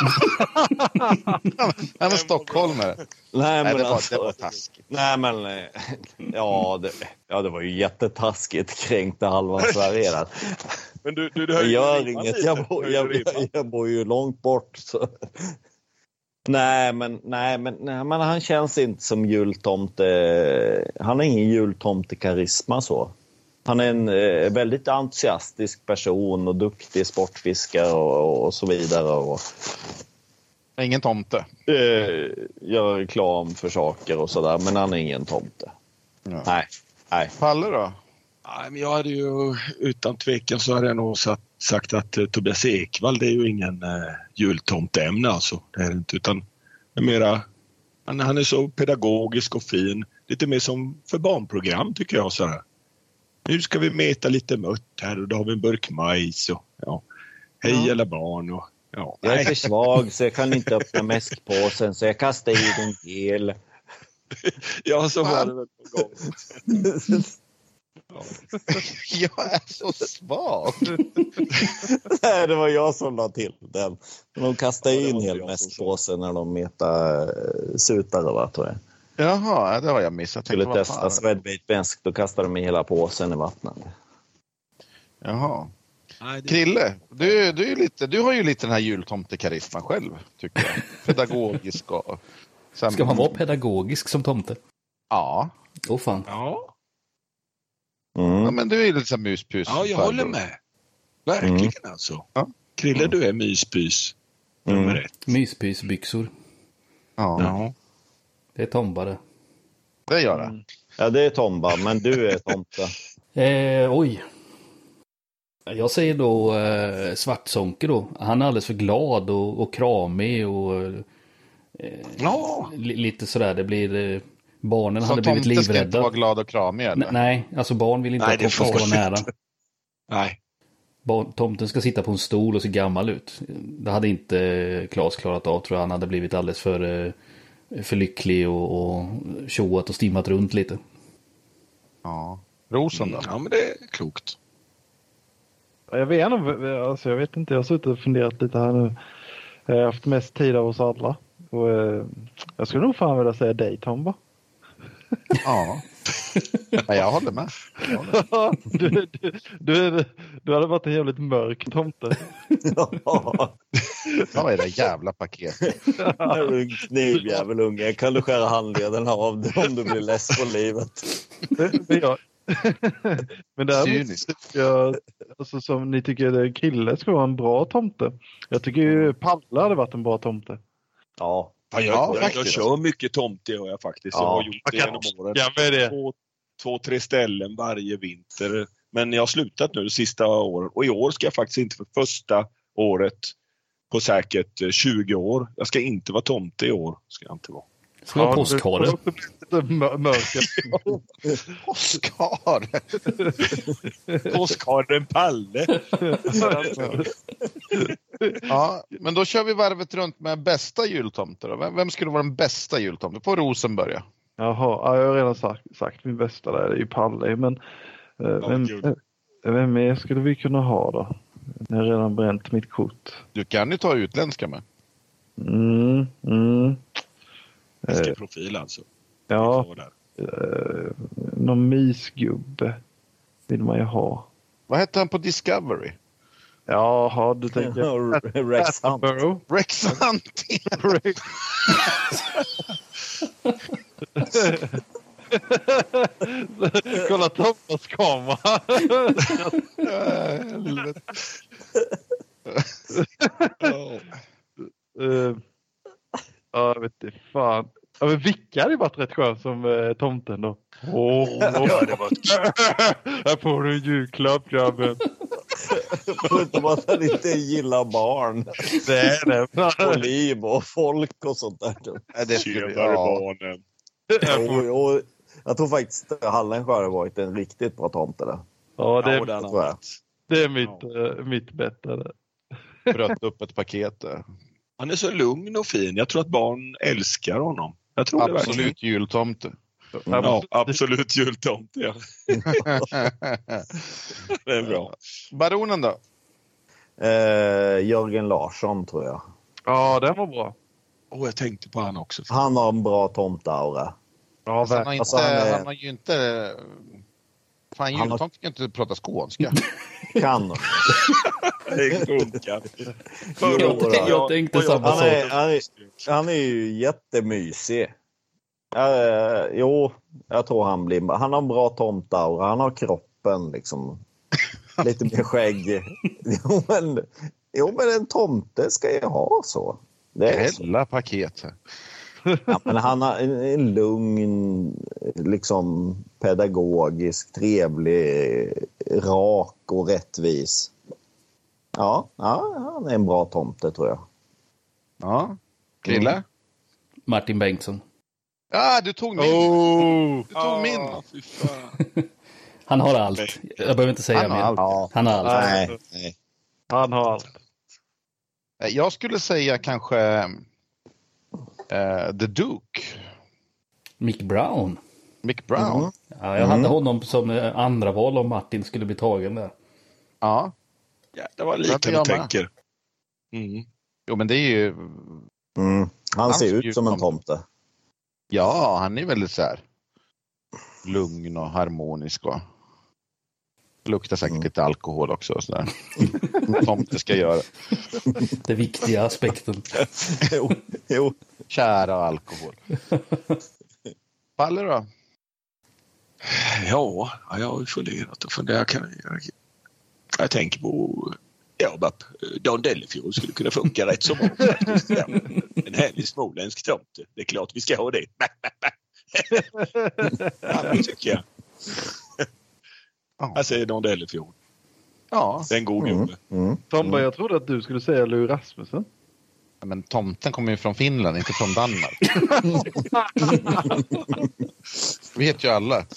Speaker 2: Han är stockholmare.
Speaker 4: Nej,
Speaker 2: Nej,
Speaker 4: men
Speaker 2: det var,
Speaker 4: alltså,
Speaker 2: det var taskigt.
Speaker 4: nej, men eh, ja det, ja, det var ju jättetaskigt, kränkte halva Sverige där.
Speaker 3: Men du, du, du
Speaker 4: Jag
Speaker 3: höjer
Speaker 4: gör
Speaker 3: ribban
Speaker 4: inget,
Speaker 3: lite.
Speaker 4: jag, bor,
Speaker 3: Höjer
Speaker 4: jag,
Speaker 3: ribban.
Speaker 4: jag, jag bor ju långt bort. Så. Nej, men, nej, men, nej, men han känns inte som jultomte. Han har ingen jultomte-karisma så. Han är en eh, väldigt entusiastisk person och duktig sportfiskare och, och så vidare. Och,
Speaker 2: Ingen tomte.
Speaker 4: eh, gör reklam för saker och sådär, men han är ingen tomte.
Speaker 2: Ja.
Speaker 4: Nej, nej.
Speaker 2: Palle då?
Speaker 3: Nej, men jag hade ju utan tvekan så hade jag nog sagt, sagt att eh, Tobias Ekvall, det är ju ingen eh, jultomteämne alltså. Det är det inte, utan det är mera, han, han är så pedagogisk och fin. Lite mer som för barnprogram tycker jag så här. Nu ska vi meta lite mött här och då har vi en burk majs och ja. Hej
Speaker 4: Ja.
Speaker 3: alla barn och ja.
Speaker 4: Jag är
Speaker 3: Nej.
Speaker 4: för svag så jag kan inte öppna mäskpåsen så jag kastar i den hel.
Speaker 3: Ja, så var det väl på gång.
Speaker 2: Jag är så svag.
Speaker 4: Nej, det var jag som la till den. De kastade
Speaker 3: Ja, det
Speaker 4: in
Speaker 3: var
Speaker 4: hel
Speaker 3: jag som
Speaker 4: mäskpåse när de metade sutare, va, tror jag.
Speaker 2: Jaha, det har jag missat.
Speaker 4: Skulle
Speaker 2: Tänkte, vad
Speaker 4: testa
Speaker 2: fan.
Speaker 4: Swedbait-mäsk, då kastade de i hela påsen i vattnet.
Speaker 2: Jaha.
Speaker 3: Nej, det...
Speaker 2: Krille, du, du, är ju lite, du har ju lite den här jultomtekarisman själv, tycker jag. Pedagogisk och... Sen...
Speaker 1: Ska man vara pedagogisk som tomte?
Speaker 2: Ja.
Speaker 1: Åh fan.
Speaker 3: Ja.
Speaker 2: ja,
Speaker 4: Mm.
Speaker 2: men du är ju lite så här muspys.
Speaker 3: ja, jag
Speaker 2: farbror.
Speaker 3: håller med. Verkligen
Speaker 4: Mm.
Speaker 3: alltså.
Speaker 2: Ja.
Speaker 3: Krille, du är myspys. Nummer
Speaker 4: Mm.
Speaker 3: ett.
Speaker 1: Myspysbyxor.
Speaker 2: Ja,
Speaker 3: Ja.
Speaker 1: Det är Tomba det.
Speaker 2: det gör det.
Speaker 4: Ja, det är Tomba, men du är tomte.
Speaker 1: Eh, oj. Jag säger då eh, Svartsonke då. Han är alldeles för glad och, och kramig och eh,
Speaker 2: Ja.
Speaker 1: li, lite sådär. Det blir... Eh, barnen
Speaker 2: Så
Speaker 1: hade blivit
Speaker 2: tomte ska inte
Speaker 1: livrädda.
Speaker 2: vara glad och kramig, eller?
Speaker 1: N- nej, alltså barn vill inte
Speaker 3: Nej,
Speaker 1: att
Speaker 3: det
Speaker 1: tomten ska
Speaker 3: får
Speaker 1: vara nära.
Speaker 3: inte. Nej.
Speaker 1: Barn, tomten ska sitta på en stol och se gammal ut. Det hade inte Claes klarat av, tror jag. Han hade blivit alldeles för, eh, för lycklig och, och tjoat och stimmat runt lite.
Speaker 2: Ja. Rosen då?
Speaker 3: Ja, men det är klokt.
Speaker 6: Jag vet, inte, alltså jag vet inte, jag har suttit och funderat lite här nu. Jag har haft mest tid av oss alla. Och, eh, jag skulle nog fan vilja säga dig, Tomba.
Speaker 2: Ja. ja. Jag håller med. Jag håller med.
Speaker 6: du, du, du, du hade varit en jävligt mörk tomte.
Speaker 4: Ja,
Speaker 2: Vad är det jävla paketet?
Speaker 4: en knivjävel unge. Kan du skära handleden av det om du blir less på livet?
Speaker 6: Men, jag, men däremot
Speaker 2: Cyniskt.
Speaker 6: tycker jag, alltså, som ni tycker att Krille ska vara en bra tomte. Jag tycker ju Palle hade varit en bra tomte.
Speaker 4: Ja.
Speaker 3: Ja, jag,
Speaker 2: Ja,
Speaker 3: jag, jag
Speaker 2: faktiskt.
Speaker 3: kör mycket tomte gör jag faktiskt. Jag
Speaker 4: Ja.
Speaker 3: har gjort det genom åren.
Speaker 6: Ja, med det.
Speaker 3: Två, två, tre ställen varje vinter. Men jag har slutat nu det sista året. Och i år ska jag faktiskt inte för första året på säkert tjugo år. Jag ska inte vara tomte i år. Ska jag inte vara.
Speaker 1: Ska vara påskkarl.
Speaker 6: Lite mör- mörker.
Speaker 2: Oskar!
Speaker 3: Påskkarlen Palle.
Speaker 2: Ja, men då kör vi varvet runt med bästa jultomte då. Vem, vem skulle vara den bästa jultomten? Får Rosen börja.
Speaker 6: Jaha, ja, jag har redan sagt, sagt min bästa där, det är ju Palle. Men eh, vem,
Speaker 3: kul.
Speaker 6: eh, vem mer skulle vi kunna ha då? Jag har redan bränt mitt kort.
Speaker 2: Du kan ju ta utländska med.
Speaker 6: Mm, mm.
Speaker 3: Vilken profil alltså.
Speaker 6: Ja,
Speaker 3: Vi får där.
Speaker 6: eh, någon mysgubbe vill man ju ha.
Speaker 2: Vad hette han på Discovery?
Speaker 6: Jaha, du tänker...
Speaker 4: Rex Hunt.
Speaker 6: Attenborough.
Speaker 2: Rex Hunting.
Speaker 6: Rex. Kolla Tommas kamera.
Speaker 2: Helvete.
Speaker 3: Ja.
Speaker 6: Uh, ja, jag vet inte fan. Ja, men Vicka hade ju varit rätt skön som uh, tomten då. Åh,
Speaker 3: Ja, det var
Speaker 6: här får du en julklapp, grabben.
Speaker 4: Förutom att han inte gillar barn.
Speaker 6: Det är det.
Speaker 4: Och liv och folk och sånt där.
Speaker 2: Ja, det skulle,
Speaker 3: tjänare
Speaker 2: ja.
Speaker 3: barnen.
Speaker 4: Och, och, jag tror faktiskt att Hallensjö har varit en riktigt bra tomte där.
Speaker 6: Ja, det,
Speaker 3: Ja, och den har
Speaker 4: tror jag.
Speaker 3: varit.
Speaker 6: det är mitt, uh, mitt bättre. där.
Speaker 2: Bröt upp ett paket där.
Speaker 3: Han är så lugn och fin. Jag tror att barn älskar honom. Jag tror det verkligen.
Speaker 2: Absolut jultomte.
Speaker 3: Ja, absolut jultomte. Ja. Det är bra.
Speaker 2: Baronen då?
Speaker 4: Eh, Jörgen Larsson tror jag.
Speaker 6: Ja, den var bra.
Speaker 3: Och jag tänkte på han också.
Speaker 4: Han har en bra tomtaura.
Speaker 6: Ja,
Speaker 2: Alltså, han, har inte,
Speaker 4: Alltså, han är-
Speaker 2: han har ju inte... Fan,
Speaker 4: Han har-
Speaker 2: jultomten kan inte prata skånska.
Speaker 4: Kan.
Speaker 3: Det funkar.
Speaker 4: Jo,
Speaker 1: Jag,
Speaker 4: då.
Speaker 1: tänkte- jag tänkte samma
Speaker 4: Han
Speaker 1: sak.
Speaker 4: är, han, är, han är ju jättemysig. Eh, jo, jag tror han blir... Han har en bra tomtaura. Han har kroppen liksom. Lite mer skägg. Jo, men, jo, men en tomte ska ju ha så. Det är så.
Speaker 2: Hela paket här.
Speaker 4: Ja, men han har en, en lugn, liksom pedagogisk, trevlig, rak och rättvis. Ja, ja, han är en bra tomte tror jag.
Speaker 2: Ja. Krille?
Speaker 1: Martin Bengtsson.
Speaker 2: Ja, du tog min.
Speaker 3: Oh,
Speaker 2: Du tog min.
Speaker 3: Fy fan.
Speaker 1: Han har allt. Jag behöver inte säga
Speaker 2: Han har
Speaker 1: mer.
Speaker 2: allt.
Speaker 4: Ja.
Speaker 1: Han har allt.
Speaker 4: Nej.
Speaker 2: Nej.
Speaker 6: Han har allt.
Speaker 2: Jag skulle säga kanske uh, The Duke.
Speaker 1: Mick Brown.
Speaker 2: Mick Brown.
Speaker 4: Mm.
Speaker 1: Ja, jag hade honom som eh, andra val om Martin skulle bli tagen där.
Speaker 2: Ja.
Speaker 3: Ja, det var
Speaker 2: Det
Speaker 3: lite
Speaker 2: jag
Speaker 3: jag
Speaker 2: med.
Speaker 3: tänker. Mm.
Speaker 2: Jo, men det är ju...
Speaker 4: Mm. Han ser
Speaker 2: ser
Speaker 4: ut
Speaker 2: ut
Speaker 4: som en
Speaker 2: som-
Speaker 4: tomte.
Speaker 2: Ja, han är väldigt så här lugn och harmonisk och luktar säkert
Speaker 4: Mm.
Speaker 2: lite alkohol också och sådär. Som det ska göra.
Speaker 1: Det viktiga aspekten.
Speaker 4: jo, jo.
Speaker 2: Kära alkohol. Palle då?
Speaker 3: Ja, ja, jag har ju funderat och funderat. Jag, jag, jag tänker på... Ja, bara, Don Dellefjord skulle kunna funka rätt så bra faktiskt. Ja, en härlig småländsk tomte. Det är klart vi ska ha det. Ja, det tycker jag.
Speaker 2: Ja.
Speaker 3: Jag säger Don Dellefjord.
Speaker 2: Ja,
Speaker 3: Det är en god
Speaker 4: Mm.
Speaker 3: gubbe.
Speaker 4: Mm.
Speaker 6: Tomba, jag trodde att du skulle säga Lou Rasmussen.
Speaker 2: men tomten kommer ju från Finland, inte från Danmark. Vet ju alla.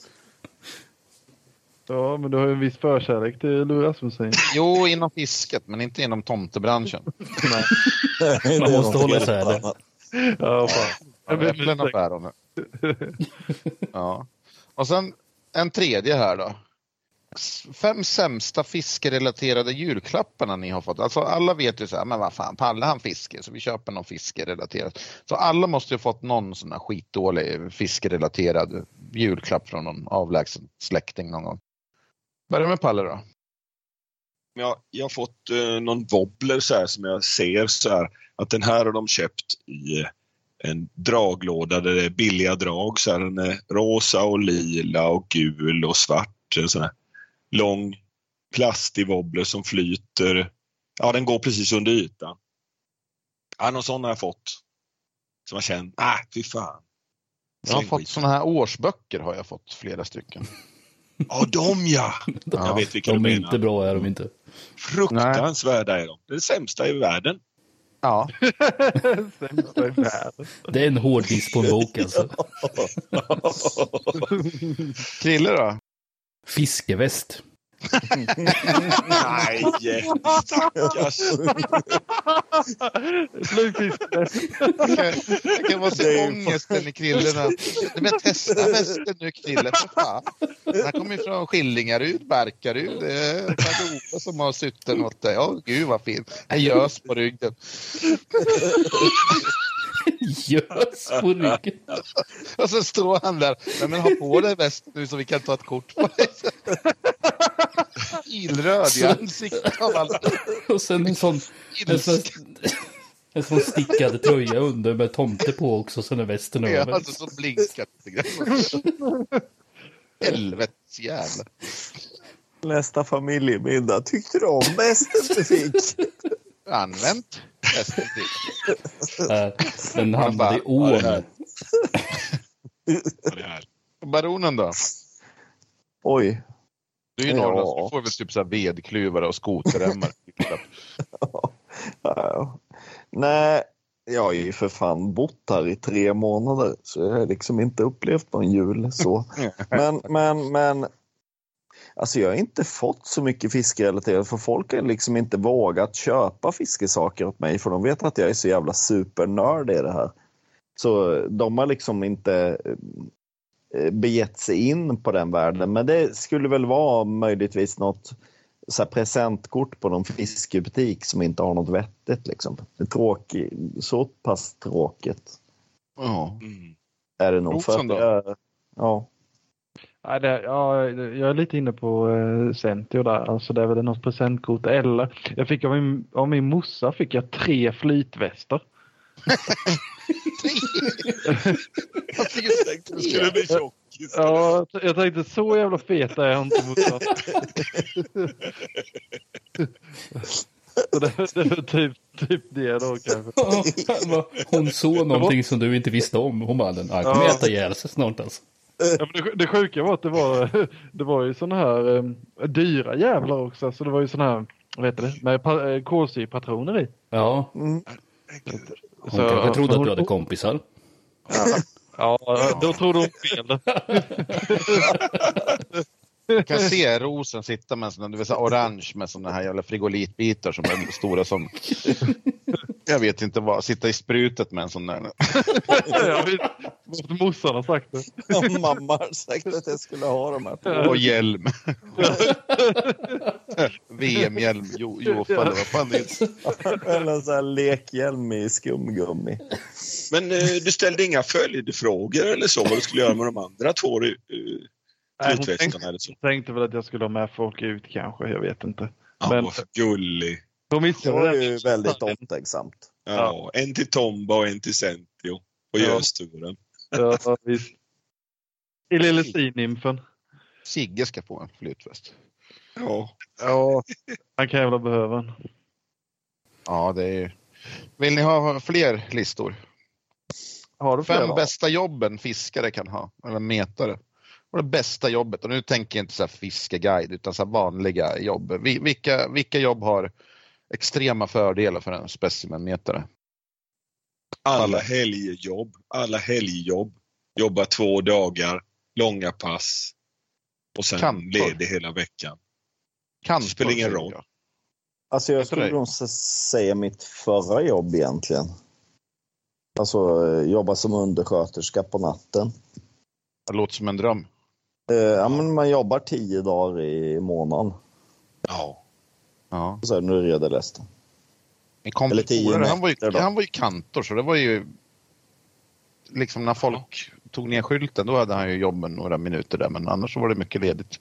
Speaker 6: Ja, men du har ju en viss förkärlek till Lou Rasmussen.
Speaker 2: Jo, inom fisket, men inte inom tomtebranschen.
Speaker 1: Man måste hålla isär det.
Speaker 6: Ja, fan.
Speaker 2: Ja, äpplen och päron. Ja. Och sen en tredje här då. Fem sämsta fiskerelaterade julklapparna ni har fått. Alltså alla vet ju så här, men vad fan, Palle han fiskar så vi köper någon fiskerelaterat. Så alla måste ju fått någon sån här skitdålig fiskerelaterad julklapp från någon avlägsen släkting någon gång. Börja med Palle då.
Speaker 3: Jag, jag har fått eh, någon wobbler så här som jag ser så här att den här har de köpt i en draglåda där det är billiga drag så här, den är rosa och lila och gul och svart, en sån här lång plastig wobbler som flyter. Ja, den går precis under ytan. Ja, någon sån har jag fått. Som jag känner, ah, fy fan.
Speaker 2: Jag har
Speaker 3: Släng
Speaker 2: fått
Speaker 3: skiten.
Speaker 2: såna här årsböcker har jag fått flera stycken.
Speaker 3: Ja, de ja! Jag vet vilka
Speaker 1: De
Speaker 3: du
Speaker 1: är
Speaker 3: menar.
Speaker 1: inte bra, är de inte.
Speaker 3: Fruktansvärda är de. Det är det sämsta i världen.
Speaker 2: Ja,
Speaker 6: Sämsta i världen.
Speaker 1: Det är en hård diss på en bok alltså.
Speaker 2: Krille då?
Speaker 1: Fiskeväst.
Speaker 3: Nej, stackars.
Speaker 6: Slugfiskare.
Speaker 2: Jag kan, jag kan vara
Speaker 4: Det
Speaker 2: så
Speaker 4: är ju
Speaker 2: ångesten i Krillen. Men testa västen nu Krille, för fan. Han kommer ju från Skillingarud, Barkarud. Det är Per-Ove som har sytten åt dig. Ja, gud vad fint. Han gös på ryggen.
Speaker 1: Gös på ryggen.
Speaker 2: Och så står han där. Nej, men ha på dig västen nu så vi kan ta ett kort på dig. Ilröd i ansiktet av alla.
Speaker 1: Och sen en sån, en sån, en sån stickad tröja under med tomte på också. Sen är västen
Speaker 2: Ja,
Speaker 1: över.
Speaker 2: alltså så blinkar det. Helvetes jävla.
Speaker 4: Nästa familjemiddag. Tyckte du om västen du fick?
Speaker 2: Använt västen till.
Speaker 1: Äh, Den hamnade i
Speaker 3: Ja,
Speaker 1: ån.
Speaker 3: det här. Ja, det här.
Speaker 2: Baronen då?
Speaker 4: Oj.
Speaker 2: Du är ju
Speaker 4: Ja.
Speaker 2: norrland så du får väl typ så här vedkluvare och skoterremmar.
Speaker 4: Ja. Nej, jag har ju för fan bott här i tre månader så jag har liksom inte upplevt någon jul så. Men, men, men alltså jag har inte fått så mycket fiskerelaterat för folk har liksom inte vågat köpa fiskesaker åt mig för de vet att jag är så jävla supernörd i det här. Så de har liksom inte begett sig in på den världen. Men det skulle väl vara möjligtvis något så här presentkort på någon fiskebutik som inte har något vettigt liksom. Det är tråkigt, så pass tråkigt
Speaker 2: Ja.
Speaker 3: Mm.
Speaker 4: är det nog. För att
Speaker 2: Olsson då?
Speaker 4: jag, ja.
Speaker 6: Ja, det, ja, jag är lite inne på eh, Centio där. Alltså det är väl något presentkort. Eller jag fick av min, av min morsa fick jag tre flytvästar.
Speaker 2: Jag tycker det är
Speaker 3: Det skulle bli tjockis.
Speaker 6: Ja, jag tänkte så jävla fet är jag inte morsa. Så det, det var typ, typ det då kanske.
Speaker 1: Hon såg någonting som du inte visste om. Hon bara, den här kommer
Speaker 6: Ja.
Speaker 1: äta ihjäl sig snart alltså.
Speaker 6: Ja, men det, det sjuka var att det var, det var ju såna här um, dyra jävlar också. Så det var ju såna här, vad heter det, med pa, eh, kolsyrepatroner i.
Speaker 1: Ja,
Speaker 4: Mm.
Speaker 1: hon kanske trodde att du hade kompisar.
Speaker 6: Ja, Ja, då tror de fel.
Speaker 2: Jag kan se Rosen sitta med en sån, du vet, så orange med såna här jävla frigolitbitar som är stora som jag vet inte vad, sitta i sprutet med en sån där.
Speaker 6: Jag vet, morsan har sagt det.
Speaker 4: Ja, mamma har sagt att jag skulle ha de här.
Speaker 2: Och hjälm. V M-hjälm, jo, jo, fan, vad fan det är.
Speaker 4: Eller en sån här lekhjälm i skumgummi.
Speaker 3: Men eh, du ställde inga följdfrågor eller så vad du skulle göra med de andra två uh,
Speaker 6: Nej, hon
Speaker 3: flytvästarna
Speaker 6: tänkte,
Speaker 3: eller så?
Speaker 6: tänkte väl att jag skulle ha med folk ut kanske, jag vet inte.
Speaker 3: Ja,
Speaker 6: Men
Speaker 3: vad gullig.
Speaker 6: de
Speaker 4: Det
Speaker 6: visste
Speaker 4: var
Speaker 6: det.
Speaker 4: ju väldigt omtänksamt.
Speaker 3: Ja,
Speaker 6: Ja.
Speaker 3: en till Tomba och en till Centio på
Speaker 6: Ja.
Speaker 3: Gösturen.
Speaker 6: Ja, visst. I lille Sinimfen.
Speaker 2: Sigge ska få en flytväst.
Speaker 3: Ja.
Speaker 6: Ja, han kan jävla behöva en.
Speaker 2: Ja, det är. Vill ni ha fler listor?
Speaker 6: Har du fler
Speaker 2: Fem
Speaker 6: då?
Speaker 2: bästa jobben fiskare kan ha, eller metare. Och det bästa jobbet, och nu tänker jag inte så här fiskeguide utan så här vanliga jobb. Vi- Vilka, vilka jobb har extrema fördelar för en specimenmetare?
Speaker 3: Alla helgjobb, alla helgjobb. Jobba två dagar, långa pass och sen
Speaker 2: Kantor.
Speaker 3: ledig hela veckan.
Speaker 2: Kantor,
Speaker 3: Det spelar ingen
Speaker 2: säger
Speaker 3: roll.
Speaker 2: jag.
Speaker 4: Alltså jag
Speaker 2: Vet du
Speaker 4: skulle
Speaker 2: det?
Speaker 4: nog säga mitt förra jobb egentligen. Alltså eh, jobba som undersköterska på natten.
Speaker 2: Det låter som en dröm.
Speaker 4: Eh, ja, men man jobbar tio dagar i månaden.
Speaker 3: Ja.
Speaker 2: Ja.
Speaker 4: Och sen nu är det redan resten.
Speaker 2: En kompis,
Speaker 4: Eller tio
Speaker 2: polare, han var ju,
Speaker 4: nätter då.
Speaker 2: han var ju kantor, så det var ju liksom när folk tog ner skylten, då hade han ju jobben några minuter där, men annars så var det mycket ledigt.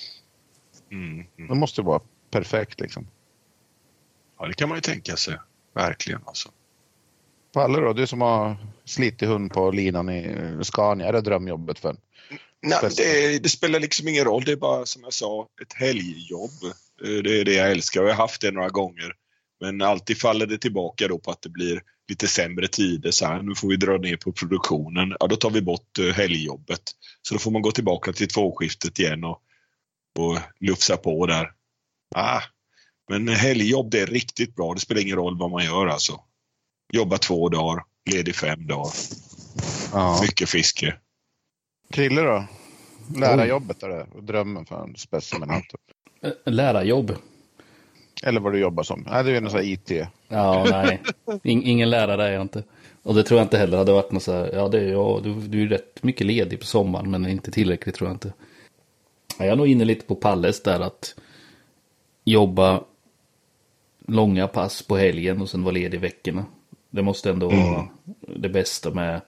Speaker 3: Mm, mm.
Speaker 2: Det måste ju vara perfekt liksom.
Speaker 3: Ja, det kan man ju tänka sig. Verkligen alltså.
Speaker 2: Palle då, du som har slitit hund på linan i Scania, är det drömjobbet för en?
Speaker 3: Nej, det, det spelar liksom ingen roll. Det är bara som jag sa, ett helgjobb. Eh, Det är det jag älskar och jag har haft det några gånger. Men alltid faller det tillbaka då på att det blir lite sämre tider. Så här, nu får vi dra ner på produktionen. Ja, då tar vi bort eh, helgjobbet. Så då får man gå tillbaka till tvåskiftet igen och, och lufsa på där. Ah, men helgjobb, det är riktigt bra. Det spelar ingen roll vad man gör alltså. Jobba två dagar, ledig fem dagar.
Speaker 2: Ja.
Speaker 3: Mycket fiske.
Speaker 2: Krille då? Lärarjobbet är det, drömmen för en specimenhunter.
Speaker 1: Eh, Lärarjobb.
Speaker 2: Eller vad du jobbar som. Nej, det är ju någon sån här I T.
Speaker 1: Ja, nej. In, ingen lärare är jag inte. Och det tror jag inte heller hade varit något så här. Ja, det är, ja du, du är rätt mycket ledig på sommaren, men inte tillräckligt tror jag inte. Jag är nog inne lite på Palles där att jobba långa pass på helgen och sen vara ledig i veckorna. Det måste ändå
Speaker 3: Mm.
Speaker 1: vara det bästa med.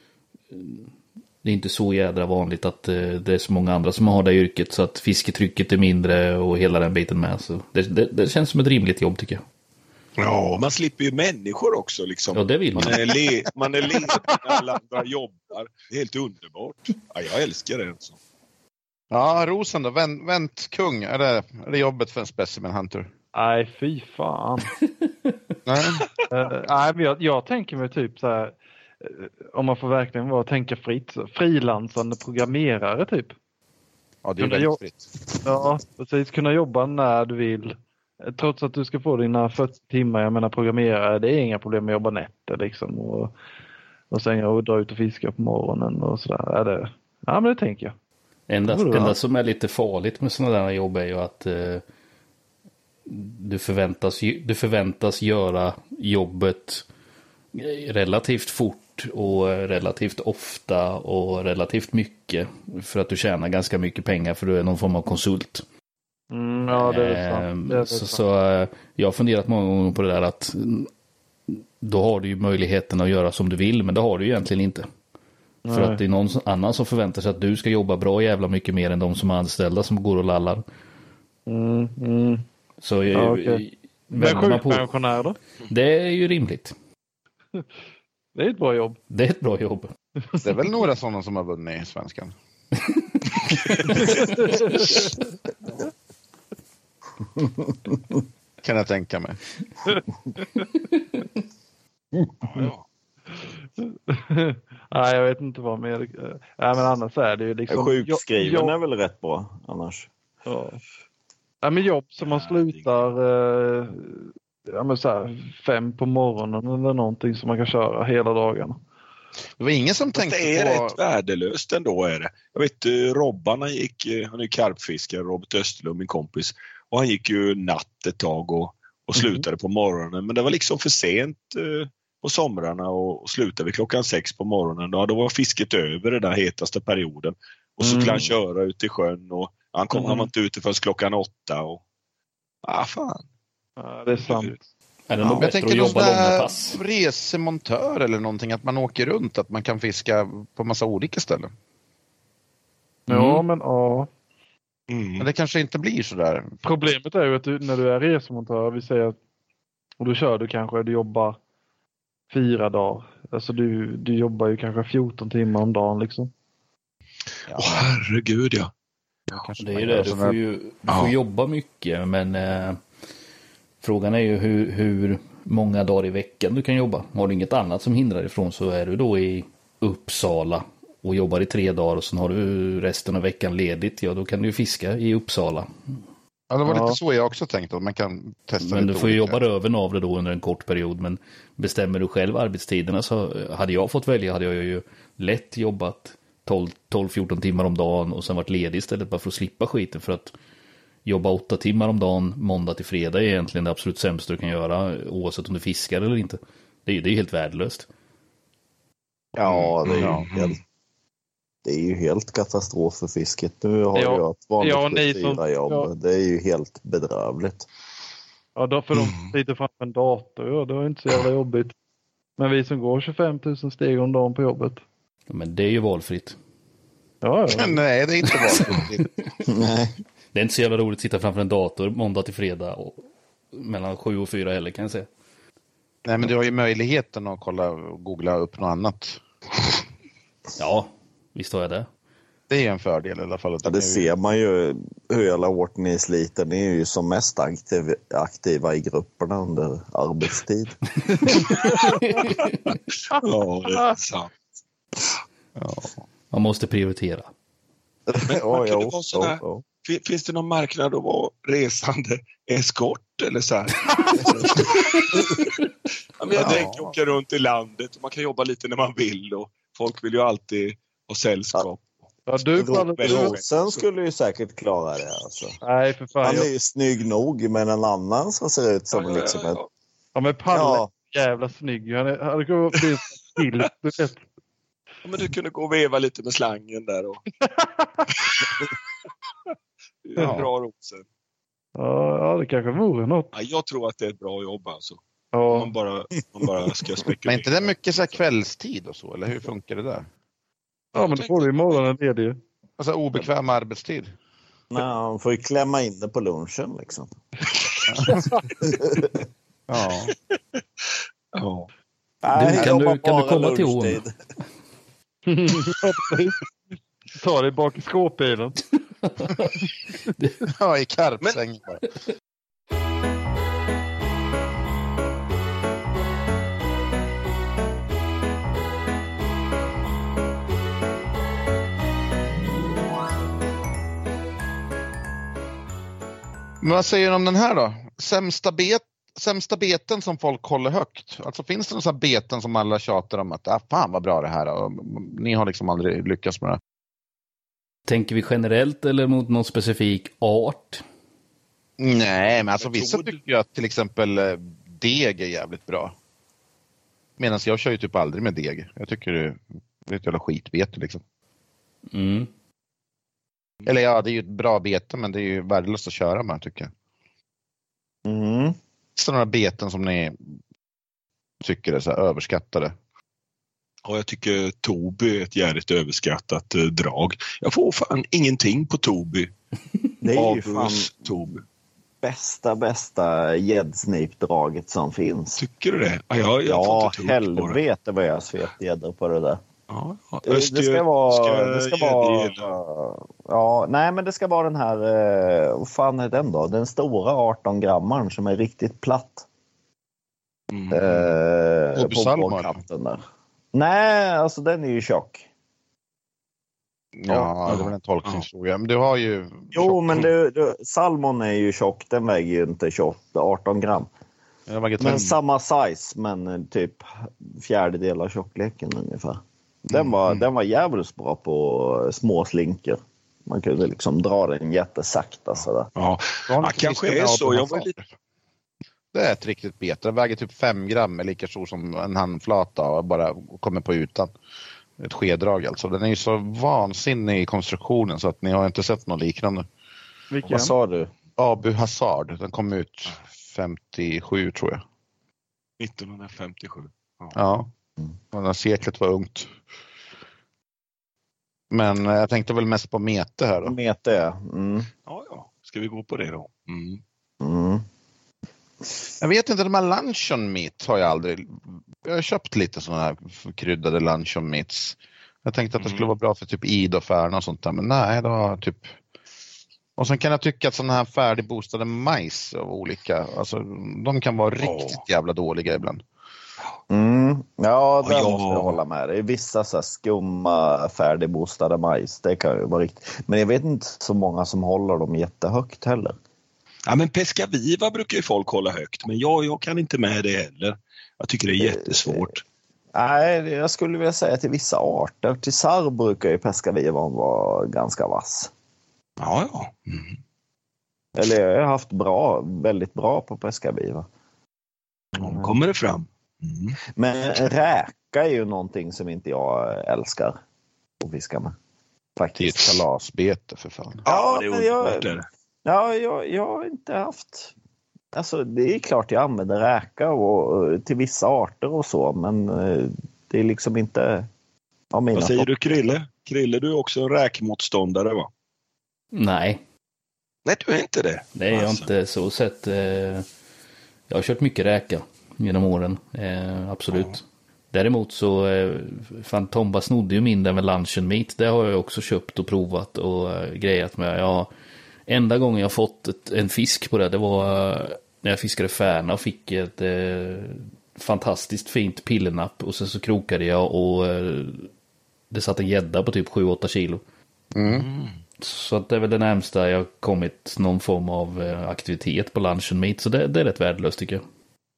Speaker 1: Det är inte så jädra vanligt att eh, det är så många andra som har det yrket så att fisketrycket är mindre och hela den biten med. Så det, det, det känns som ett rimligt jobb tycker jag.
Speaker 3: Ja, man slipper ju människor också liksom.
Speaker 1: Ja, det vill man.
Speaker 3: Man är, le- man är ledig när alla andra jobbar. Det är helt underbart. Ja, jag älskar det. Alltså.
Speaker 2: Ja, Rosen då, vänt, vänt kung. Är det, är det jobbet för en specimenhunter?
Speaker 6: Nej, fy fan.
Speaker 2: Nej.
Speaker 6: Uh, nej, men jag, jag tänker mig typ så här, uh, om man får verkligen vara tänka fritt, så, frilansande programmerare typ.
Speaker 2: Ja, det är
Speaker 6: Kunna
Speaker 2: väldigt
Speaker 6: jo-
Speaker 2: fritt.
Speaker 6: Ja, precis. Kunna jobba när du vill. Eh, Trots att du ska få dina fyrtio timmar, jag menar programmerare, det är inga problem att jobba nätter liksom. Och, och sen och dra ut och fiska på morgonen och sådär. Är det, ja, men det tänker jag.
Speaker 1: Enda,
Speaker 6: Bra.
Speaker 1: enda som är lite farligt med sådana där jobb är ju att eh, du, förväntas, ju- du förväntas göra jobbet relativt fort och relativt ofta och relativt mycket för att du tjänar ganska mycket pengar för du är någon form av konsult.
Speaker 6: Mm, ja, det är sant.
Speaker 1: Ehm,
Speaker 6: Det är
Speaker 1: så,
Speaker 6: sant.
Speaker 1: så eh, jag har funderat många gånger på det där att mm, då har du ju möjligheten att göra som du vill, men det har du ju egentligen inte. För
Speaker 6: Nej.
Speaker 1: att det är någon annan som förväntar sig att du ska jobba bra jävla mycket mer än de som är anställda som går och lallar.
Speaker 6: Mm, mm.
Speaker 1: Så eh,
Speaker 6: Ja, okej. Men
Speaker 1: vänder man på,
Speaker 6: sjukpensionär då?
Speaker 1: det är ju rimligt.
Speaker 6: Det är ett bra jobb.
Speaker 1: Det är ett bra jobb.
Speaker 2: Det är väl några sådana som har vunnit i svenskan. Kan jag tänka mig.
Speaker 3: Ja.
Speaker 6: Nej, jag vet inte vad mer. Nej, men annars är det ju liksom...
Speaker 4: Sjukskriven
Speaker 6: jobb-
Speaker 4: är väl rätt bra annars.
Speaker 6: Ja. Ja, men jobb som man slutar eh, ja, men så här, fem på morgonen eller någonting som man kan köra hela dagarna.
Speaker 2: Det var ingen som tänkte
Speaker 3: det är
Speaker 2: på...
Speaker 3: rätt värdelöst ändå är det. Jag vet, Robban han gick, han är ju karpfiskare, Robert Österlund, min kompis. Och han gick ju natt ett tag och, och slutade mm. på morgonen. Men det var liksom för sent eh, på somrarna och, och slutade vi klockan sex på morgonen. Då, då var fisket över den där hetaste perioden. Och så skulle mm. han köra ut i sjön och han kom mm. han var inte ute förrän klockan åtta. Och, ah fan.
Speaker 6: Ja, det är sant.
Speaker 1: Är det nog
Speaker 2: ja,
Speaker 1: bättre att jobba långa pass?
Speaker 2: Resemontör eller någonting, att man åker runt, att man kan fiska på massa olika ställen.
Speaker 6: Mm. Ja, men ja.
Speaker 2: Mm. Men det kanske inte blir så där.
Speaker 6: Problemet är ju att du, när du är resemontör, vi säger att och du kör du kanske, du jobbar fyra dagar. Alltså du, du jobbar ju kanske fjorton timmar om dagen liksom.
Speaker 3: Åh oh, herregud ja.
Speaker 1: ja det är ju det, du får ju du får ja. jobba mycket, men eh, frågan är ju hur, hur många dagar i veckan du kan jobba. Har du inget annat som hindrar ifrån så är du då i Uppsala och jobbar i tre dagar och sen har du resten av veckan ledigt. Ja, då kan du ju fiska i Uppsala.
Speaker 2: Ja, det var ja. lite så jag också tänkte att man kan testa.
Speaker 1: Men du får ju jobba röven av det då under en kort period. Men bestämmer du själv arbetstiderna så hade jag fått välja hade jag ju lätt jobbat tolv fjorton timmar om dagen och sen varit ledig istället bara för att slippa skiten. För att jobba åtta timmar om dagen måndag till fredag är egentligen det absolut sämsta du kan göra oavsett om du fiskar eller inte. Det är, det är helt värdelöst.
Speaker 4: Ja, det är ju helt, det är ju helt katastrof för fisket. Nu har ja, jag ett vanligt ja, fyra jobb. Ja. Det är ju helt bedrövligt.
Speaker 6: Ja, då för de sitter framför en dator. Ja, det är inte så jävla jobbigt. Men vi som går tjugofem tusen steg om dagen på jobbet.
Speaker 1: Ja, men det är ju valfritt.
Speaker 6: Ja, ja.
Speaker 2: Nej, det är inte valfritt.
Speaker 4: Nej.
Speaker 1: Det är inte så jävla roligt att sitta framför en dator måndag till fredag och mellan sju och fyra heller kan jag säga.
Speaker 2: Nej, men du har ju möjligheten att kolla och googla upp något annat.
Speaker 1: Ja, visst har jag det.
Speaker 2: Det är en fördel i alla fall.
Speaker 4: Ja, det ser man ju hur jävla hårt ni sliter. Ni är ju som mest aktiv, aktiva i grupperna under arbetstid.
Speaker 3: Ja, det är sant.
Speaker 1: Ja. Man måste prioritera.
Speaker 3: Men man kan det vara så här, ja, ja. Finns det någon marknad att vara resande eskort eller så här? Ja, men jag ja. tänker åka runt i landet och man kan jobba lite när man vill och folk vill ju alltid ha sällskap.
Speaker 6: Ja, du
Speaker 4: Rosen skulle ju säkert klara det alltså.
Speaker 6: Nej, för fan.
Speaker 4: Han är ju snygg nog, men en annan som ser ut som ja, liksom ja, ja. ett...
Speaker 6: Ja, men Palle ja. jävla snygg. Han är, han går till du vet.
Speaker 3: Ja, men du kunde gå och veva lite med slangen där och... Det är ja. bra Rosen.
Speaker 6: Ja, ja, det kanske vore något.
Speaker 3: Ja, jag tror att det är ett bra jobb alltså.
Speaker 6: Ja.
Speaker 3: Man bara, man bara ska spekulera.
Speaker 2: Men inte det mycket så här kvällstid och så, eller hur funkar det där?
Speaker 6: Ja, men då får du imorgon en ledig.
Speaker 2: Alltså obekväm arbetstid.
Speaker 4: Nej, man får ju klämma in det på lunchen liksom.
Speaker 2: Ja.
Speaker 3: Ja.
Speaker 1: Du, kan, du, kan du komma till hon?
Speaker 6: Ta dig bak i skåpbilen.
Speaker 2: Ja, i karpsängen. Men vad säger du om den här då? Sämsta, bet, sämsta beten som folk håller högt. Alltså finns det några beten som alla tjatar om att ah, fan vad bra det här är. Ni har liksom aldrig lyckats med det.
Speaker 1: Tänker vi generellt eller mot någon specifik art?
Speaker 2: Nej, men alltså vissa tycker jag att till exempel deg är jävligt bra. Medan jag kör ju typ aldrig med deg. Jag tycker det är ett jävla skitbete liksom.
Speaker 1: Mm.
Speaker 2: Eller ja, det är ju ett bra bete, men det är ju värdelöst att köra med, tycker jag.
Speaker 4: Mm.
Speaker 2: Så några beten som ni tycker är så här överskattade?
Speaker 3: Ja, jag tycker Toby är ett jävligt överskattat eh, drag. Jag får fan ingenting på Toby.
Speaker 4: Det är ju fan
Speaker 3: Toby.
Speaker 4: bästa, bästa gäddsnipdraget som finns.
Speaker 3: Tycker du det? Ja, jag, jag
Speaker 4: ja helvete vad jag svep gäddor på det där.
Speaker 3: Ja, ja.
Speaker 4: Det ska vara, ska det ska vara ja, nej men det ska vara den här eh, vad fan är den då? Den stora arton grammaren som är riktigt platt.
Speaker 3: Mm.
Speaker 4: Eh, på kanten där. Nej, alltså den är ju tjock.
Speaker 2: Ja, det var en tolkningsfråga. Men du har ju...
Speaker 4: Jo, men du, du, salmon är ju tjock. Den väger ju inte tjugoåtta, arton gram.
Speaker 2: Jag var
Speaker 4: Men samma size, men typ fjärdedel av tjockleken ungefär. Den
Speaker 2: Mm,
Speaker 4: var,
Speaker 2: mm.
Speaker 4: den var jävligt bra på små slinker. Man kunde liksom dra den jättesakta sådär.
Speaker 3: Ja, ja kanske är så. Jag var lite...
Speaker 2: Det är ett riktigt bete. Den väger typ fem gram, är lika stor som en handflata och bara kommer på ytan. Ett skedrag alltså. Den är ju så vansinnig i konstruktionen så att ni har inte sett något liknande.
Speaker 6: Vilken?
Speaker 4: Vad sa du?
Speaker 2: Abu Hazard, den kom ut femtiosju tror jag.
Speaker 3: nittonhundrafemtiosju. Ja.
Speaker 2: Ja, och när seklet var ungt. Men jag tänkte väl mest på mete här då.
Speaker 4: Mete, ja. Mm.
Speaker 3: Ja, ja. Ska vi gå på det då? Mm.
Speaker 4: Mm.
Speaker 2: Jag vet inte, de här luncheon meat har jag aldrig... Jag har köpt lite sådana här kryddade luncheon meats. Jag tänkte att det skulle vara bra för typ id och färna och sånt där. Men nej, det var typ... Och sen kan jag tycka att sådana här färdigbostade majs av olika... Alltså, de kan vara riktigt jävla dåliga ibland.
Speaker 4: Mm. Ja, där
Speaker 3: Ja.
Speaker 4: måste jag hålla med. Det är vissa så här skumma färdigbostade majs. Det kan ju vara riktigt. Men jag vet inte så många som håller dem jättehögt heller.
Speaker 3: Ja, men Pescaviva brukar ju folk hålla högt. Men jag, jag kan inte med det heller. Jag tycker det är jättesvårt.
Speaker 4: Nej, jag skulle vilja säga till vissa arter. Till sarr brukar ju Pescavivan vara ganska vass.
Speaker 3: Ja, ja. Mm.
Speaker 4: Eller jag har haft bra, väldigt bra på Pescaviva.
Speaker 3: Då kommer det fram. Mm.
Speaker 4: Men räka är ju någonting som inte jag älskar att fiska med.
Speaker 2: Det är
Speaker 4: Faktiskt.
Speaker 2: ett kalasbete för fan.
Speaker 3: Ja, det är
Speaker 4: men
Speaker 3: underbart.
Speaker 4: jag-
Speaker 3: det.
Speaker 4: Ja, jag, jag har inte haft... Alltså det är klart jag använder räka och, till vissa arter och så, men eh, det är liksom inte... Ja, mina
Speaker 3: Vad säger
Speaker 4: topp-
Speaker 3: du, Krille? Krille, du är också en räkmotståndare, va?
Speaker 1: Nej,
Speaker 3: Nej, du är inte det.
Speaker 1: det är jag
Speaker 3: Alltså.
Speaker 1: inte så sett. Eh, jag har kört mycket räka genom åren, eh, absolut.
Speaker 3: Ja.
Speaker 1: Däremot så, eh, fan Tomba snodde ju min där med luncheon meat. Det har jag också köpt och provat och eh, grejat med. Jag, enda gången jag fått ett, en fisk på det, det var eh, när jag fiskade färna och fick ett eh, fantastiskt fint pillenapp. Och sen så krokade jag och eh, det satt en gädda på typ sju åtta kilo.
Speaker 2: Mm.
Speaker 1: Så att det är väl det närmsta jag kommit någon form av eh, aktivitet på luncheon meat. Så det, det är rätt värdelöst tycker jag.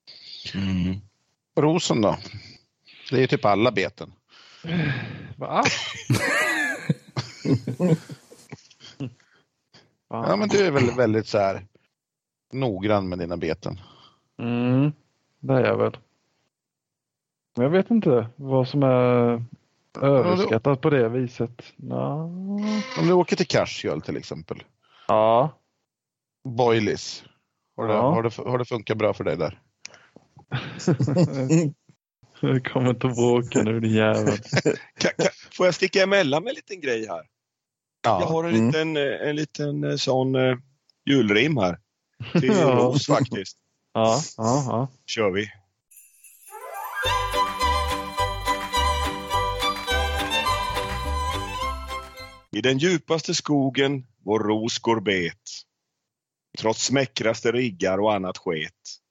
Speaker 3: Mm.
Speaker 2: Rosen då? Det är ju typ alla beten.
Speaker 6: Va?
Speaker 2: Ja, men du är väl väldigt så här noggrann med dina beten.
Speaker 6: Mm, det är jag väl. Men jag vet inte vad som är överskattat på det viset. Ja.
Speaker 2: Om du åker till Cashel till exempel.
Speaker 6: Ja.
Speaker 2: Boilies. Har det,
Speaker 6: Ja.
Speaker 2: har, det, har det funkat bra för dig där?
Speaker 6: Jag kommer inte att bråka nu, din jävel.
Speaker 3: Ka, ka, får jag sticka emellan med en liten grej här?
Speaker 2: Ja.
Speaker 3: Jag har en
Speaker 4: Mm.
Speaker 3: liten, eh, en liten eh, sån eh, julrim här. Till
Speaker 6: Ja.
Speaker 3: Ros faktiskt.
Speaker 6: Ja, ja, ja.
Speaker 3: Kör vi. I den djupaste skogen vår ros går bet. Trots smäckraste riggar och annat sket.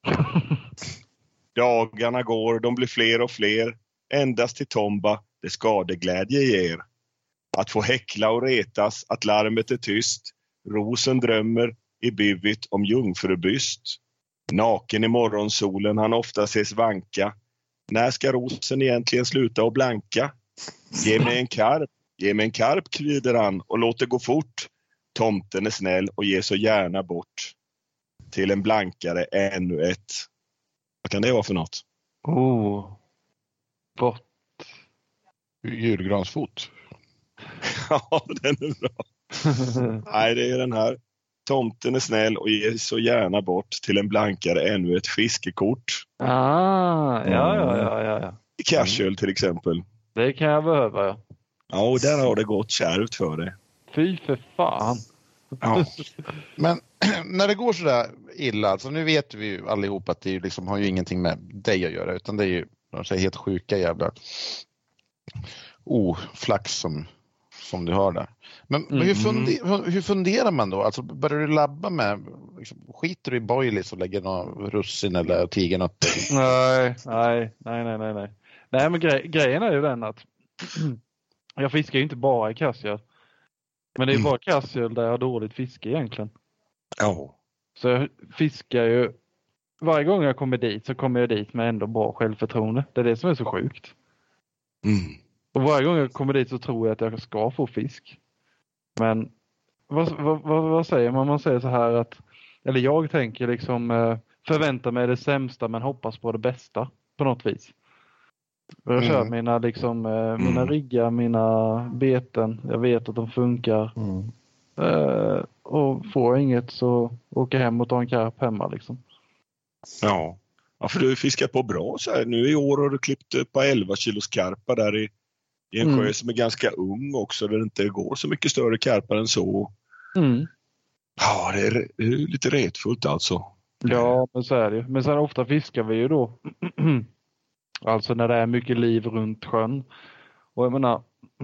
Speaker 3: Dagarna går, de blir fler och fler. Endast till Tomba det skadeglädje ger. Att få häckla och retas, att larmet är tyst. Rosen drömmer i byvigt om jungfrubyst. Naken i morgonsolen han ofta ses vanka. När ska rosen egentligen sluta och blanka? Ge mig en karp, ge mig en karp, kvider han och låt det gå fort. Tomten är snäll och ger så gärna bort. Till en blankare ännu ett. Vad kan det vara för något?
Speaker 6: Oh. Bort.
Speaker 2: Julgransfot.
Speaker 3: Ja, den är bra. Nej, det är den här. Tomten är snäll och ger så gärna bort till en blankare ännu ett fiskekort.
Speaker 6: Ah, ja, ja, ja, ja, ja.
Speaker 3: I Cashel till exempel.
Speaker 6: Det kan jag behöva, ja.
Speaker 3: Ja, och där har det gått kärvt för det.
Speaker 6: Fy för fan.
Speaker 3: Ja.
Speaker 2: Men när det går så där illa, alltså nu vet vi ju allihop att det ju liksom har ju ingenting med dig att göra, utan det är ju de säger, helt sjuka jävla oflax som, som du har där. Men, men hur, funder, hur funderar man då? Alltså börjar du labba med, liksom, skiter du i boilies och lägger någon russin eller tigernötter?
Speaker 6: Nej, nej, nej, nej, nej, nej. Nej, men grej, grejen är ju den att jag fiskar ju inte bara i Cashel. Men det är bara Cashel där jag har dåligt fiske egentligen.
Speaker 3: Ja.
Speaker 6: Så jag fiskar ju varje gång jag kommer dit så kommer jag dit med ändå bra självförtroende. Det är det som är så sjukt.
Speaker 3: Mm.
Speaker 6: Och varje gång jag kommer dit så tror jag att jag ska få fisk. Men vad, vad, vad, vad säger man? Man säger så här att, eller jag tänker liksom eh, förvänta mig det sämsta men hoppas på det bästa på något vis. Jag kör
Speaker 2: Mm.
Speaker 6: mina, liksom, eh, mina
Speaker 3: Mm.
Speaker 6: riggar, mina beten. Jag vet att de funkar.
Speaker 4: Mm.
Speaker 6: Eh, och får jag inget så åker jag hem och tar en karp hemma liksom.
Speaker 3: Ja. Ja, för du har fiskat på bra så här. Nu i år har du klippt upp på elva kilos karpa där i, i en
Speaker 6: Mm.
Speaker 3: sjö som är ganska ung också, där det inte går så mycket större karpar än så.
Speaker 6: Mm.
Speaker 3: Ja, det är, det är lite retfullt alltså.
Speaker 6: Ja, men så är det ju. Men sen ofta fiskar vi ju då. Alltså när det är mycket liv runt sjön. Och jag menar...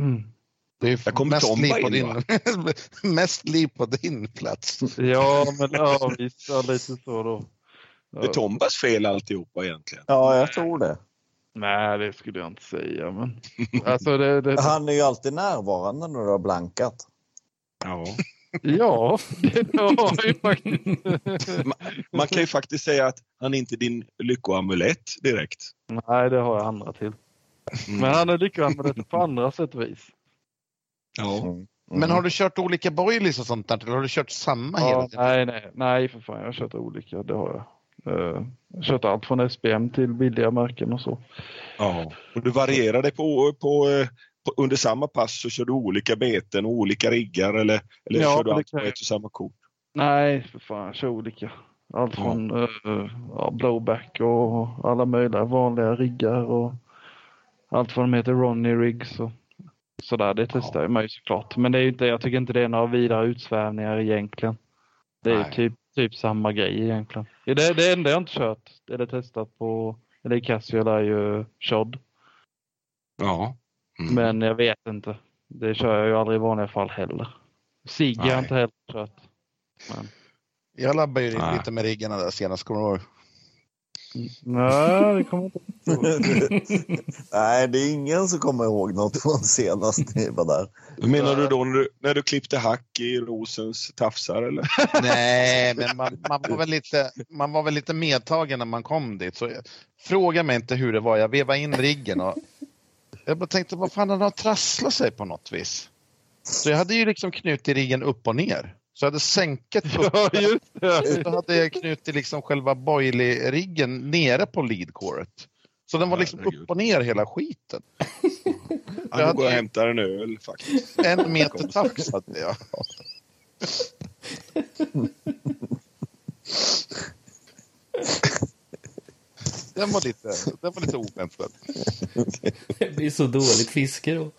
Speaker 2: Det är ju
Speaker 3: Jag kommer
Speaker 2: mest,
Speaker 3: Tomba
Speaker 2: liv på
Speaker 3: in,
Speaker 2: din,
Speaker 3: va?
Speaker 2: mest liv på din plats.
Speaker 6: Ja, men ja, visst. Ja, lite så då.
Speaker 3: Det är Tombas fel alltihopa egentligen.
Speaker 4: Ja, jag tror det.
Speaker 6: Nej, det skulle jag inte säga. Men... Alltså, det, det...
Speaker 4: Han är ju alltid närvarande när du har blankat.
Speaker 3: Ja.
Speaker 6: Ja, det har ju faktiskt.
Speaker 3: Man, man kan ju faktiskt säga att han är inte din lyckoamulett direkt.
Speaker 6: Nej, det har jag andra till.
Speaker 3: Mm.
Speaker 6: Men han är lyckoanvändare på andra sätt och vis.
Speaker 3: Ja.
Speaker 4: Mm.
Speaker 2: Men har du kört olika boilies och sånt där? Eller har du kört samma hela
Speaker 6: Ja,
Speaker 2: tiden?
Speaker 6: nej, nej, nej, för fan. Jag har kört olika, det har jag. Uh, jag har kört allt från S B M till billiga märken och så.
Speaker 3: Ja. Och du varierar det på, på, på under samma pass, så kör du olika beten och olika riggar, eller, eller
Speaker 6: Ja,
Speaker 3: kör du
Speaker 6: det
Speaker 3: allt på
Speaker 6: kan jag.
Speaker 3: ett och samma kort?
Speaker 6: Nej, för fan, jag kör olika. Allt
Speaker 3: Ja.
Speaker 6: från uh, ja, blowback och alla möjliga vanliga riggar och allt vad de heter, Ronnie Rigs och sådär. Det testar jag mig såklart. Men det är ju inte, jag tycker inte det är några vidare utsvävningar egentligen. Det är
Speaker 2: Nej.
Speaker 6: typ, typ samma grej egentligen. Det, det enda jag inte kört, eller testat på, eller i Casio, är ju Shod.
Speaker 3: Ja. Mm.
Speaker 6: Men jag vet inte. Det kör jag ju aldrig i vanliga fall heller. Sig har
Speaker 3: Nej.
Speaker 6: jag inte heller kört. Men...
Speaker 2: Jag labbar ju
Speaker 3: Nej.
Speaker 2: lite med riggarna där senast, kommer du ihåg?
Speaker 6: Nej, det kommer inte
Speaker 4: Nej, det är ingen som kommer ihåg något från senast ni var där.
Speaker 3: Menar du då när du, när du klippte hack i Rosens tafsar, eller?
Speaker 2: Nej, men man, man, var väl lite, man var väl lite medtagen när man kom dit. Så jag, fråga mig inte hur det var. Jag vevade in riggen och jag bara tänkte, vad fan, den har trasslat sig på något vis. Så jag hade ju liksom knutit riggen upp och ner. Så jag hade sänket upp.
Speaker 6: Ja, just det.
Speaker 2: Så hade jag knutit liksom själva boilie-riggen nere på leadcoret. Så den var liksom
Speaker 3: Herregud.
Speaker 2: upp och ner hela skiten.
Speaker 3: Ja, nu går jag och hämtar en öl faktiskt.
Speaker 2: En meter tax hade jag. Den var lite, den var lite oväntad.
Speaker 1: Det blir så dåligt fiske då.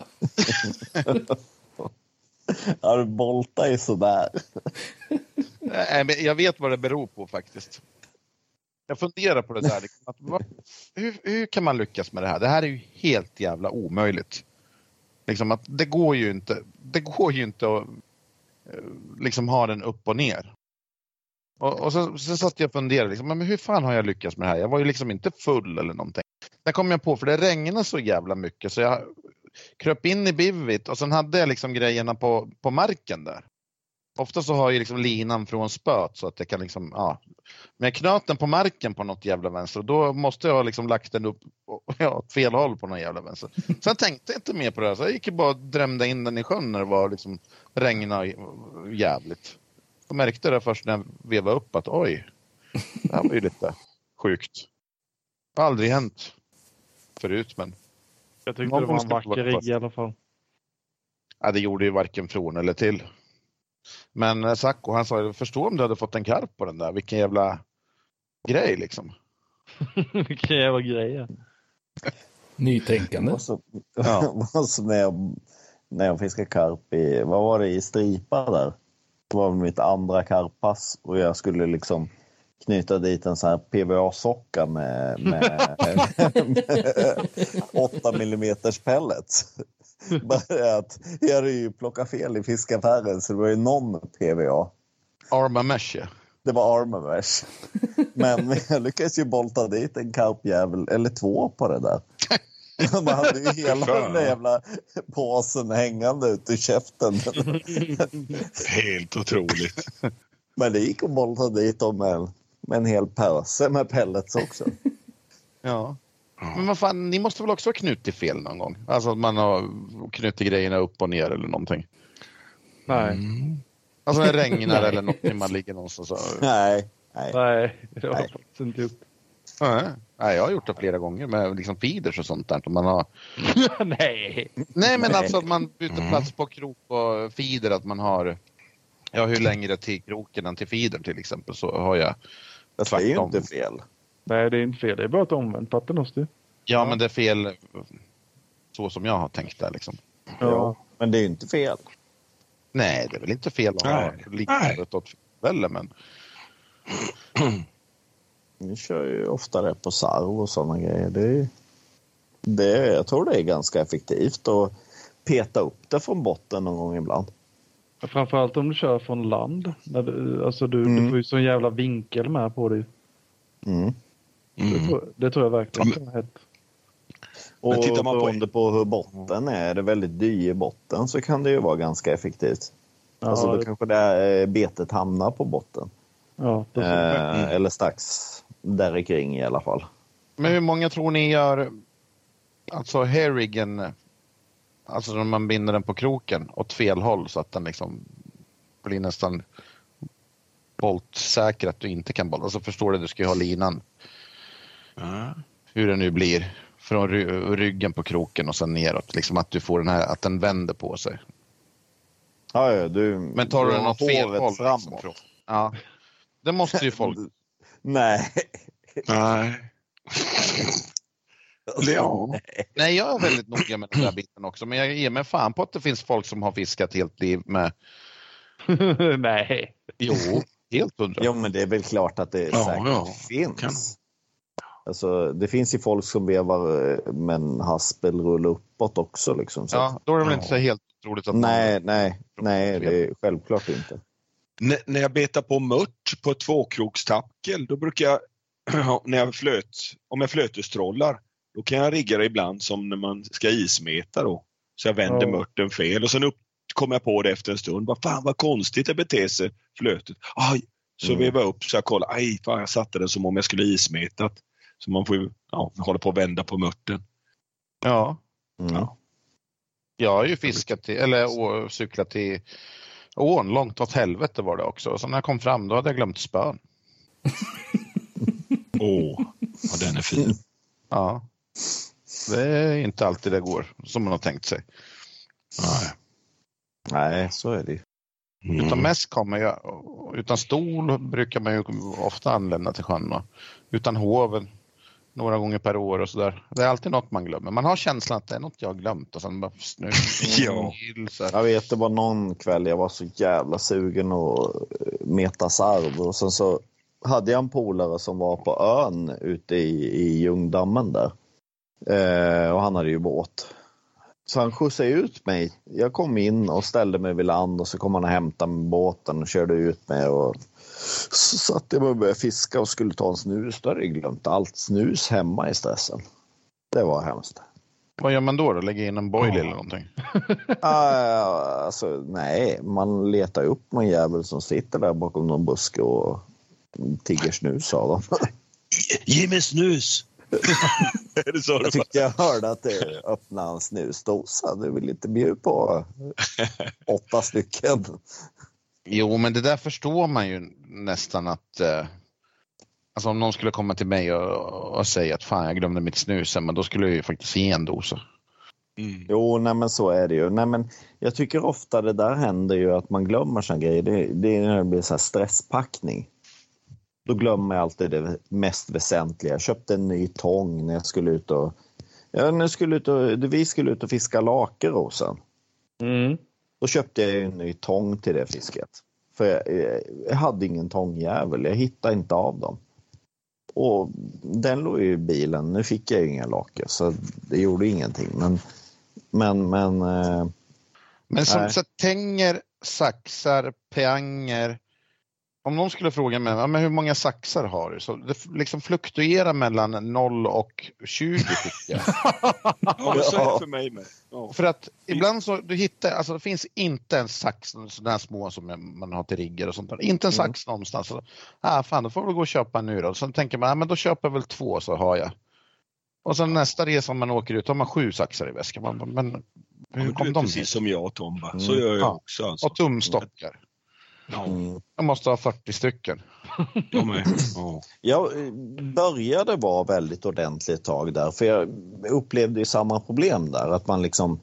Speaker 4: Ja, du boltar ju sådär.
Speaker 2: Nej, men jag vet vad det beror på faktiskt. Jag funderar på det där. Liksom, att, vad, hur, hur kan man lyckas med det här? Det här är ju helt jävla omöjligt. Liksom att det går ju inte. Det går ju inte att liksom ha den upp och ner. Och, och så, så satt jag och funderade. Liksom, men hur fan har jag lyckats med det här? Jag var ju liksom inte full eller någonting. Där kom jag på, för det regnade så jävla mycket. Så jag kröp in i bivvit. Och sen hade jag liksom grejerna på, på marken där. Ofta så har jag liksom linan från spöt så att jag kan liksom, ja. Men jag knöt den på marken på något jävla vänster och då måste jag ha liksom lagt den upp ja, åt fel håll på någon jävla vänster. Sen tänkte jag inte mer på det här, så jag gick ju bara och drämde in den i sjön när det var liksom regna jävligt. Jag märkte det först när jag vevade upp att oj, det här var ju lite sjukt. Det har aldrig hänt förut, men
Speaker 6: Jag tyckte
Speaker 2: Någon
Speaker 6: det var en
Speaker 2: gång ska det
Speaker 6: vacker
Speaker 2: vara
Speaker 6: rigg i alla fall.
Speaker 2: ja, det gjorde ju varken från eller till. Men Sacco, han sa, jag förstår om du hade fått en karp på den där. Vilken jävla grej liksom.
Speaker 6: Vilken jävla grej.
Speaker 1: Nytänkande.
Speaker 4: Och så,
Speaker 2: Ja.
Speaker 4: och så när, jag, när jag fiskade karp i, vad var det, i Stripa där? Det var mitt andra karppass och jag skulle liksom knyta dit en sån här P V A-socka med, med, med åtta millimeters pellets. Bara att jag hade ju plockat fel i fiskaffären så det var ju någon P V A.
Speaker 2: Arma mesh, ja.
Speaker 4: Det var armormesh. Men jag lyckades ju bolta dit en karpjävel, eller två på det där. Man hade ju hela den där jävla påsen hängande ut i käften.
Speaker 3: Helt otroligt.
Speaker 4: Men det gick att bolta dit dem med med en hel pöse med pellets också.
Speaker 2: Ja. Men vad fan, ni måste väl också ha knutit fel någon gång? Alltså att man har knutit grejerna upp och ner eller någonting.
Speaker 6: Nej.
Speaker 2: Mm. Alltså när det regnar eller något när man ligger någonstans. Så...
Speaker 4: Nej, nej.
Speaker 6: Nej, det har
Speaker 4: Nej.
Speaker 6: jag faktiskt inte gjort.
Speaker 2: Nej. Nej, jag har gjort det flera gånger med liksom feeders och sånt där. Man har...
Speaker 6: Nej.
Speaker 2: Nej, men alltså att man byter plats på krok och feeder, att man har... Ja, hur längre till kroken än till feedern till exempel, så har jag
Speaker 4: Det är ju
Speaker 2: tvärtom.
Speaker 4: inte fel.
Speaker 6: Nej, det är inte fel. Det är bara ett omvänt paternoster.
Speaker 2: Ja, men det är fel så som jag har tänkt där liksom.
Speaker 4: Ja. Men det är ju inte fel.
Speaker 2: Nej, det är väl inte fel att ha liknande åt fel, men...
Speaker 4: Vi kör ju ofta det på sarv och sådana grejer. Det är, det, jag tror det är ganska effektivt att peta upp det från botten någon gång ibland.
Speaker 6: Framförallt om du kör från land. När du, alltså du,
Speaker 4: Mm.
Speaker 6: du får ju sån jävla vinkel med på dig.
Speaker 4: Mm.
Speaker 6: Det, tror, det tror jag verkligen kan vara hett.
Speaker 4: Och
Speaker 3: tittar man på-
Speaker 4: beroende på hur botten är, är det väldigt dyr botten så kan det ju vara ganska effektivt.
Speaker 6: Ja,
Speaker 4: Alltså då
Speaker 6: det-
Speaker 4: kanske det är betet hamnar på botten.
Speaker 6: Ja, då får-
Speaker 4: Eh, Eller strax där kring i alla fall.
Speaker 2: Men hur många tror ni gör alltså herrigen, alltså när man binder den på kroken åt fel håll så att den liksom blir nästan boltsäker att du inte kan bolta. Alltså förstår du, du ska ju ha linan.
Speaker 3: Ja.
Speaker 2: Hur det nu blir från ry- ryggen på kroken och sen neråt. Liksom att du får den här, att den vänder på sig.
Speaker 4: Ja, ja, du,
Speaker 2: Men tar du
Speaker 4: du
Speaker 2: den
Speaker 4: har
Speaker 2: åt fel
Speaker 4: håret
Speaker 2: håll?
Speaker 4: framåt.
Speaker 2: Liksom, ja. Det måste ju folk.
Speaker 4: Nej.
Speaker 3: Nej. Ja.
Speaker 2: Nej, jag är väldigt noga med den där biten också. Men jag ger mig fan på att det finns folk som har fiskat helt liv med.
Speaker 6: Nej.
Speaker 2: Jo, helt hundra.
Speaker 4: Jo, men det är väl klart att det
Speaker 3: Ja,
Speaker 4: säkert
Speaker 3: ja.
Speaker 4: finns.
Speaker 3: Kan.
Speaker 4: Alltså, det finns ju folk som vevar eh, med en haspelrulle uppåt också. Liksom, så
Speaker 2: Ja,
Speaker 4: att,
Speaker 2: då är det väl inte så helt troligt att
Speaker 4: nej, nej, nej, det är självklart inte.
Speaker 3: N- när jag betar på mört på ett tvåkrokstapkel, då brukar jag, när jag flöt, om jag flötestrollar, då kan jag rigga det ibland som när man ska ismeta då. Så jag vänder
Speaker 6: Ja.
Speaker 3: mörten fel och sen upp, kommer jag på det efter en stund. Vad fan vad konstigt det beter sig, flötet. Aj, så
Speaker 4: Mm.
Speaker 3: vevar jag upp så jag kollar, aj fan jag satte den som om jag skulle ismetat. Så man får ju, ja, hålla på att vända på mörten.
Speaker 2: Ja,
Speaker 4: Mm.
Speaker 3: Ja.
Speaker 2: jag har ju fiskat till, eller å, cyklat till ån, långt åt helvete var det också. Så när jag kom fram, då hade jag glömt spön.
Speaker 3: Åh, ja, den är fin.
Speaker 2: Ja, det är inte alltid det går som man har tänkt sig.
Speaker 3: Nej.
Speaker 4: Nej, så är det ju.
Speaker 3: Mm.
Speaker 2: Utan mest kommer jag, utan stol brukar man ju ofta anlämna till sjön. Och utan hoven några gånger per år och sådär. Det är alltid något man glömmer. Man har känslan att det är något jag har glömt och sen bara snö.
Speaker 3: Ja.
Speaker 2: Så här.
Speaker 4: Jag vet, det var någon kväll jag var så jävla sugen att meta sarv. Och sen så hade jag en polare som var på ön ute i, i Ljungdammen där. Eh, och han hade ju båt. Så han skjutsade ut mig. Jag kom in och ställde mig vid land och så kom han och hämtade med båten och körde ut mig. Och så satt jag och började fiska och skulle ta en snus. Då hade jag glömt allt snus hemma i stressen. Det var hemskt.
Speaker 2: Vad gör man då? då? Lägger in en boil eller någonting?
Speaker 4: Uh, alltså, nej, man letar upp någon jävel som sitter där bakom någon buske och tigger snus av dem.
Speaker 3: Ge mig snus! Är det så
Speaker 4: Jag
Speaker 3: det
Speaker 4: tyckte jag hörde att det öppnade en snusdosa. Du vill inte bjuda på åtta stycken.
Speaker 2: Jo, men det där förstår man ju nästan att... Eh, alltså om någon skulle komma till mig och, och säga att fan jag glömde mitt snus, men då skulle jag ju faktiskt ge en dosa.
Speaker 3: Mm.
Speaker 4: Jo, nej men så är det ju. Nej, men jag tycker ofta det där händer ju att man glömmer såna grejer. Det, det är när det blir så här stresspackning. Då glömmer jag alltid det mest väsentliga. Jag köpte en ny tång när jag skulle ut och... Ja, när jag skulle ut och vi skulle ut och fiska lakerosen.
Speaker 6: Mm.
Speaker 4: Då köpte jag en ny tång till det fisket. För jag, jag hade ingen tångjävel. Jag hittade inte av dem. Och den låg ju i bilen. Nu fick jag ju ingen lake. Så det gjorde ingenting. Men... Men... men eh,
Speaker 2: Men som
Speaker 4: Nej.
Speaker 2: så tänger, saxar, peanger, om någon skulle fråga mig, ja, men hur många saxar har du? Så det liksom fluktuerar mellan noll och tjugo tycker jag.
Speaker 3: Ja, men så är det för mig med. Ja.
Speaker 2: För att ibland så, du hittar, alltså det finns inte en sax, sådana små som man har till rigger och sånt där. Inte en sax mm. någonstans. Så, ah, fan, då får vi gå och köpa nu då. Så tänker man, ja, men då köper jag väl två så har jag. Och sen nästa resa om man åker ut har man sju saxar i väskan. Man, men hur
Speaker 3: ja,
Speaker 2: kom de
Speaker 3: precis
Speaker 2: hit?
Speaker 3: Som jag, Tomba. Mm. Så gör jag
Speaker 2: ja.
Speaker 3: också. Alltså.
Speaker 2: Och tumstockar. Ja. Mm. Jag måste ha fyrtio stycken.
Speaker 3: De är. Ja.
Speaker 4: Jag började vara väldigt ordentligt ett tag där. För jag upplevde ju samma problem där. Att man liksom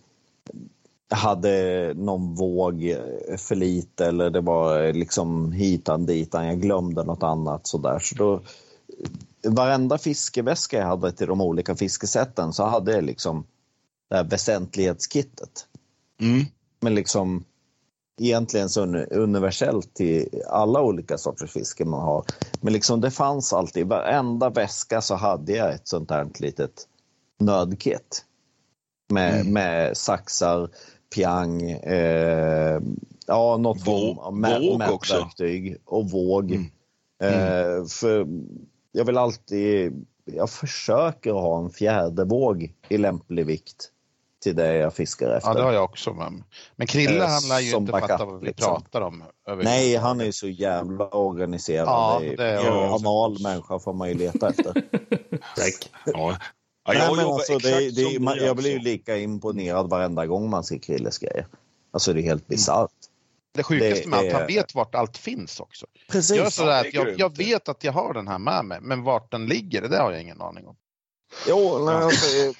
Speaker 4: hade någon våg för lite. Eller det var liksom hitan ditan. Jag glömde något annat sådär. Så då, varenda fiskeväska jag hade till de olika fiskesätten så hade jag liksom det här väsentlighetskittet.
Speaker 3: Mm.
Speaker 4: Men liksom egentligen så universellt till alla olika sorters fiske man har. Men liksom det fanns alltid, varenda väska så hade jag ett sånt här litet nödkit. Med, mm. med saxar, piang, eh, ja något
Speaker 3: våg, mätverktyg
Speaker 4: och våg. Mm. Eh, för jag vill alltid, jag försöker ha en fjärde våg i lämplig vikt till det jag fiskar efter.
Speaker 2: Ja, det har jag också. Men, men Krille, han lär ju inte fatta vad vi liksom pratar om.
Speaker 4: Nej, han är så jävla organiserad.
Speaker 2: Ja, det är
Speaker 4: en anal människa får man ju leta efter.
Speaker 1: Tack.
Speaker 3: Ja.
Speaker 4: Ja, Nej, men alltså, det, det, man, jag blir ju lika imponerad varenda gång man ser Krilles grejer. Alltså det är helt bisarrt.
Speaker 2: Det sjukaste med allt, han vet vart allt finns också.
Speaker 4: Precis.
Speaker 2: Jag, sådär att jag, jag vet att jag har den här med mig, men vart den ligger, det har jag ingen aning om.
Speaker 4: Jo, när jag säger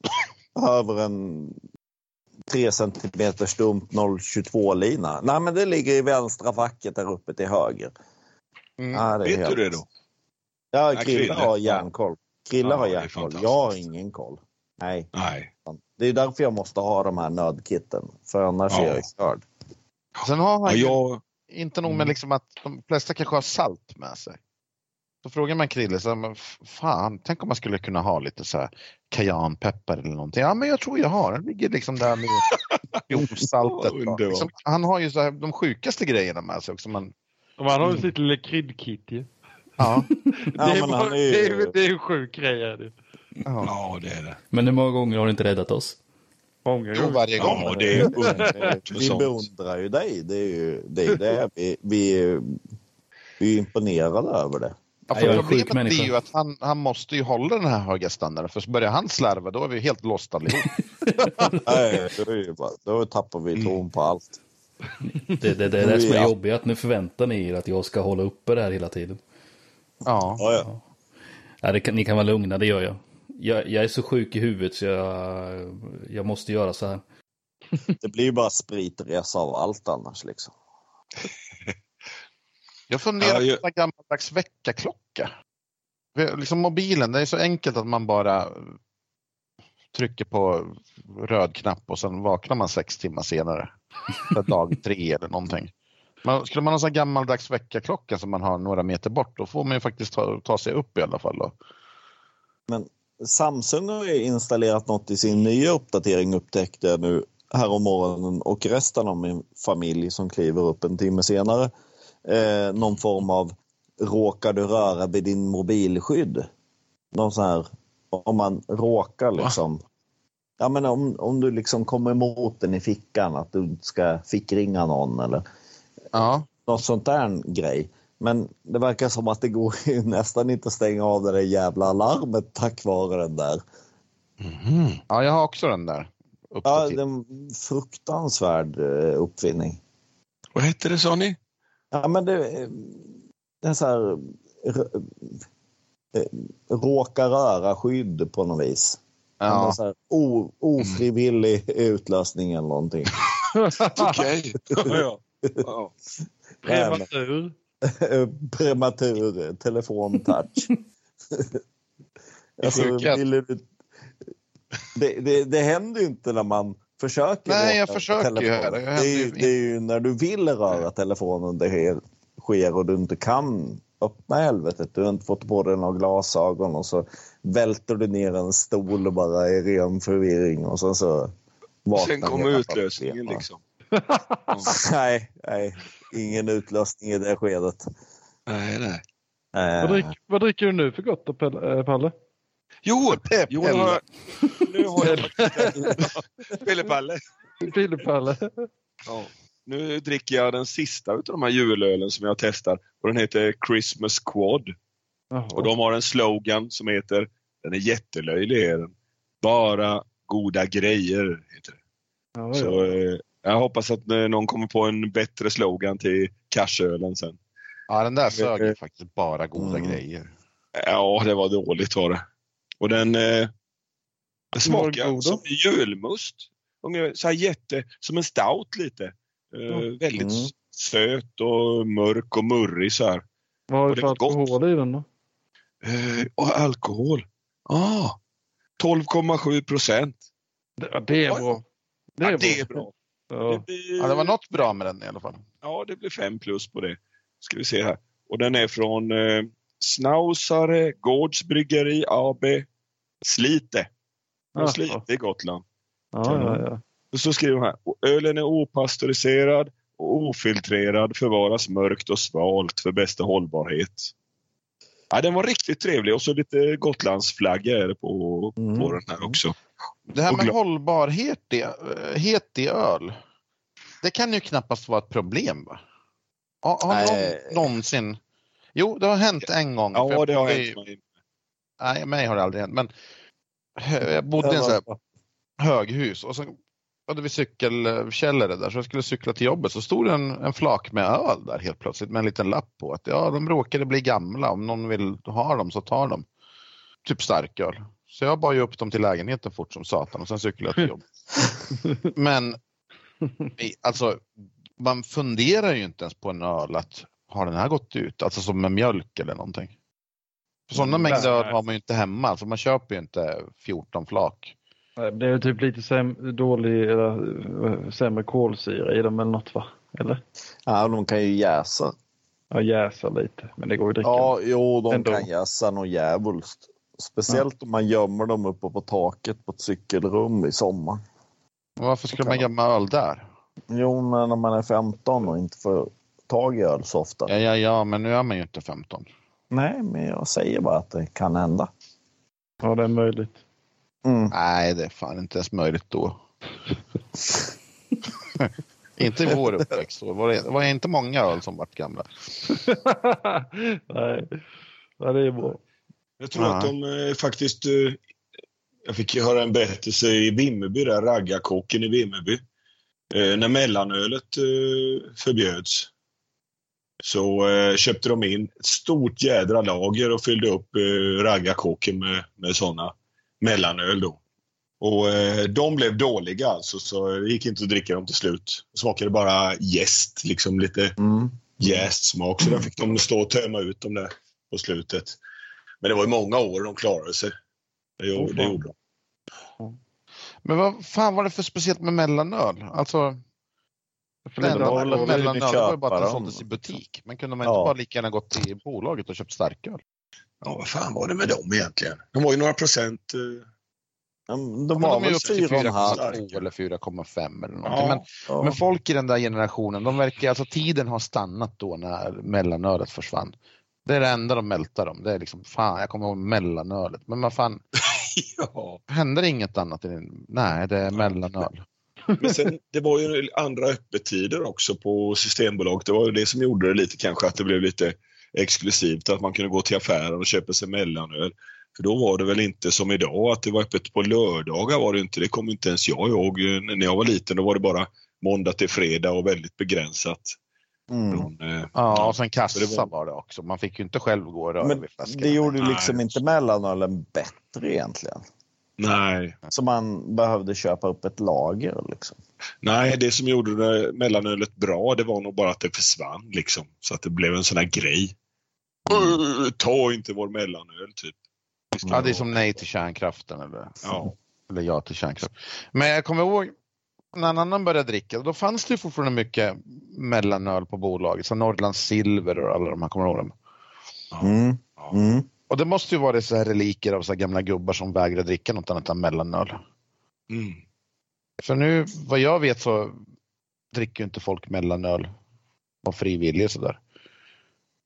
Speaker 4: över en tre centimeter stump noll tjugotvå lina. Nej, men det ligger i vänstra facket där uppe till höger.
Speaker 2: Mm.
Speaker 4: Ja, det
Speaker 3: vet
Speaker 4: helt...
Speaker 3: du det då?
Speaker 4: Ja, Krille har järnkoll. Krille
Speaker 3: ja,
Speaker 4: har järnkoll. Jag har ingen koll. Nej.
Speaker 3: Nej.
Speaker 4: Det är därför jag måste ha de här nödkitten. För annars
Speaker 3: ja.
Speaker 4: är jag störd.
Speaker 2: Sen har han ju
Speaker 3: ja, jag...
Speaker 2: inte nog med liksom att de flesta kanske har salt med sig. Så frågar man Krille, så men fan, tänk om man skulle kunna ha lite så här kajanpeppar eller någonting. Ja, men jag tror jag har. Den ligger liksom där med jordsaltet. liksom, han har ju så här, de sjukaste grejerna med sig också. Man...
Speaker 6: Man har ju sitt lilla kryddkit ju.
Speaker 2: Ja.
Speaker 6: det, är ja, bara, är ju... det, är, det är en sjuk grej. Är det.
Speaker 3: Ja. ja, det är det.
Speaker 1: Men hur många gånger har du inte räddat oss?
Speaker 6: Många
Speaker 2: gånger. Varje gång.
Speaker 3: Ja, det är
Speaker 4: vi beundrar ju dig. Det är ju det. Är det. Vi, vi, vi är imponerade över det.
Speaker 2: Ja, för problemet blir ju att han, han måste ju hålla den här höga standarden. För så börjar han slarva, då är vi helt lost allihop.
Speaker 4: Nej, då, är ju bara, då tappar vi tron på allt.
Speaker 1: Det, det, det är det som är jobbigt, att nu förväntar ni er att jag ska hålla uppe det här hela tiden.
Speaker 2: Ja.
Speaker 4: Ja, ja.
Speaker 1: Ja, det kan, ni kan vara lugna, det gör jag. jag. Jag är så sjuk i huvudet så jag, jag måste göra så här.
Speaker 4: Det blir ju bara spritresa av allt annars liksom.
Speaker 2: Jag funderar på ja, jag... en gammaldags väckarklocka. Liksom mobilen, det är så enkelt att man bara trycker på röd knapp och sen vaknar man sex timmar senare. Dag tre eller någonting. Man, skulle man ha en sån gammaldags väckarklocka som man har några meter bort, då får man ju faktiskt ta, ta sig upp i alla fall då.
Speaker 4: Men Samsung har ju installerat något i sin nya uppdatering, upptäckte jag nu här om morgonen, och resten av min familj som kliver upp en timme senare. Eh, någon form av råkar du röra vid din mobilskydd. Någon sån här, om man råkar liksom. Va? Ja, men om, om du liksom kommer emot den i fickan, att du ska fickringa någon eller
Speaker 2: ja.
Speaker 4: Något sånt där grej. Men det verkar som att det går ju nästan inte att stänga av det där jävla alarmet tack vare den där.
Speaker 2: Mm-hmm. Ja, jag har också den där.
Speaker 4: Ja, det är en fruktansvärd uppfinning.
Speaker 3: Vad heter det, sa ni?
Speaker 4: Ja, men det, det är så här råka röra skydd på något vis. Ja. Så här, o, ofrivillig mm. utlösning eller någonting.
Speaker 3: Okej. Ja, ja.
Speaker 6: Prematur.
Speaker 4: Prematur telefontouch. Alltså, du, det, det, det händer ju inte när man försöker.
Speaker 2: Nej, jag försöker ju här.
Speaker 4: Det är ju, det är ju när du vill röra telefonen det sker och du inte kan öppna helvetet. Du har inte fått på dig några glasögon och så välter du ner en stol och bara i ren förvirring och sen så
Speaker 3: sen kommer utlösningen liksom.
Speaker 4: nej, nej, ingen utlösning i det skedet.
Speaker 3: Nej, nej.
Speaker 4: Eh,
Speaker 6: Vad, drick, vad dricker du nu för gott då, Pelle- Palle?
Speaker 3: Jo, jo nu har jag... Nu har jag Pelle-Palle.
Speaker 6: Pille-Palle.
Speaker 3: Ja. Nu dricker jag den sista av de här julölen som jag testar. Och den heter Christmas Quad.
Speaker 6: Jaha.
Speaker 3: Och de har en slogan som heter, den är jättelöjlig, är den. Bara goda grejer, heter det.
Speaker 6: Ja,
Speaker 3: Så
Speaker 6: ja.
Speaker 3: eh, jag hoppas att eh, någon kommer på en bättre slogan till cashölen sen.
Speaker 2: Ja, den där sög ju faktiskt bara goda
Speaker 4: Mm.
Speaker 2: grejer.
Speaker 3: Ja, det var dåligt var det. Och den, eh, den
Speaker 6: Var
Speaker 3: smakar
Speaker 6: god då?
Speaker 3: som julmust. Ungefär så här jätte, som en stout lite. Eh,
Speaker 6: Mm.
Speaker 3: Väldigt
Speaker 4: Mm.
Speaker 3: söt och mörk och murrig så här.
Speaker 6: Vad har
Speaker 3: och
Speaker 6: du
Speaker 3: det
Speaker 6: för
Speaker 3: var gott.
Speaker 6: alkohol i den då?
Speaker 3: Eh, och alkohol. Ah, tolv komma sju procent.
Speaker 6: Det, ja, det är
Speaker 3: Oj.
Speaker 6: bra. Det är,
Speaker 3: Ja,
Speaker 6: bra.
Speaker 3: det är bra. Det
Speaker 6: Ja.
Speaker 3: blir,
Speaker 2: Ja, det var något bra med den i alla fall.
Speaker 3: Ja, det blir fem plus på det. Ska vi se här. Och den är från eh, Snausare Gårdsbryggeri A B Slite.
Speaker 6: Jaha.
Speaker 3: Och Slite i Gotland.
Speaker 6: Ja, ja, ja.
Speaker 3: Och så skriver de här. Och ölen är opastöriserad och ofiltrerad, förvaras mörkt och svalt för bästa hållbarhet. Ja, den var riktigt trevlig. Och så lite Gotlandsflagga är det på,
Speaker 4: Mm.
Speaker 3: på den här också.
Speaker 2: Det här
Speaker 3: Och
Speaker 2: med
Speaker 3: gla-
Speaker 2: hållbarhet i, eh, het i öl. Det kan ju knappast vara ett problem, va? Har, har
Speaker 4: Nej.
Speaker 2: någon någonsin... Jo, det har hänt en gång. för
Speaker 3: Ja,
Speaker 2: jag
Speaker 3: det har
Speaker 2: bodde
Speaker 3: hänt
Speaker 2: i-
Speaker 3: mig.
Speaker 2: Nej, mig har det aldrig hänt. Men eh, jag bodde i en sån här höghus och så hade vi cykelkällare där, så jag skulle cykla till jobbet, så stod det en, en flak med öl där helt plötsligt med en liten lapp på att ja, de råkade bli gamla, om någon vill ha dem så tar de. Typ starköl. Så jag bar ju upp dem till lägenheten fort som satan och sen cyklade jag till jobbet. Men i- alltså, man funderar ju inte ens på en öl att har den här gått ut, alltså som med mjölk eller någonting. För sådana
Speaker 6: Mm,
Speaker 2: mängder öl
Speaker 6: nej.
Speaker 2: har man ju inte hemma, alltså man köper ju inte fjorton flak.
Speaker 6: Nej, det är typ lite säm- dålig eller äh, sämre kolsyra i dem eller något, va? Eller?
Speaker 4: Ja, de kan ju jäsa.
Speaker 6: Ja, jäsa lite. Men det går ju att dricka.
Speaker 4: Ja, jo, de
Speaker 6: Ändå.
Speaker 4: kan jäsa något djävulskt. Speciellt om man gömmer dem uppe på taket på ett cykelrum i sommar.
Speaker 2: Och varför skulle man gömma öl där?
Speaker 4: Jo, men om man är femton och inte får tag i öl så ofta.
Speaker 2: Ja, ja, ja, men nu är man ju inte femton.
Speaker 4: Nej, men jag säger bara att det kan hända.
Speaker 6: Ja, det är möjligt.
Speaker 4: Mm.
Speaker 2: Nej, det är fan inte ens möjligt då. Inte i vår uppväxt. Det var, det var inte många öl som vart gamla.
Speaker 6: Nej, ja, det är bra.
Speaker 3: Jag tror
Speaker 2: Ja.
Speaker 3: att de eh, faktiskt... Eh, jag fick ju höra en berättelse i Vimmerby, där raggarkocken i Vimmerby. Eh, när mellanölet eh, förbjöds så eh, köpte de in ett stort jädra lager och fyllde upp eh, raggarkocken med, med sådana mellanöl då. Och eh, de blev dåliga alltså, så det gick inte att dricka dem till slut. Det smakade bara jäst, liksom lite
Speaker 4: Mm.
Speaker 3: jäst smak. Så där fick de stå och tömma ut dem där på slutet. Men det var ju många år de klarade sig. Det,
Speaker 6: Åh,
Speaker 3: gjorde- det
Speaker 6: fan.
Speaker 3: gjorde de.
Speaker 2: Men vad fan var det för speciellt med mellanöl? Alltså,
Speaker 6: För
Speaker 2: det
Speaker 6: lite
Speaker 2: enda
Speaker 4: var
Speaker 2: med
Speaker 4: väl
Speaker 6: alkohol.
Speaker 2: mellanöl
Speaker 4: att
Speaker 2: var ju bara att
Speaker 4: köpa
Speaker 2: det
Speaker 4: dem.
Speaker 2: såldes i butik. Men kunde man
Speaker 4: Ja.
Speaker 2: inte bara lika gärna gått till bolaget och köpt starköl?
Speaker 3: Ja, vad fan var det med dem egentligen? De var ju några procent... Eh,
Speaker 4: Ja, De
Speaker 2: Men
Speaker 4: var
Speaker 2: de är
Speaker 4: väl
Speaker 2: upp till
Speaker 4: fyra och en
Speaker 2: fyra
Speaker 4: halv.
Speaker 2: komma två eller fyra komma fem eller någonting.
Speaker 3: Ja.
Speaker 2: Men,
Speaker 4: Ja.
Speaker 2: men folk i den där generationen, de verkar, alltså tiden har stannat då när mellanölet försvann. Det är det enda de mältar om. Det är liksom, fan, jag kommer ihåg mellanölet. Men vad fan,
Speaker 3: ja.
Speaker 2: händer inget annat? Än, nej, det är mellanöl.
Speaker 3: Men sen, det var ju andra öppettider också på Systembolaget. Det var ju det som gjorde det lite kanske, att det blev lite exklusivt. Att man kunde gå till affären och köpa sig mellanöl. För då var det väl inte som idag att det var öppet på lördagar, var det inte. Det kommer inte ens jag ihåg. När jag var liten då var det bara måndag till fredag och väldigt begränsat.
Speaker 4: Mm.
Speaker 3: Från, eh,
Speaker 2: Ja, och sen kassa
Speaker 3: det var-
Speaker 2: var det också. Man fick ju inte själv gå och röra
Speaker 4: Men
Speaker 2: vid flaskorna.
Speaker 4: det gjorde ju
Speaker 3: Nej.
Speaker 4: liksom inte mellanölen bättre egentligen.
Speaker 3: nej.
Speaker 4: Så man behövde köpa upp ett lager liksom.
Speaker 3: Nej, det som gjorde det mellanölet bra, det var nog bara att det försvann liksom. Så att det blev en sån här grej. Mm. Ta inte vår mellanöl typ.
Speaker 2: Ja, det är som nej till kärnkraften eller,
Speaker 3: Ja.
Speaker 2: eller ja till kärnkraft. Men jag kommer ihåg när en annan började dricka, då fanns det ju fortfarande mycket mellanöl på bolaget. Så Norrlands Silver och alla de här, kommer ihåg dem.
Speaker 4: Mm. Mm.
Speaker 2: Och det måste ju vara så här reliker av så här gamla gubbar som vägrar dricka något annat än mellanöl.
Speaker 3: Mm.
Speaker 2: För nu, vad jag vet så dricker ju inte folk mellanöl av frivillig sådär.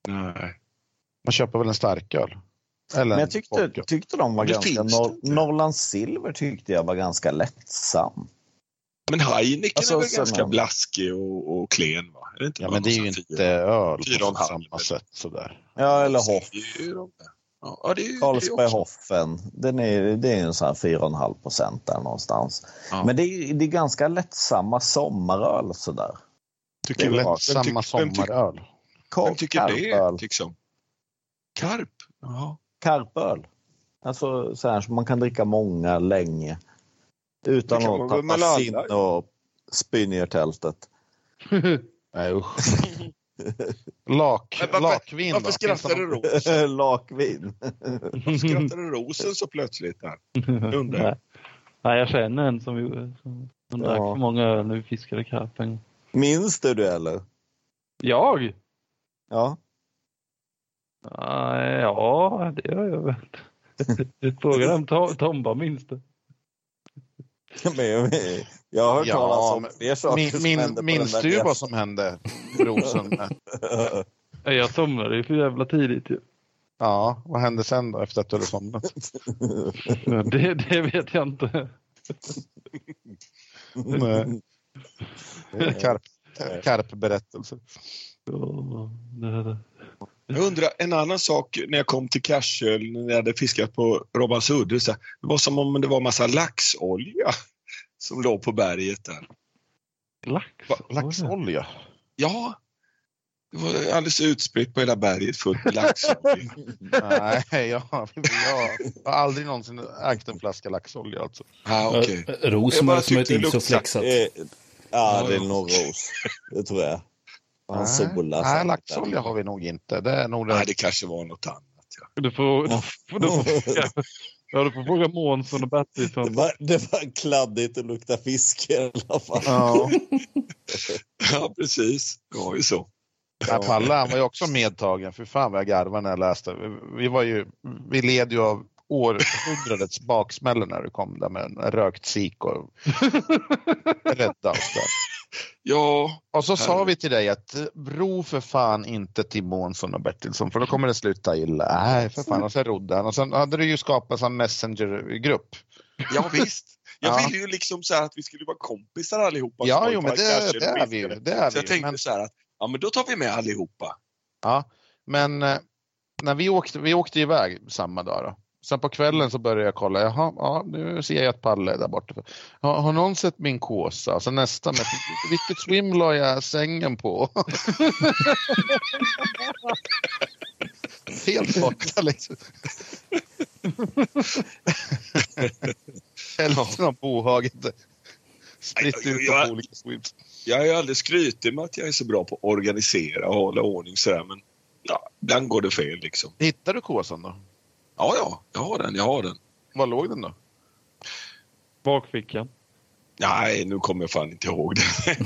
Speaker 3: Nej.
Speaker 2: Man köper väl en starköl. Eller
Speaker 4: Men
Speaker 2: en
Speaker 4: jag tyckte,
Speaker 2: vodka.
Speaker 4: tyckte de var
Speaker 3: Det
Speaker 4: ganska...
Speaker 3: finns
Speaker 4: Nor-
Speaker 3: det inte.
Speaker 4: Norrlands Silver tyckte jag var ganska lättsam.
Speaker 3: Men Heineken
Speaker 4: Alltså,
Speaker 3: är väl
Speaker 4: så
Speaker 3: ganska
Speaker 4: man-
Speaker 3: blaskig och, och klen, va? Är det inte
Speaker 2: Ja,
Speaker 3: bara
Speaker 2: men det är ju
Speaker 3: massa
Speaker 2: inte
Speaker 3: fyra?
Speaker 2: öl
Speaker 3: fyra och en
Speaker 2: på
Speaker 3: halv,
Speaker 2: samma
Speaker 3: eller?
Speaker 2: sätt sådär.
Speaker 4: Ja, eller Hoff.
Speaker 3: Det är ju de där. Ja, det är ju
Speaker 4: Carlsberg
Speaker 3: det är också.
Speaker 4: Hoffen. Den är, det är en sån här fyra komma fem procent där någonstans.
Speaker 3: Ja.
Speaker 4: Men det är, det är ganska lättsamma sommaröl sådär.
Speaker 2: Tycker
Speaker 4: Det är
Speaker 2: lätt
Speaker 4: bra.
Speaker 2: samma
Speaker 3: Vem tyck- vem tyck-
Speaker 2: sommaröl.
Speaker 4: Ka-
Speaker 3: Vem tycker
Speaker 4: karpöl.
Speaker 3: det, liksom? Karp? Ja.
Speaker 4: Karpöl. Alltså så här som man kan dricka många länge. Utan
Speaker 3: Det kan man
Speaker 4: att
Speaker 3: väl
Speaker 4: tappa
Speaker 3: med alla.
Speaker 4: sin och spy ner tältet.
Speaker 2: Nej, usch. Lak,
Speaker 3: Men varför-
Speaker 2: lakvin
Speaker 3: Varför
Speaker 2: då?
Speaker 3: skrattar
Speaker 2: Finns
Speaker 3: du
Speaker 2: det
Speaker 3: Rosen?
Speaker 4: Lakvin.
Speaker 3: Varför skrattar du Rosen så plötsligt här? Undrar.
Speaker 6: Nej. Nej, jag känner en som, som, som
Speaker 4: Ja.
Speaker 6: drack för många öl när vi fiskade karpen.
Speaker 4: Minns du det eller?
Speaker 6: Jag?
Speaker 4: Ja.
Speaker 6: Nej, ja, det gör jag väl. Frågan om To- Tomba minns det.
Speaker 4: Men, jag har hört
Speaker 2: Ja,
Speaker 4: talas om
Speaker 2: men
Speaker 4: fler saker
Speaker 2: Min,
Speaker 4: som
Speaker 2: min,
Speaker 4: hände på
Speaker 2: minns
Speaker 4: den
Speaker 2: du
Speaker 4: där
Speaker 2: vad som hände, Rosen?
Speaker 6: Nej, Jag somnade ju för jävla tidigt ju.
Speaker 2: Ja, vad hände sen då efter att du hade somnat?
Speaker 6: Det, det vet jag inte.
Speaker 2: Nej. Karp, karpberättelser.
Speaker 6: Ja, det, det.
Speaker 3: Jag undrar, en annan sak när jag kom till Karsöl, när jag hade fiskat på Robbansudde, så här, det var som om det var massa laxolja som låg på berget där.
Speaker 6: Lax?
Speaker 3: Va,
Speaker 2: Laxolja.
Speaker 3: Ja, det var alldeles utspritt på hela berget fullt med laxolja.
Speaker 2: Nej, jag, jag har aldrig någonsin ägt en flaska laxolja alltså.
Speaker 3: Ah, okej.
Speaker 1: Okay. Ros
Speaker 3: Jag
Speaker 1: som
Speaker 3: bara
Speaker 1: har som ett
Speaker 3: tyckte det
Speaker 1: is och flexat.
Speaker 4: Eh, ja, det är nog Ros. Det tror jag. Han
Speaker 2: Nej,
Speaker 4: solar
Speaker 2: nej,
Speaker 4: sig.
Speaker 2: laxolja har vi nog inte. Det är nog det.
Speaker 3: Nej, det kanske var något annat. Ja.
Speaker 6: Du får, du får, du får, fråga, ja, du får fråga Månsson och
Speaker 4: Det
Speaker 6: Bertilsson.
Speaker 4: var, det var kladdigt och lukta fisk i alla fall.
Speaker 2: Ja.
Speaker 3: Ja, precis. Det var ju så.
Speaker 2: Ja, Palle, han var ju också medtagen. För fan vad jag garvade när jag läste. Vi, var ju, vi led ju av århundradets baksmällor när du kom där med en rökt sik och rädda oss där.
Speaker 3: Ja,
Speaker 2: Och så sa vi till dig att ro för fan inte till Månsson och Bertilsson för då kommer det sluta illa. Nej, för fan. Och så rodde han. Och sen hade du ju skapat en messenger-grupp.
Speaker 3: ja visst. Jag
Speaker 2: Ja.
Speaker 3: ville ju liksom så här att vi skulle vara kompisar allihopa.
Speaker 2: Ja,
Speaker 3: som
Speaker 2: jo,
Speaker 3: var
Speaker 2: men
Speaker 3: i
Speaker 2: det,
Speaker 3: Karsöl
Speaker 2: det
Speaker 3: och
Speaker 2: är vi ju.
Speaker 3: fiskade.
Speaker 2: Det är
Speaker 3: Så
Speaker 2: vi
Speaker 3: jag
Speaker 2: ju.
Speaker 3: tänkte
Speaker 2: Men,
Speaker 3: så här att ja, men då tar vi med allihopa.
Speaker 2: ja, men eh, när vi åkte, vi åkte iväg samma dag då. Sen på kvällen så började jag kolla. Jaha, ja, nu ser jag att Palle är där borta. Har, har någon sett min kåsa? Så nästa med vilket swim la jag sängen på? Helt borta liksom. Hälften av bohaget spritt
Speaker 3: Jag-
Speaker 2: ut
Speaker 3: jag-
Speaker 2: på olika swims.
Speaker 3: Jag är ju aldrig skrytig med att jag är så bra på att organisera och hålla ordning sådär, men ja, ibland går det fel liksom.
Speaker 2: Hittar du kåsan då?
Speaker 3: Ja, ja, jag har den, jag har den.
Speaker 2: Var låg den då?
Speaker 6: Bakfickan.
Speaker 3: Nej, nu kommer jag fan inte ihåg det.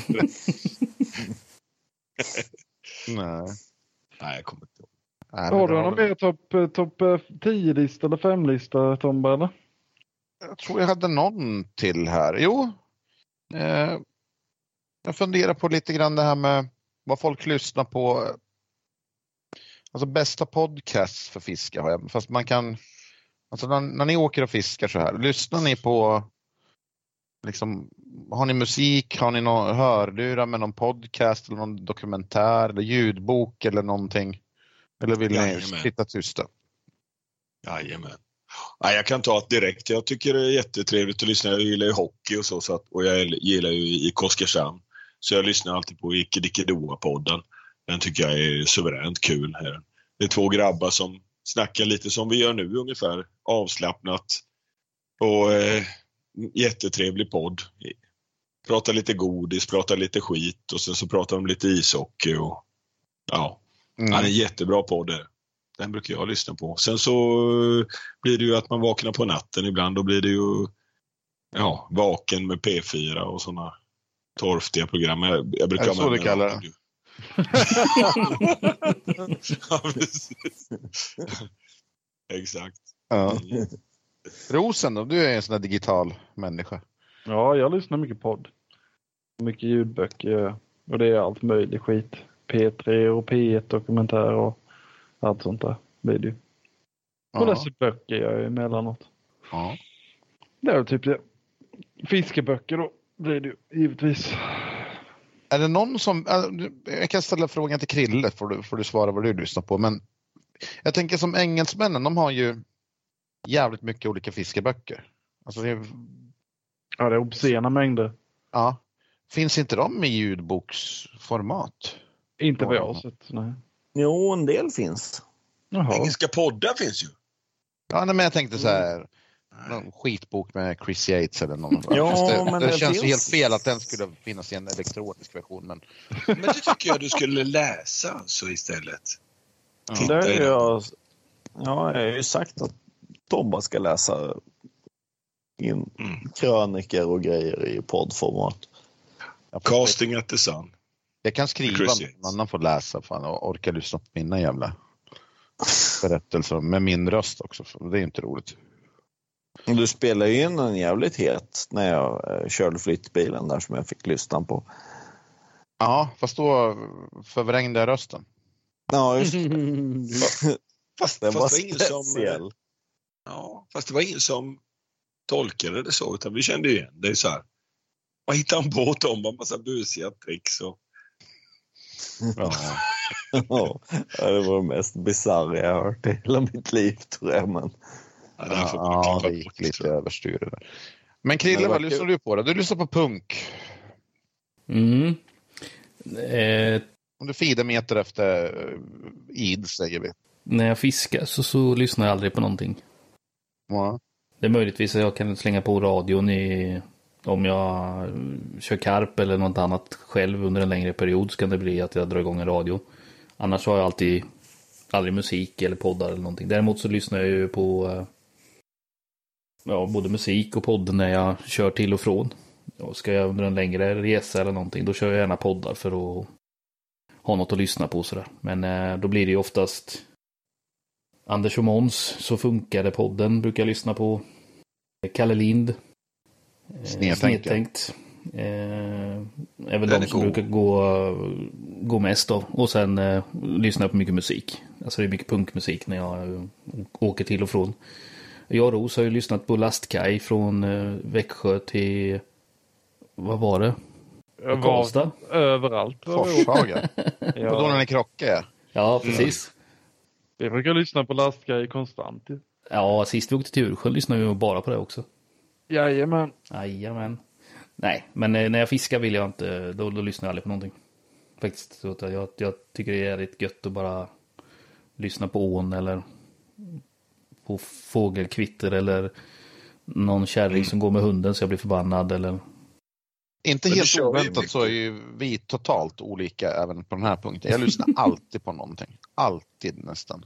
Speaker 2: Nej.
Speaker 3: Nej, jag kommer inte ihåg.
Speaker 2: Nej,
Speaker 6: Har
Speaker 2: men
Speaker 6: du
Speaker 2: det
Speaker 6: någon
Speaker 2: väl-
Speaker 6: mer topp top tio-lista eller fem-lista, Tomba, eller?
Speaker 2: Jag tror jag hade någon till här. Jo. Eh, jag funderar på lite grann det här med vad folk lyssnar på. Alltså bästa podcast för fiska har jag. Fast man kan... Alltså när, när ni åker och fiskar så här. Lyssnar ni på... Liksom, har ni musik? Har ni någon hörlurar med någon podcast eller någon dokumentär eller ljudbok eller någonting? Eller vill ni
Speaker 3: Jajamän.
Speaker 2: sitta tysta?
Speaker 3: Jajamän. Nej, jag kan ta ett direkt. Jag tycker det är jättetrevligt att lyssna. Jag gillar ju hockey och så, så att, och jag gillar ju i Oskarshamn. Så jag lyssnar alltid på Icke Dicke Doa-podden. Den tycker jag är suveränt kul. Här. Det är två grabbar som snackar lite som vi gör nu ungefär. Avslappnat. Och eh, jättetrevlig podd. Pratar lite godis, pratar lite skit och sen så pratar de lite ishockey och ja.
Speaker 2: Mm.
Speaker 3: Ja, det är en jättebra podd där. Den brukar jag lyssna på. Sen så blir det ju att man vaknar på natten ibland. Då blir det ju ja, vaken med P fyra och sådana torftiga program. Jag, jag brukar
Speaker 2: Är det så
Speaker 3: ha med
Speaker 2: du
Speaker 3: mig
Speaker 2: kallar det?
Speaker 3: radio. Ja, precis. Exakt.
Speaker 2: Ja. Rosen då, du är en sån där digital människa.
Speaker 6: Ja, jag lyssnar mycket podd. Mycket ljudböcker. Och det är allt möjligt skit. P tre och P ett dokumentär och Allt sånt där blir det ju. Och
Speaker 2: Ja.
Speaker 6: läser böcker jag ju emellanåt.
Speaker 2: Ja.
Speaker 6: Det är väl typ det. Fiskeböcker då blir det ju givetvis.
Speaker 2: Är det någon som, jag kan ställa frågan till Krille får du, får du svara vad du lyssnar på, men jag tänker som engelsmännen, de har ju jävligt mycket olika fiskeböcker. Alltså det är,
Speaker 6: Ja, det är obscena mängder.
Speaker 2: ja, finns inte de i ljudboksformat?
Speaker 6: Inte vad jag har sett, nej.
Speaker 4: Jo, en del finns.
Speaker 6: Jaha.
Speaker 3: Engelska poddar finns ju.
Speaker 2: Ja, nej, men jag tänkte så här, någon skitbok med Chris Yates eller någon.
Speaker 4: Ja,
Speaker 2: Fast det,
Speaker 4: men
Speaker 2: det
Speaker 4: det
Speaker 2: känns ju
Speaker 4: finns-
Speaker 2: helt fel att den skulle finnas i en elektronisk version, men
Speaker 3: Men det tycker jag du skulle läsa alltså istället.
Speaker 2: ja.
Speaker 3: Titta
Speaker 4: Där
Speaker 3: i
Speaker 4: är
Speaker 3: den.
Speaker 4: jag, ja, jag har ju sagt att Tobba ska läsa in
Speaker 3: Mm.
Speaker 4: kröniker och grejer i poddformat.
Speaker 2: Jag,
Speaker 3: Casting at the Sun.
Speaker 2: jag kan skriva,
Speaker 3: Chris
Speaker 2: men
Speaker 3: Yates.
Speaker 2: någon annan får läsa fan, och orkar lyssna på mina jävla berättelser med min röst också, för det är inte roligt.
Speaker 4: Du spelar ju in en jävligt het när jag eh, körde flyttbilen där som jag fick lyssna på.
Speaker 2: Ja, fast då förvrängde jag rösten.
Speaker 4: Ja, just
Speaker 3: Fast,
Speaker 4: den
Speaker 3: fast
Speaker 4: var
Speaker 3: det var ingen som,
Speaker 4: speciell.
Speaker 3: ja, fast det var ingen som tolkade det så, utan vi kände ju igen. Det är så här. Vad hittar han på dem? En massa busiga tricks och...
Speaker 2: Ja.
Speaker 4: Ja, det var det mest bizarra jag har hört i hela mitt liv, tror jag. Men...
Speaker 3: Ja, det här får man
Speaker 2: Ja,
Speaker 3: klippa
Speaker 2: det gick
Speaker 3: bort,
Speaker 2: lite
Speaker 3: tror jag.
Speaker 2: överstyr det där. Men Krille,
Speaker 4: Men det var
Speaker 2: vad lyssnar
Speaker 4: kul.
Speaker 2: du på då? Du lyssnar på punk.
Speaker 1: Mm. Eh,
Speaker 2: Om du fidermeter efter uh, id, säger vi.
Speaker 1: när jag fiskar så, så lyssnar jag aldrig på någonting.
Speaker 2: Ja.
Speaker 1: Det är möjligtvis att jag kan slänga på radion i, om jag kör karp eller något annat själv under en längre period, så kan det bli att jag drar igång en radio. Annars har jag alltid aldrig musik eller poddar eller någonting. Däremot så lyssnar jag ju på eh, ja, både musik och podd när jag kör till och från. Och ska jag under en längre resa eller någonting, då kör jag gärna poddar för att ha något att lyssna på sådär. Men eh, då blir det ju oftast Anders och Måns, Så funkar det podden, brukar jag lyssna på. Kalle Lind. Eh,
Speaker 2: Snedtänkt,
Speaker 1: Snedtänkt. Eh, är väl
Speaker 3: Den
Speaker 1: de
Speaker 3: är
Speaker 1: som
Speaker 3: god.
Speaker 1: brukar gå, gå mest då. Och sen eh, lyssnar jag på mycket musik. Alltså det är mycket punkmusik när jag eh, åker till och från. Jag och Ros har ju lyssnat på Lastkaj från eh, Växjö till, vad var det?
Speaker 6: Jag var
Speaker 1: Karlstad?
Speaker 6: överallt. var vi åkte.
Speaker 2: Forshaga. Och då när
Speaker 6: Ja,
Speaker 2: ni krockar.
Speaker 1: Ja, precis.
Speaker 6: vi brukar lyssna på Lastkaj konstant. ju.
Speaker 1: Ja, sist vi åkte till Ursjön lyssnade vi bara på det också.
Speaker 6: Jajamän.
Speaker 1: Jajamän. Nej, men eh, när jag fiskar vill jag inte, då, då lyssnar jag aldrig på någonting. Faktiskt, så att jag, jag tycker det är jävligt gött att bara lyssna på ån eller på fågelkvitter eller någon kärring som går med hunden så jag blir förbannad eller...
Speaker 2: Inte
Speaker 3: Men det
Speaker 2: helt
Speaker 3: kör vi
Speaker 2: oväntat
Speaker 3: mycket.
Speaker 2: så är ju vi totalt olika även på den här punkten. Jag lyssnar alltid på någonting. Alltid nästan.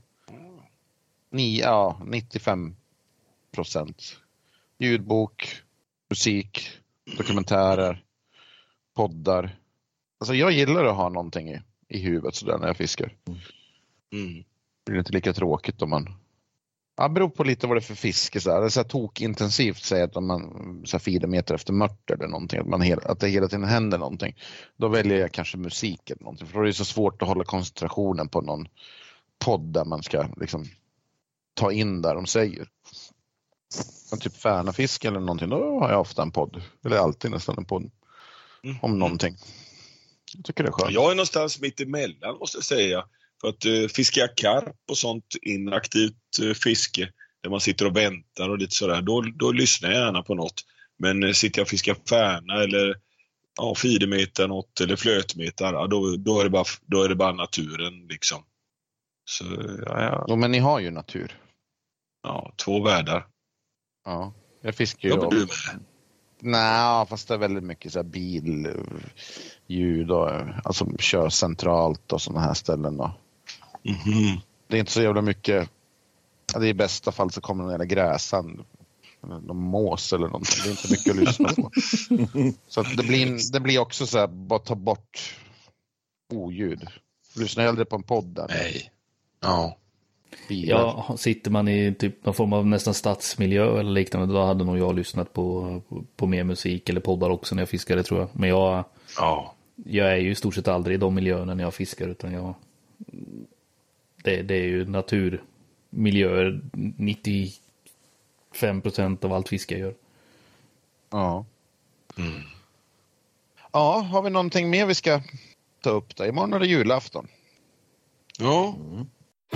Speaker 2: Ni, ja, nittiofem procent. Ljudbok, musik, dokumentärer, poddar. Alltså jag gillar att ha någonting i, i huvudet sådär när jag fiskar.
Speaker 3: Mm.
Speaker 2: Det blir inte lika tråkigt om man... Ja, det beror på lite vad det är för fiske. Så här. Det är så här tokintensivt, säger att om man så här fidermeter efter mört eller någonting, att, man hel, att det hela tiden händer någonting. Då väljer jag kanske musik eller någonting. För då är det så svårt att hålla koncentrationen på någon podd där man ska liksom ta in där de säger. Men typ Färnafisk eller någonting, då har jag ofta en podd. Eller alltid nästan en podd
Speaker 3: Mm.
Speaker 2: om någonting. Jag tycker det är skönt.
Speaker 3: Jag är någonstans mitt emellan måste jag säga. För att uh, fiskar jag karp och sånt inaktivt uh, fiske där man sitter och väntar och lite sådär, då, då lyssnar jag gärna på något. Men uh, sitter jag och fiskar färna eller ja, fidermeter något eller flötmeter, ja, då, då, är det bara, då är det bara naturen liksom. Så ja, ja,
Speaker 2: Jo, men ni har ju natur.
Speaker 3: ja två världar.
Speaker 2: Ja, jag fiskar ju.
Speaker 3: Ja, men du med.
Speaker 2: Nej, fast det är väldigt mycket så här billjud och alltså kör centralt och sådana här ställen då.
Speaker 3: Mhm.
Speaker 2: Det är inte så jävla mycket. Ja, det är i bästa fall så kommer någon jävla gräsand, någon mås eller någonting. Det är inte mycket att lyssna på. Så att det blir det blir också så här, bara ta bort oljud. Lyssna hellre på en podd där.
Speaker 3: Nej. Ja.
Speaker 2: Bilar.
Speaker 1: Ja, sitter man i typ någon form av nästan stadsmiljö eller liknande, då hade nog jag lyssnat på, på, på mer musik eller poddar också när jag fiskade, tror jag. Men jag,
Speaker 3: Ja.
Speaker 1: jag är ju i stort sett aldrig i de miljöerna när jag fiskar, utan jag det, det är ju naturmiljöer nittiofem procent av allt fiskar gör.
Speaker 2: Ja. Mm. Ja, har vi någonting mer vi ska ta upp där? Imorgon är det julafton.
Speaker 3: Ja.
Speaker 2: Mm.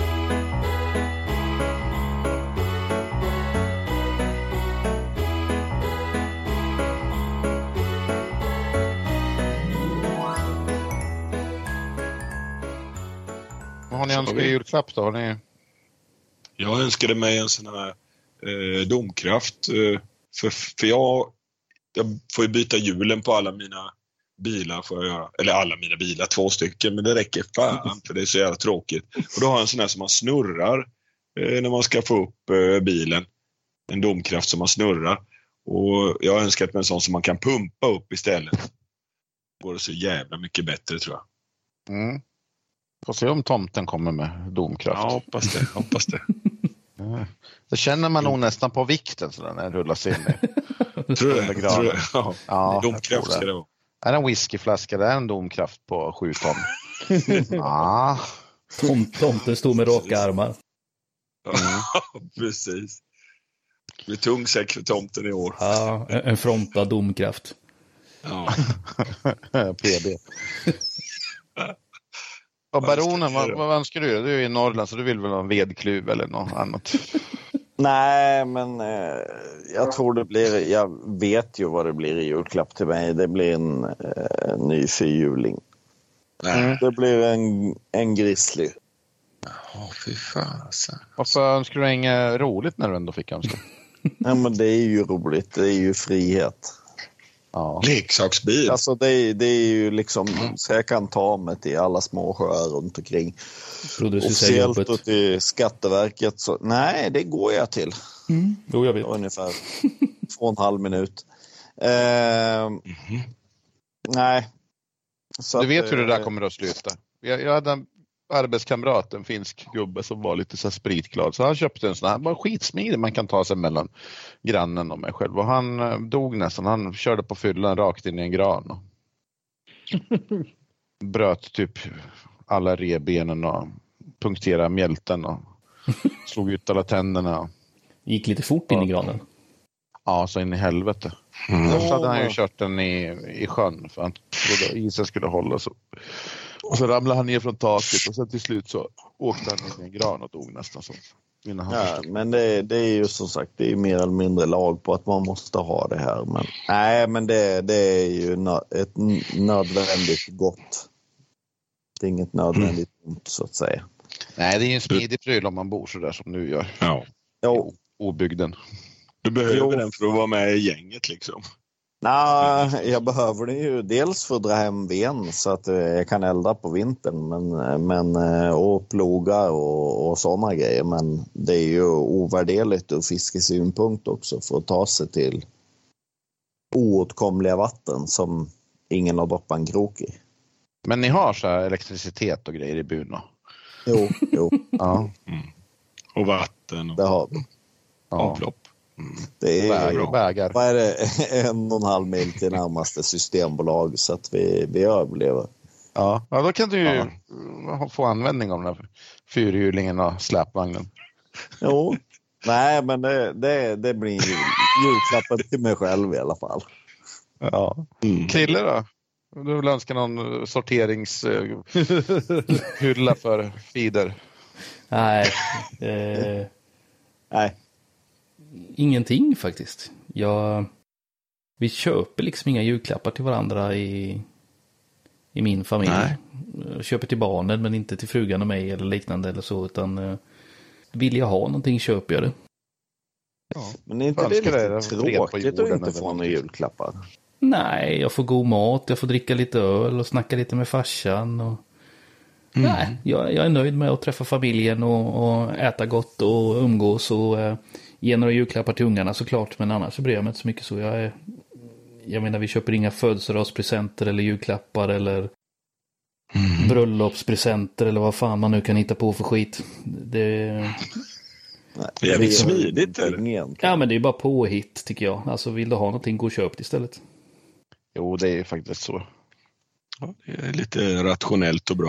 Speaker 2: Vad har ni önskat i julklapp då? Har ni...
Speaker 3: Jag önskade mig en sån här eh, domkraft. Eh, för, för jag, jag får ju byta hjulen på alla mina bilar. Får jag göra. Eller alla mina bilar, två stycken. Men det räcker fan för det är så jävla tråkigt. Och då har jag en sån här som man snurrar eh, när man ska få upp eh, bilen. En domkraft som man snurrar. Och jag har önskat mig en sån som man kan pumpa upp istället. Det går så jävla mycket bättre tror jag.
Speaker 2: Mm. Får se om tomten kommer med domkraft.
Speaker 3: Ja, hoppas det. Hoppas det.
Speaker 2: Ja. Det känner man nog nästan på vikten så när den rullas in i.
Speaker 3: Tror du det? Tror du? Ja.
Speaker 2: Ja,
Speaker 3: domkraft ska det vara.
Speaker 2: Är det en whiskyflaska? Det är en domkraft på sju ton. Ja.
Speaker 1: Tom, tomten stod med raka armar.
Speaker 3: Ja, precis. Det blir tung säck för tomten i år.
Speaker 1: Ja, en frontad domkraft.
Speaker 3: Ja.
Speaker 2: P B. Och baronen, vad, vad önskar du? Du är i Norrland så du vill väl ha en vedkluv eller något annat?
Speaker 4: Nej, men eh, jag tror det blir, jag vet ju vad det blir i julklapp till mig. Det blir en eh, ny fyrhjuling. Mm. Det blir en, en grizzly.
Speaker 3: Ja, fy fasen.
Speaker 2: Varför önskar du inget roligt när du ändå fick önska?
Speaker 4: Nej, men det är ju roligt. Det är ju frihet.
Speaker 3: Ja. Leksaksbil.
Speaker 4: Alltså det är, det är ju liksom så jag kan ta mig till alla små sjöar runt omkring. Officiellt och till Skatteverket så nej, det går jag till.
Speaker 1: Mm. Jo, jag vet.
Speaker 4: Ungefär två och en halv minut. Eh, mm-hmm. Nej.
Speaker 2: Så du vet att, hur det där kommer att sluta. Jag, jag hade en arbetskamrat, en finsk gubbe som var lite så spritglad. Så han köpte en sån här, bara skitsmidig man kan ta sig mellan grannen och mig själv. Och han eh, dog nästan, han körde på fyllan rakt in i en gran. Och bröt typ alla revbenen och punkterade mjälten och slog ut alla tänderna.
Speaker 1: Gick lite fort in i granen.
Speaker 2: Ja, så in i helvete. Mm. Då hade han ju kört den i, i sjön för han trodde isen skulle hålla så. Och så ramlade han ner från taket och sen till slut så åkte han in i en gran och dog nästan så.
Speaker 4: Ja, men det, det är ju som sagt, det är mer eller mindre lag på att man måste ha det här. Men, nej, men det, det är ju nö, ett nödvändigt gott. Det är inget nödvändigt mm. ont så att säga.
Speaker 2: Nej, det är ju en smidig pryl om man bor så där som du gör.
Speaker 3: Ja.
Speaker 4: Jo.
Speaker 2: Obygden.
Speaker 3: Du behöver jo. den för att vara med i gänget liksom.
Speaker 4: Nej, jag behöver det ju dels för att dra hem ven så att jag kan elda på vintern men, men, och ploga och, och sådana grejer. Men det är ju ovärderligt ur fiskesynpunkt också för att ta sig till oåtkomliga vatten som ingen har doppat en krok i.
Speaker 2: Men ni har så här elektricitet och grejer i byn då?
Speaker 4: Jo, jo.
Speaker 2: Ja.
Speaker 3: Mm. Och vatten. Och...
Speaker 4: Det har vi.
Speaker 2: Ja.
Speaker 3: Avlopp.
Speaker 4: Mm. Det är
Speaker 2: vägar, vägar.
Speaker 4: Vad är det? En och en halv mil till närmaste systembolag så att vi, vi överlever.
Speaker 2: Ja. Ja, då kan du ju ja. få användning av den här fyrhjulingen och släpvagnen.
Speaker 4: Jo, nej men det, det, det blir jul, julklappen till mig själv i alla fall.
Speaker 2: Ja. Mm. Krille då? Du vill önska någon sorteringshylla för feeder?
Speaker 1: Nej. Eh...
Speaker 4: Nej.
Speaker 1: Ingenting faktiskt. Jag, vi köper liksom inga julklappar till varandra i, i min familj. Nej. Jag köper till barnen men inte till frugan och mig eller liknande eller så. Utan vill jag ha någonting köper jag det.
Speaker 4: Ja, men är inte det lite det, tråkigt att inte få några julklappar?
Speaker 1: Nej, jag får god mat, jag får dricka lite öl och snacka lite med farsan. Och... Mm. Nej, jag, jag är nöjd med att träffa familjen och, och äta gott och umgås och eh, ge några julklappar till ungarna såklart. Men annars så bryr jag mig inte så mycket så. Jag, är, jag menar, vi köper inga födelsedagspresenter eller julklappar eller mm. bröllopspresenter eller vad fan man nu kan hitta på för skit. Det,
Speaker 4: Nej, det är jävligt smidigt.
Speaker 1: Ja, men det är bara påhitt tycker jag. Alltså vill du ha någonting, gå och köp det istället.
Speaker 2: Jo, det är faktiskt så.
Speaker 3: Ja, det är lite rationellt och bra.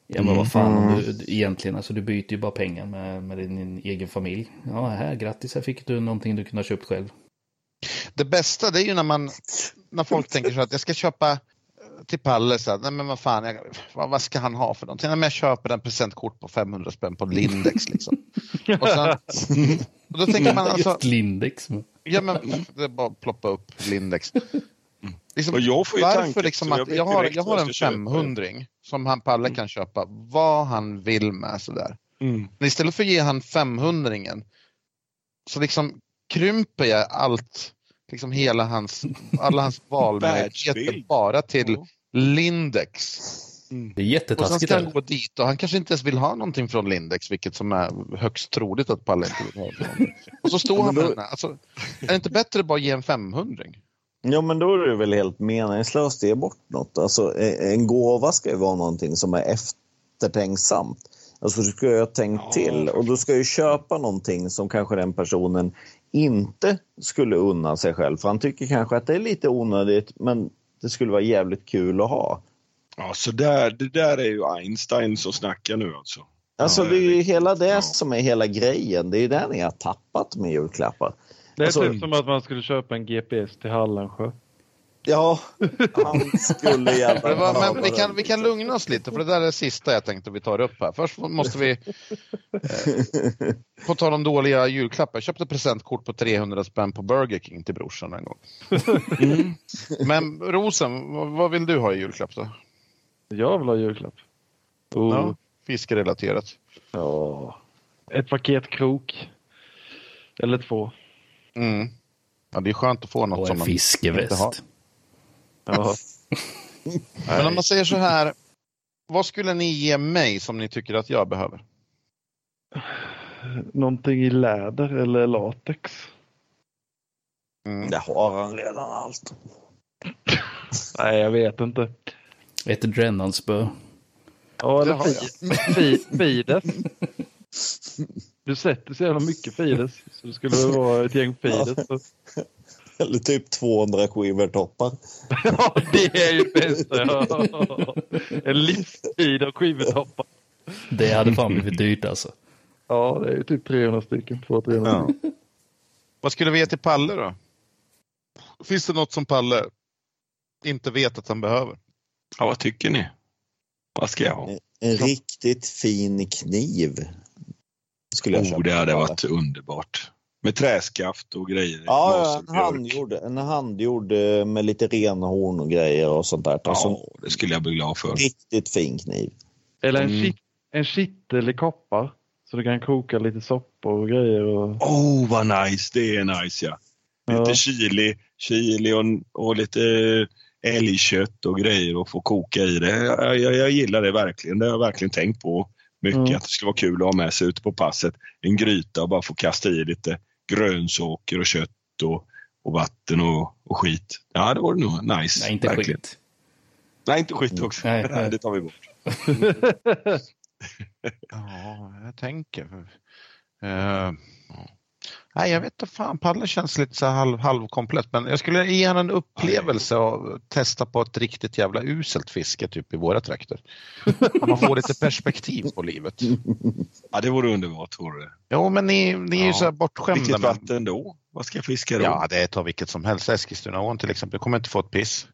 Speaker 1: Ja, men vad fan, om du, egentligen, alltså du byter ju bara pengar med, med din, din egen familj. Ja, här, grattis, här fick du någonting du kunde ha köpt själv.
Speaker 2: Det bästa, det är ju när man, när folk tänker så att jag ska köpa till Palle, så här, nej men vad fan, jag, vad, vad ska han ha för någonting? Nej, men jag köper en presentkort på femhundra spänn på Lindex liksom. Och, sen, och då tänker man alltså...
Speaker 1: Just Lindex.
Speaker 2: Ja, men det är bara att ploppa upp Lindex. Liksom,
Speaker 3: Och jag får ju
Speaker 2: varför
Speaker 3: tanken,
Speaker 2: liksom
Speaker 3: så
Speaker 2: att
Speaker 3: jag vet
Speaker 2: jag har,
Speaker 3: direkt
Speaker 2: jag
Speaker 3: vad
Speaker 2: har
Speaker 3: jag
Speaker 2: en
Speaker 3: ska köpa.
Speaker 2: femhundring som han Palle kan köpa vad han vill med sådär.
Speaker 3: Mm.
Speaker 2: Men istället för att ge han femhundringen så liksom krymper jag allt, liksom hela hans, alla hans valmöjligheter
Speaker 3: Världsbild.
Speaker 2: bara till
Speaker 3: Ja.
Speaker 2: Lindex.
Speaker 1: Det är
Speaker 2: Och sen
Speaker 1: jättetaskigt.
Speaker 2: ska han
Speaker 1: Där.
Speaker 2: gå dit och han kanske inte ens vill ha någonting från Lindex, vilket som är högst troligt att Palle inte vill ha. Och så står han med den här. Alltså, är det inte bättre att bara ge en femhundring?
Speaker 4: Ja, men då är det väl helt meningslöst att ge bort något. Alltså, en gåva ska ju vara någonting som är eftertänksamt. Alltså, du ska ju ha tänkt
Speaker 3: Ja.
Speaker 4: till. Och du ska ju köpa någonting som kanske den personen inte skulle unna sig själv. För han tycker kanske att det är lite onödigt, men det skulle vara jävligt kul att ha.
Speaker 3: Ja, så där, det där är ju Einstein som snackar nu alltså.
Speaker 4: Alltså,
Speaker 3: Ja,
Speaker 4: det är ju hela det
Speaker 3: ja.
Speaker 4: som är hela grejen. Det är ju det ni har tappat med julklappar.
Speaker 6: Det är
Speaker 4: Alltså-
Speaker 6: typ som att man skulle köpa en G P S till Hallensjö.
Speaker 4: Ja, han skulle jävla
Speaker 2: Det var,
Speaker 4: ha
Speaker 2: men vi
Speaker 4: den.
Speaker 2: kan, vi kan lugna oss lite, för det där är det sista jag tänkte vi tar upp här. Först måste vi, eh, på tal om dåliga julklappar, jag köpte presentkort på trehundra spänn på Burger King till brorsan en gång. Mm. Men Rosen, vad, vad vill du ha i julklapp då?
Speaker 6: Jag vill ha julklapp. Oh.
Speaker 2: Ja, fiskrelaterat.
Speaker 4: Ja.
Speaker 6: Ett paket krok. Eller två.
Speaker 2: Mm. Ja, det är skönt att få något
Speaker 1: Och
Speaker 2: som
Speaker 1: en
Speaker 2: man inte har.
Speaker 1: fiskeväst.
Speaker 6: Ja.
Speaker 2: Men om man säger så här, vad skulle ni ge mig som ni tycker att jag behöver?
Speaker 6: Någonting i läder eller latex.
Speaker 2: Mm.
Speaker 4: Det har han redan allt.
Speaker 6: Nej, jag vet inte.
Speaker 1: Ett drännanspö.
Speaker 6: Ja,
Speaker 2: Det
Speaker 6: eller
Speaker 2: har
Speaker 6: fi- fi- Fides. Du sätter så jävla mycket Fides. Så det skulle väl vara ett gäng Fides.
Speaker 4: Eller typ tvåhundra skivertoppar.
Speaker 6: Ja, det är ju bäst. Ja. En livstid av skivertoppar.
Speaker 1: Det hade fan blivit dyrt alltså.
Speaker 6: Ja, det är ju typ trehundra stycken. två trehundra
Speaker 2: Ja.
Speaker 6: stycken.
Speaker 2: Vad skulle vi ge till Palle då? Finns det något som Palle inte vet att han behöver?
Speaker 3: Ja, vad tycker ni? Vad ska jag ha?
Speaker 4: En riktigt fin kniv. Skulle jag
Speaker 3: Oh,
Speaker 4: köpa.
Speaker 3: det hade varit underbart. Med träskaft och grejer.
Speaker 4: Ja, ja, en
Speaker 3: Maselbjörk.
Speaker 4: handgjord, en handgjord eh, med lite renhorn och grejer och sånt där. Alltså,
Speaker 3: Ja, det skulle jag bli glad för.
Speaker 4: riktigt fin kniv.
Speaker 6: Eller en,
Speaker 3: Mm.
Speaker 6: kit- en kittel i koppar. Så du kan koka lite soppor och grejer. Och...
Speaker 3: Oh, vad nice. Det är nice, ja. Lite
Speaker 6: Ja.
Speaker 3: chili, chili och, och lite älgkött och grejer och få koka i det. Jag, jag, jag gillar det verkligen. Det har jag verkligen tänkt på mycket.
Speaker 6: Mm.
Speaker 3: Att det skulle vara kul att ha med sig ute på passet. En gryta och bara få kasta i lite grönsaker och kött och, och vatten och, och skit. Ja, det var nog nice.
Speaker 1: Nej, inte
Speaker 3: verkligen.
Speaker 1: skit.
Speaker 3: Nej, inte skit också.
Speaker 1: Nej, nej.
Speaker 3: Det tar vi bort.
Speaker 2: Ja, jag tänker. Uh, nej, jag vet inte fan. Palle känns lite så här halv, halvkomplett. Men jag skulle ge han en upplevelse och testa på ett riktigt jävla uselt fiske typ i våra trakter. Man får lite perspektiv på livet.
Speaker 3: Ja, det vore underbart, vore det.
Speaker 2: Jo, men ni, ni är ju
Speaker 3: Ja.
Speaker 2: så här bortskämda.
Speaker 3: Vilket
Speaker 2: med-
Speaker 3: vatten då? Vad ska jag fiska då?
Speaker 2: Ja, det tar vilket som helst. Eskilstunaån till exempel. Jag kommer inte få ett piss.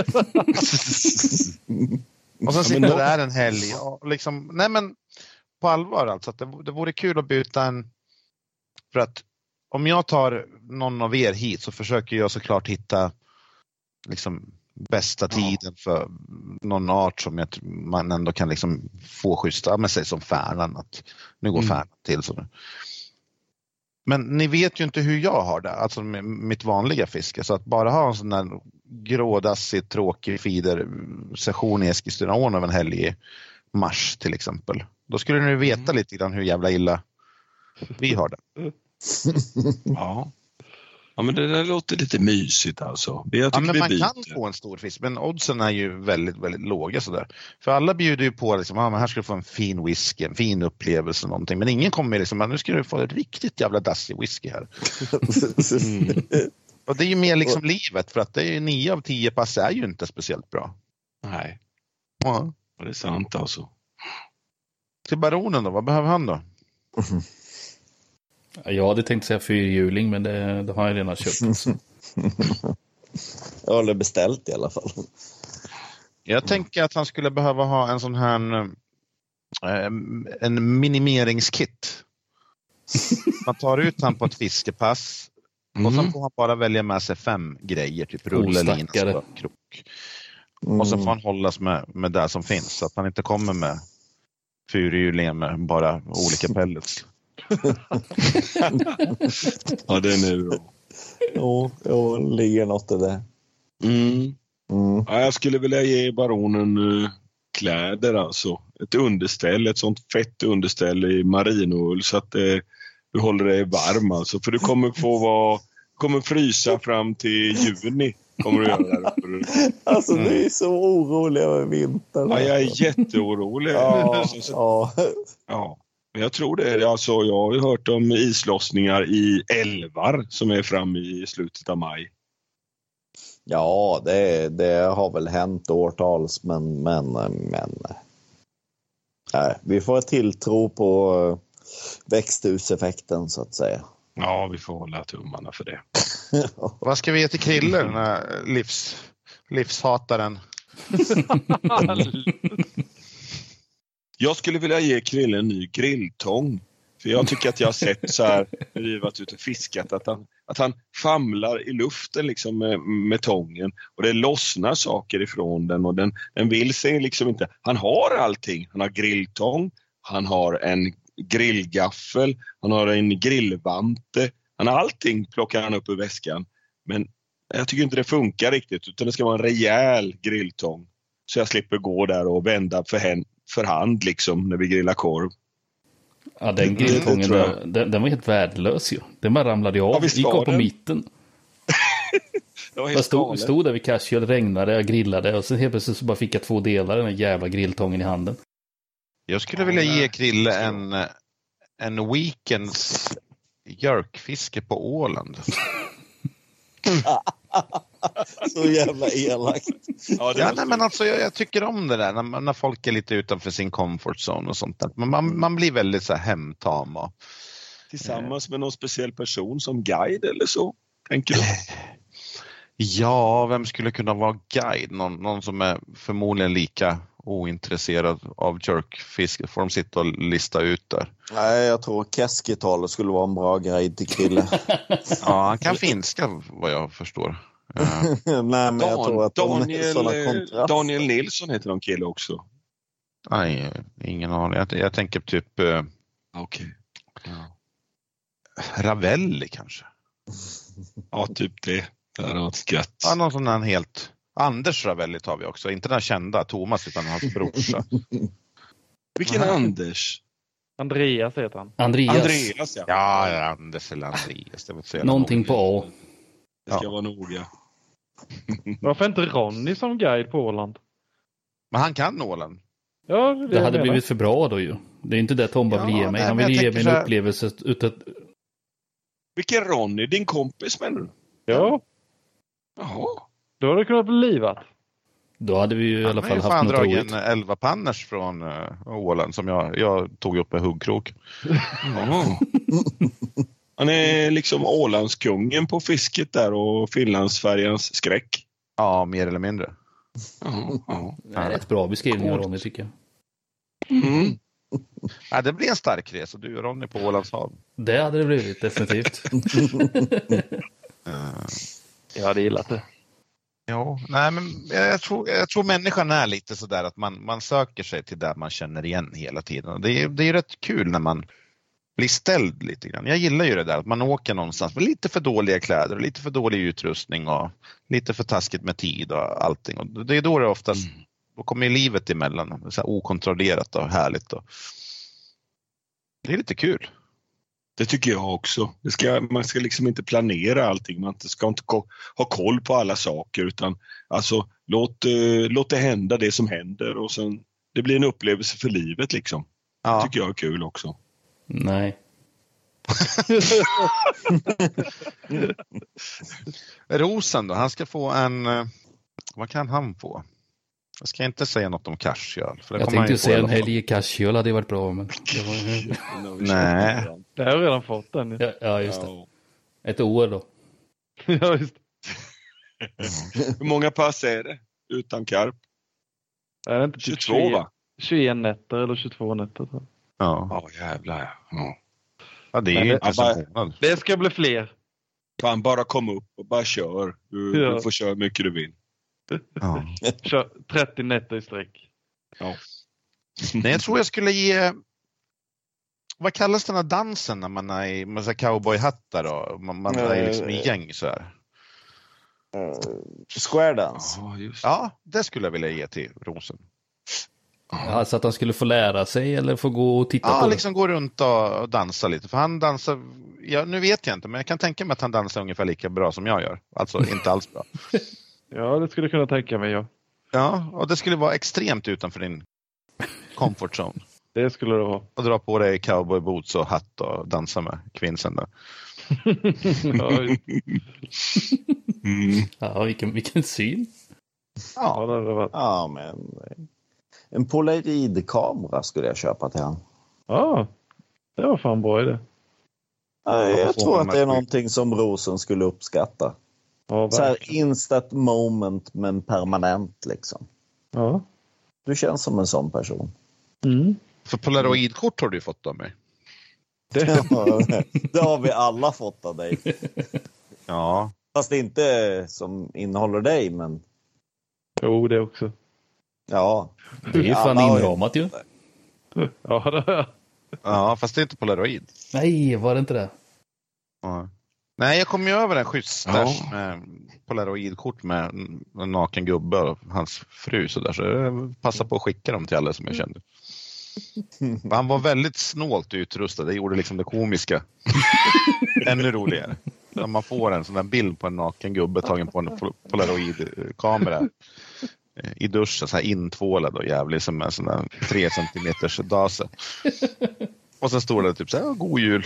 Speaker 2: Och sen sitter
Speaker 3: men då-
Speaker 2: där en helg. Och liksom, nej men på allvar alltså. Att det, det vore kul att byta en... För att om jag tar någon av er hit så försöker jag såklart hitta liksom bästa tiden för någon art som jag, man ändå kan liksom få schyssta. Ja, men säg som färnan. Att nu går
Speaker 3: Mm.
Speaker 2: färnan till. Så. Men ni vet ju inte hur jag har det. Alltså med mitt vanliga fiske. Så att bara ha en sån där grådassig, tråkig feeder-session i Eskilstunaån av en helg i mars till exempel. Då skulle ni veta
Speaker 3: Mm.
Speaker 2: lite grann hur jävla illa vi har det.
Speaker 3: Ja. Ja, men det där låter lite mysigt alltså. Jag
Speaker 2: Ja,
Speaker 3: tycker
Speaker 2: men
Speaker 3: vi
Speaker 2: man
Speaker 3: byter.
Speaker 2: kan få en stor fisk, men oddsen är ju väldigt, väldigt låga sådär. För alla bjuder ju på liksom, ah, men här ska du få en fin whisky, en fin upplevelse någonting. Men ingen kommer liksom, ah, nu ska du få ett riktigt jävla dassig whisky här.
Speaker 3: Mm.
Speaker 2: Och det är ju mer liksom livet, för att det är ju nio av tio pass är ju inte speciellt bra.
Speaker 3: Nej,
Speaker 2: Ja.
Speaker 3: det är sant alltså.
Speaker 2: Till baronen då, vad behöver han då?
Speaker 1: Jag hade tänkt säga fyrhjuling, men det, det har jag redan köpt. Alltså.
Speaker 4: Jag har det beställt i alla fall.
Speaker 2: Jag tänker att han skulle behöva ha en sån här eh, en minimeringskit. Man tar ut han på ett fiskepass mm. och så får han bara välja med sig fem grejer, typ rullelin och krok. Mm. Och så får han hållas med, med det som finns, så att han inte kommer med fyrhjulingar med bara olika pellets.
Speaker 3: Ja, det är nu då.
Speaker 4: Jo, jo, ligger något i det.
Speaker 3: Mm. Mm. Ja, jag skulle vilja ge baronen uh, kläder, alltså. Ett underställ, ett sånt fett underställ i marinoull så att uh, du håller dig varm, alltså. För du kommer få vara, kommer frysa fram till juni. Kommer du göra där uppe.
Speaker 4: Alltså mm. du är så orolig över vintern.
Speaker 3: Ja, jag är jätteorolig.
Speaker 4: ja, ja.
Speaker 3: ja. Jag tror det är, alltså, jag har ju hört om islossningar i älvar som är fram i slutet av maj.
Speaker 4: Ja, det, det har väl hänt årtals, men, men, men nej, vi får tilltro på växthuseffekten så att säga.
Speaker 3: Ja, vi får hålla tummarna för det.
Speaker 2: Vad ska vi ge till Krille, den här livs, livshataren?
Speaker 3: Jag skulle vilja ge Krille en ny grilltång. För jag tycker att jag har sett så här när vi varit ute och fiskat att han, att han famlar i luften liksom med, med tången. Och det lossnar saker ifrån den och den, den vill sig liksom inte. Han har allting. Han har grilltång, han har en grillgaffel, han har en grillvante. Han har allting, plockar han upp ur väskan. Men jag tycker inte det funkar riktigt, utan det ska vara en rejäl grilltång. Så jag slipper gå där och vända för, hen, för hand liksom när vi grillar korv.
Speaker 1: Ja, den grilltången, den, den var helt värdelös ju. Den bara ramlade av,
Speaker 3: ja,
Speaker 1: gick upp på
Speaker 3: den.
Speaker 1: mitten.
Speaker 3: Jag
Speaker 1: stod, stod där vid Casual, regnade, jag grillade och sen helt plötsligt så bara fick jag två delar den här jävla grilltången i handen.
Speaker 2: Jag skulle vilja ge Krille en, en weekends jerkfiske på Åland.
Speaker 4: Så jävla elakt.
Speaker 2: Ja, ja nej, men alltså, jag, jag tycker om det där när, när folk är lite utanför sin comfort zone och sånt där. Man, man, man blir väldigt så här hemtam. Och,
Speaker 3: tillsammans med någon speciell person som guide eller så, tänker du?
Speaker 2: Ja, vem skulle kunna vara guide? Någon, någon som är förmodligen lika ointresserad av jerkfiske. Får de sitta och lista ut där?
Speaker 4: Nej, jag tror Keskitalo skulle vara en bra grej till Krille.
Speaker 2: Ja, han kan finska vad jag förstår. Uh.
Speaker 4: Nej, men
Speaker 3: Dan,
Speaker 4: jag tror att
Speaker 3: Daniel, Daniel Nilsson heter någon kille också.
Speaker 2: Nej, ingen aning. Jag, jag tänker typ uh,
Speaker 3: okay.
Speaker 2: ja. Ravelli kanske.
Speaker 3: Ja, typ det. Det är något gött.
Speaker 2: Ja, någon sån här helt... Anders Ravelli tar vi också. Inte den kända Thomas utan hans brorsa.
Speaker 3: Vilken Aha. Anders?
Speaker 6: Andreas heter han.
Speaker 1: Andreas.
Speaker 3: Andreas, ja.
Speaker 2: Ja, ja Anders eller Andreas. Det vill säga
Speaker 1: någonting på A.
Speaker 3: Det ska
Speaker 2: ja.
Speaker 3: vara noga.
Speaker 6: Varför inte Ronny som guide på Åland?
Speaker 2: Men han kan Åland.
Speaker 6: Ja, det,
Speaker 1: det hade menar. blivit för bra då ju. Det är inte det Tomba ja, vill ge mig. Nej, han vill ge mig en här... upplevelse utav...
Speaker 3: Vilken Ronny? Din kompis menar du?
Speaker 6: Ja.
Speaker 3: Jaha.
Speaker 6: Då hade det kunnat bli livat.
Speaker 1: Då hade vi ju i alla fall haft något
Speaker 2: roligt. Han
Speaker 1: roligt.
Speaker 2: har en elva panners från uh, Åland som jag, jag tog upp med huggkrok.
Speaker 3: Ja. Han är liksom Ålandskungen på fisket där och Finlandsfärjans skräck.
Speaker 2: Ja, mer eller mindre.
Speaker 3: Ja, ja.
Speaker 1: Det är rätt bra beskrivning av Ronny tycker jag.
Speaker 3: Mm.
Speaker 2: Ja, det blir en stark resa. Du och Ronny på Ålands hav.
Speaker 1: Det hade det blivit, definitivt.
Speaker 2: uh.
Speaker 6: Jag hade gillat det.
Speaker 2: Ja, nej men jag tror, jag tror människan är lite sådär att man, man söker sig till där man känner igen hela tiden. Det är, det är ju rätt kul när man blir ställd lite grann. Jag gillar ju det där att man åker någonstans med lite för dåliga kläder och lite för dålig utrustning och lite för taskigt med tid och allting. Och det är då det oftast, mm. då kommer livet emellan, så här okontrollerat och härligt. Och det är lite kul.
Speaker 3: Det tycker jag också. Det ska, man ska liksom inte planera allting. Man ska inte ko- ha koll på alla saker. Utan alltså, låt, uh, låt det hända det som händer. Och sen, det blir en upplevelse för livet liksom. Ja. Det tycker jag är kul också.
Speaker 1: Nej.
Speaker 2: Rosen då? Han ska få en... Vad kan han få? Jag ska inte säga något om cashjöl. För det
Speaker 1: Jag
Speaker 2: kommer han
Speaker 1: tänkte
Speaker 2: ju
Speaker 1: säga
Speaker 2: få
Speaker 1: en
Speaker 2: i alla fall.
Speaker 1: helg i cashjöl hade varit bra, men det var...
Speaker 2: Nej.
Speaker 6: Det har jag redan fått den.
Speaker 1: ja, ja, just det.
Speaker 3: Ja.
Speaker 1: Ett år då.
Speaker 6: Ja, just det.
Speaker 3: Hur många pass är det utan karp?
Speaker 6: Är det inte typ
Speaker 3: tjugotvå va?
Speaker 6: tjugoett nätter eller tjugotvå nätter? Tror jag.
Speaker 2: Ja.
Speaker 3: Ja jävlar ja.
Speaker 2: Ja, det är
Speaker 6: Men
Speaker 2: ju
Speaker 6: det-
Speaker 2: inte så
Speaker 3: bara-
Speaker 2: månad.
Speaker 6: Det ska bli fler.
Speaker 3: Fan bara kom upp och bara kör. Du,
Speaker 6: Ja.
Speaker 3: du får köra hur mycket du vill.
Speaker 2: Ja.
Speaker 6: Kör trettio nätter i sträck.
Speaker 3: Ja.
Speaker 2: Nej, jag tror jag skulle ge... Vad kallas den här dansen när man är i med så här cowboyhattar och man, man är liksom i gäng så här?
Speaker 4: Square dance.
Speaker 3: Ja, just.
Speaker 2: Ja, det skulle jag vilja ge till Rosen.
Speaker 1: Ja, så att han skulle få lära sig eller få gå och titta
Speaker 2: Ja,
Speaker 1: på
Speaker 2: liksom gå runt och, och dansa lite. För han dansar, ja, nu vet jag inte, men jag kan tänka mig att han dansar ungefär lika bra som jag gör. Alltså inte alls bra.
Speaker 6: Ja, det skulle jag kunna tänka mig. Ja.
Speaker 2: Ja, och det skulle vara extremt utanför din comfort zone.
Speaker 6: Det skulle det vara.
Speaker 2: Och dra på dig cowboy boots och hatt och dansa med kvinsen där.
Speaker 6: Ja, just-
Speaker 3: Mm.
Speaker 1: det. Ja, vilken, vilken syn.
Speaker 6: ja,
Speaker 2: Ja,
Speaker 6: det hade varit.
Speaker 4: Ja, men en polaroidkamera skulle jag köpa till han.
Speaker 6: Ja, det var fan bra idé.
Speaker 4: Ja, jag
Speaker 2: får
Speaker 4: tror
Speaker 2: man
Speaker 4: att det är
Speaker 2: med-
Speaker 4: någonting som Rosen skulle uppskatta.
Speaker 6: Ja,
Speaker 4: Så här
Speaker 6: verkligen.
Speaker 4: instant moment men permanent liksom.
Speaker 6: Ja.
Speaker 4: Du känns som en sån person.
Speaker 6: Mm.
Speaker 2: för polaroidkort har du ju fått av mig.
Speaker 6: Det,
Speaker 4: Det har vi alla fått av dig.
Speaker 2: Ja,
Speaker 4: Fast det inte som innehåller dig, men
Speaker 6: jo, det också.
Speaker 4: ja.
Speaker 1: Det är ju fan
Speaker 4: Alla har ju-
Speaker 1: inramat ju.
Speaker 6: Ja, det har jag.
Speaker 2: ja, fast det är inte polaroid.
Speaker 1: Nej, var det inte det?
Speaker 2: Ja. Nej, jag kom ju över en schysst stash
Speaker 3: Ja.
Speaker 2: med polaroidkort med en naken gubbe och hans fru så där, så jag passade på att skicka dem till alla som jag kände. Han var väldigt snålt utrustad, det gjorde liksom det komiska ännu roligare. När man får en sån där bild på en naken gubbe tagen på en pol- polaroidkamera i duschen, så här intvålad och jävlig som en sån där tre centimeters dase. Och sen står det typ så här, god jul.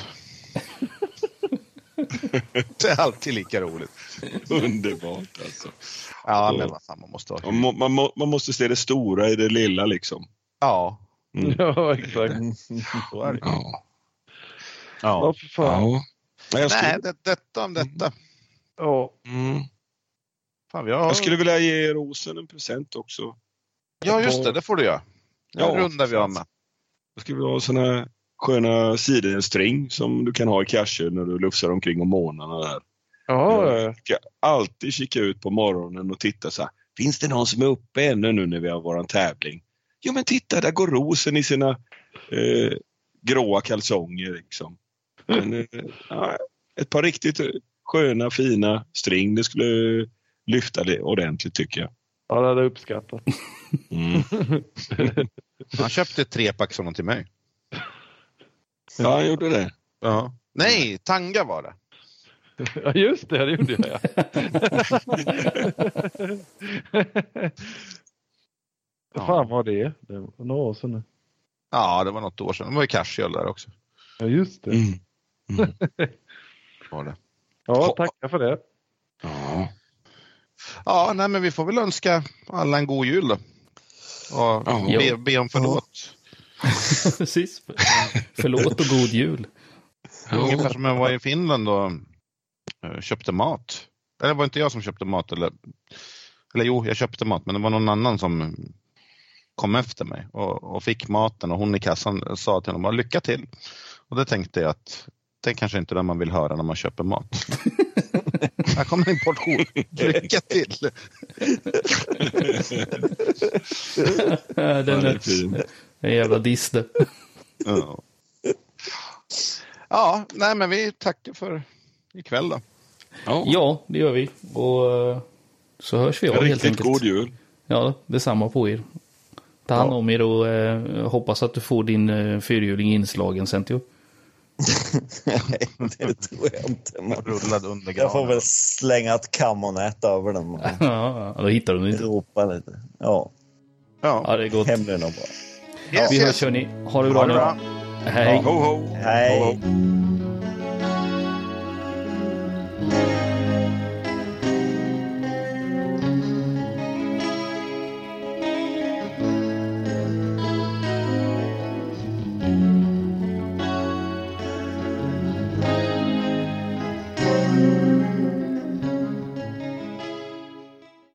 Speaker 2: Det är alltid lika roligt.
Speaker 3: Underbart alltså.
Speaker 2: Ja, men vad fan, man måste ha.
Speaker 3: Man, må- man, må- man måste se det stora i det lilla liksom.
Speaker 2: Ja,
Speaker 3: Mm.
Speaker 6: Ja, exakt.
Speaker 2: så är det.
Speaker 3: Ja.
Speaker 6: Ja,
Speaker 2: Ja.
Speaker 6: för fan.
Speaker 3: Ja. Nej, jag, skulle,
Speaker 2: Nej, det, detta om detta.
Speaker 6: Ja.
Speaker 3: mm.
Speaker 2: Fan, vi har...
Speaker 3: jag skulle vilja ge Rosen en present också.
Speaker 2: Ja, just det, det får du göra. Ja,
Speaker 3: Ja,
Speaker 2: rundar vi av med.
Speaker 3: Jag skulle vilja ha såna sköna sidenstring som du kan ha i cashen när du lufsar omkring om morgnarna där.
Speaker 6: Ja, ja.
Speaker 3: Jag ska alltid kika ut på morgonen och titta så här. Finns det någon som är uppe ännu nu när vi har våran tävling? Jo men titta, där går Rosen i sina eh, gråa kalsonger liksom. Men, eh, ja, ett par riktigt sköna, fina string, det skulle lyfta det ordentligt tycker jag.
Speaker 6: Ja, det hade jag uppskattat.
Speaker 3: Mm.
Speaker 2: Han köpte ett trepack som någon till mig.
Speaker 3: Ja, han gjorde det.
Speaker 2: Ja. Nej, tanga var det.
Speaker 6: Ja, just det, det gjorde jag. Ja. Vad fan var det? Det var några år sedan nu.
Speaker 2: Ja, det var något år sedan. Det var ju cashjöl där också.
Speaker 6: Ja, just det.
Speaker 3: Mm. Mm.
Speaker 2: Var det.
Speaker 6: Ja, tackar för det.
Speaker 3: Ja.
Speaker 2: Ja, nej, men vi får väl önska alla en god jul då. Och
Speaker 3: Ja.
Speaker 2: be, be om förlåt.
Speaker 1: Precis. Förlåt och god jul.
Speaker 2: Ungefär som jag var i Finland och eh, köpte mat. Eller var inte jag som köpte mat? Eller, eller jo, jag köpte mat, men det var någon annan som kom efter mig och, och fick maten. Och hon i kassan sa till honom, bara, lycka till. Och det tänkte jag att det är kanske inte det man vill höra när man köper mat. Här kommer en portion. Lycka till.
Speaker 1: Ja, Den
Speaker 3: det är
Speaker 1: är
Speaker 3: fin.
Speaker 1: en jävla diss det.
Speaker 2: Ja. Ja, nej men vi tackar för ikväll då.
Speaker 3: Ja.
Speaker 1: Ja, det gör vi. Och eh, så hörs vi av helt
Speaker 3: Riktigt
Speaker 1: enkelt.
Speaker 3: god jul.
Speaker 1: Ja, detsamma på er. Ta hand om er och eh, hoppas att du får din eh, fyrhjuling inslagen sen till.
Speaker 4: Nej, det tror jag inte. Men
Speaker 2: Rullad under
Speaker 4: jag får
Speaker 2: granen.
Speaker 4: väl slänga ett kammonät över den och
Speaker 1: Ja, då hittar du den inte.
Speaker 4: ropa lite. Ja,
Speaker 2: Ja.
Speaker 1: Ja, det är gott.
Speaker 4: hem nu nog bra.
Speaker 2: Yes,
Speaker 1: Vi
Speaker 2: yes.
Speaker 1: hörs hörni. Ha det bra
Speaker 2: Ha det
Speaker 1: nu.
Speaker 2: bra.
Speaker 1: Hej.
Speaker 3: Ho, ho.
Speaker 4: Hej.
Speaker 3: Ho, ho.